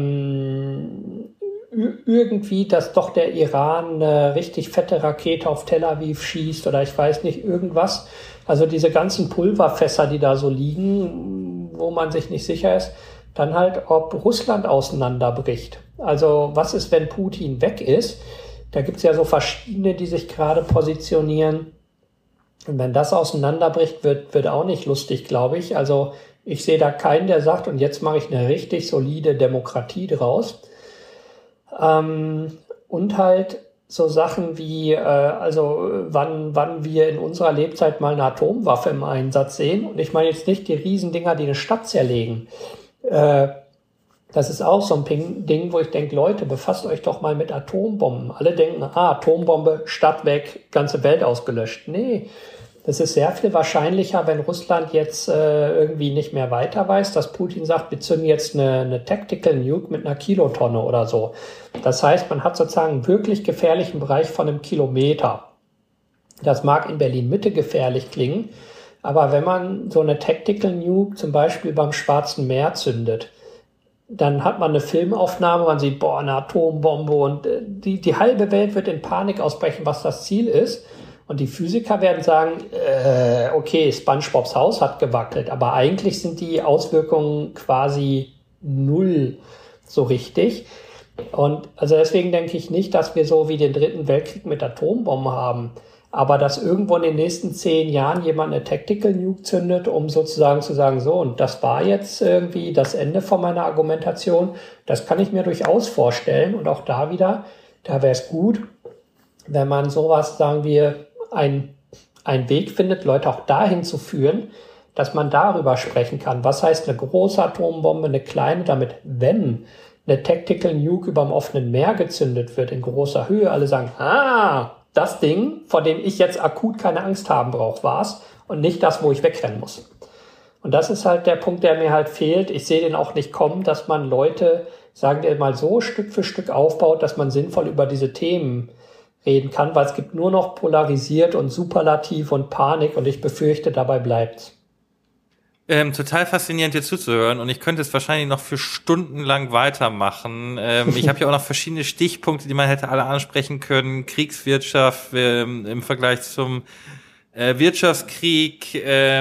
irgendwie, dass doch der Iran eine richtig fette Rakete auf Tel Aviv schießt oder ich weiß nicht, irgendwas. Also diese ganzen Pulverfässer, die da so liegen, wo man sich nicht sicher ist. Dann halt, ob Russland auseinanderbricht. Also was ist, wenn Putin weg ist? Da gibt's ja so verschiedene, die sich gerade positionieren. Und wenn das auseinanderbricht, wird auch nicht lustig, glaube ich. Also ich sehe da keinen, der sagt, und jetzt mache ich eine richtig solide Demokratie draus. Und halt so Sachen wie, wann wir in unserer Lebzeit mal eine Atomwaffe im Einsatz sehen. Und ich meine jetzt nicht die Riesendinger, die eine Stadt zerlegen. Das ist auch so ein Ding, wo ich denke, Leute, befasst euch doch mal mit Atombomben. Alle denken, Atombombe, Stadt weg, ganze Welt ausgelöscht. Nee, das ist sehr viel wahrscheinlicher, wenn Russland jetzt irgendwie nicht mehr weiter weiß, dass Putin sagt, wir zünden jetzt eine Tactical Nuke mit einer Kilotonne oder so. Das heißt, man hat sozusagen einen wirklich gefährlichen Bereich von einem Kilometer. Das mag in Berlin-Mitte gefährlich klingen, aber wenn man so eine Tactical Nuke zum Beispiel beim Schwarzen Meer zündet, dann hat man eine Filmaufnahme, man sieht, eine Atombombe und die halbe Welt wird in Panik ausbrechen, was das Ziel ist. Und die Physiker werden sagen, okay, SpongeBobs Haus hat gewackelt, aber eigentlich sind die Auswirkungen quasi null so richtig. Und also deswegen denke ich nicht, dass wir so wie den Dritten Weltkrieg mit Atombomben haben. Aber dass irgendwo in den nächsten 10 Jahren jemand eine Tactical Nuke zündet, um sozusagen zu sagen, so, und das war jetzt irgendwie das Ende von meiner Argumentation, das kann ich mir durchaus vorstellen. Und auch da wieder, da wäre es gut, wenn man sowas, sagen wir, einen Weg findet, Leute auch dahin zu führen, dass man darüber sprechen kann. Was heißt eine große Atombombe, eine kleine, damit, wenn eine Tactical Nuke über dem offenen Meer gezündet wird, in großer Höhe, alle sagen, das Ding, vor dem ich jetzt akut keine Angst haben brauche, war's und nicht das, wo ich wegrennen muss. Und das ist halt der Punkt, der mir halt fehlt. Ich sehe den auch nicht kommen, dass man Leute, sagen wir mal, so Stück für Stück aufbaut, dass man sinnvoll über diese Themen reden kann, weil es gibt nur noch polarisiert und Superlativ und Panik und ich befürchte, dabei bleibt's. Total faszinierend, dir zuzuhören und ich könnte es wahrscheinlich noch für stundenlang weitermachen. Ich habe ja auch noch verschiedene Stichpunkte, die man hätte alle ansprechen können. Kriegswirtschaft im Vergleich zum Wirtschaftskrieg.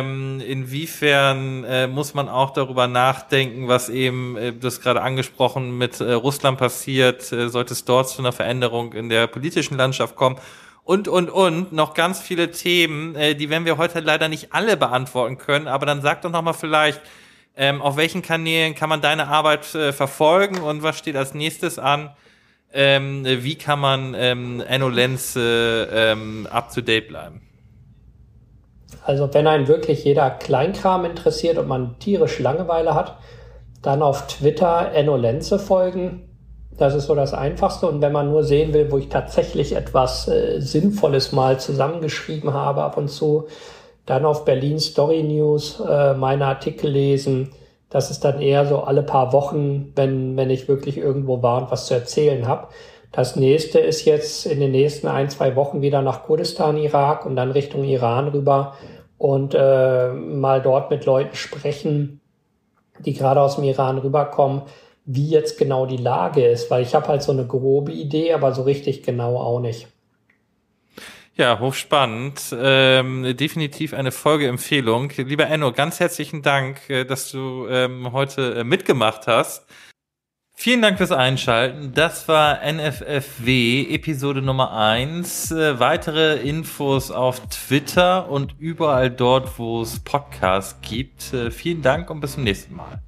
Inwiefern muss man auch darüber nachdenken, was eben, das gerade angesprochen, mit Russland passiert? Sollte es dort zu einer Veränderung in der politischen Landschaft kommen? und noch ganz viele Themen, die werden wir heute leider nicht alle beantworten können, aber dann sag doch nochmal vielleicht, auf welchen Kanälen kann man deine Arbeit verfolgen und was steht als nächstes an? Wie kann man Enno Lenze up to date bleiben? Also wenn einen wirklich jeder Kleinkram interessiert und man tierisch Langeweile hat, dann auf Twitter Enno Lenze folgen. Das ist so das Einfachste. Und wenn man nur sehen will, wo ich tatsächlich etwas Sinnvolles mal zusammengeschrieben habe ab und zu, dann auf Berlin Story News meine Artikel lesen. Das ist dann eher so alle paar Wochen, wenn ich wirklich irgendwo war und was zu erzählen habe. Das nächste ist jetzt in den nächsten 1-2 Wochen wieder nach Kurdistan, Irak und dann Richtung Iran rüber und mal dort mit Leuten sprechen, die gerade aus dem Iran rüberkommen, wie jetzt genau die Lage ist, weil ich habe halt so eine grobe Idee, aber so richtig genau auch nicht. Ja, hochspannend. Definitiv eine Folgeempfehlung. Lieber Enno, ganz herzlichen Dank, dass du heute mitgemacht hast. Vielen Dank fürs Einschalten. Das war NFFW, Episode Nummer 1. Weitere Infos auf Twitter und überall dort, wo es Podcasts gibt. Vielen Dank und bis zum nächsten Mal.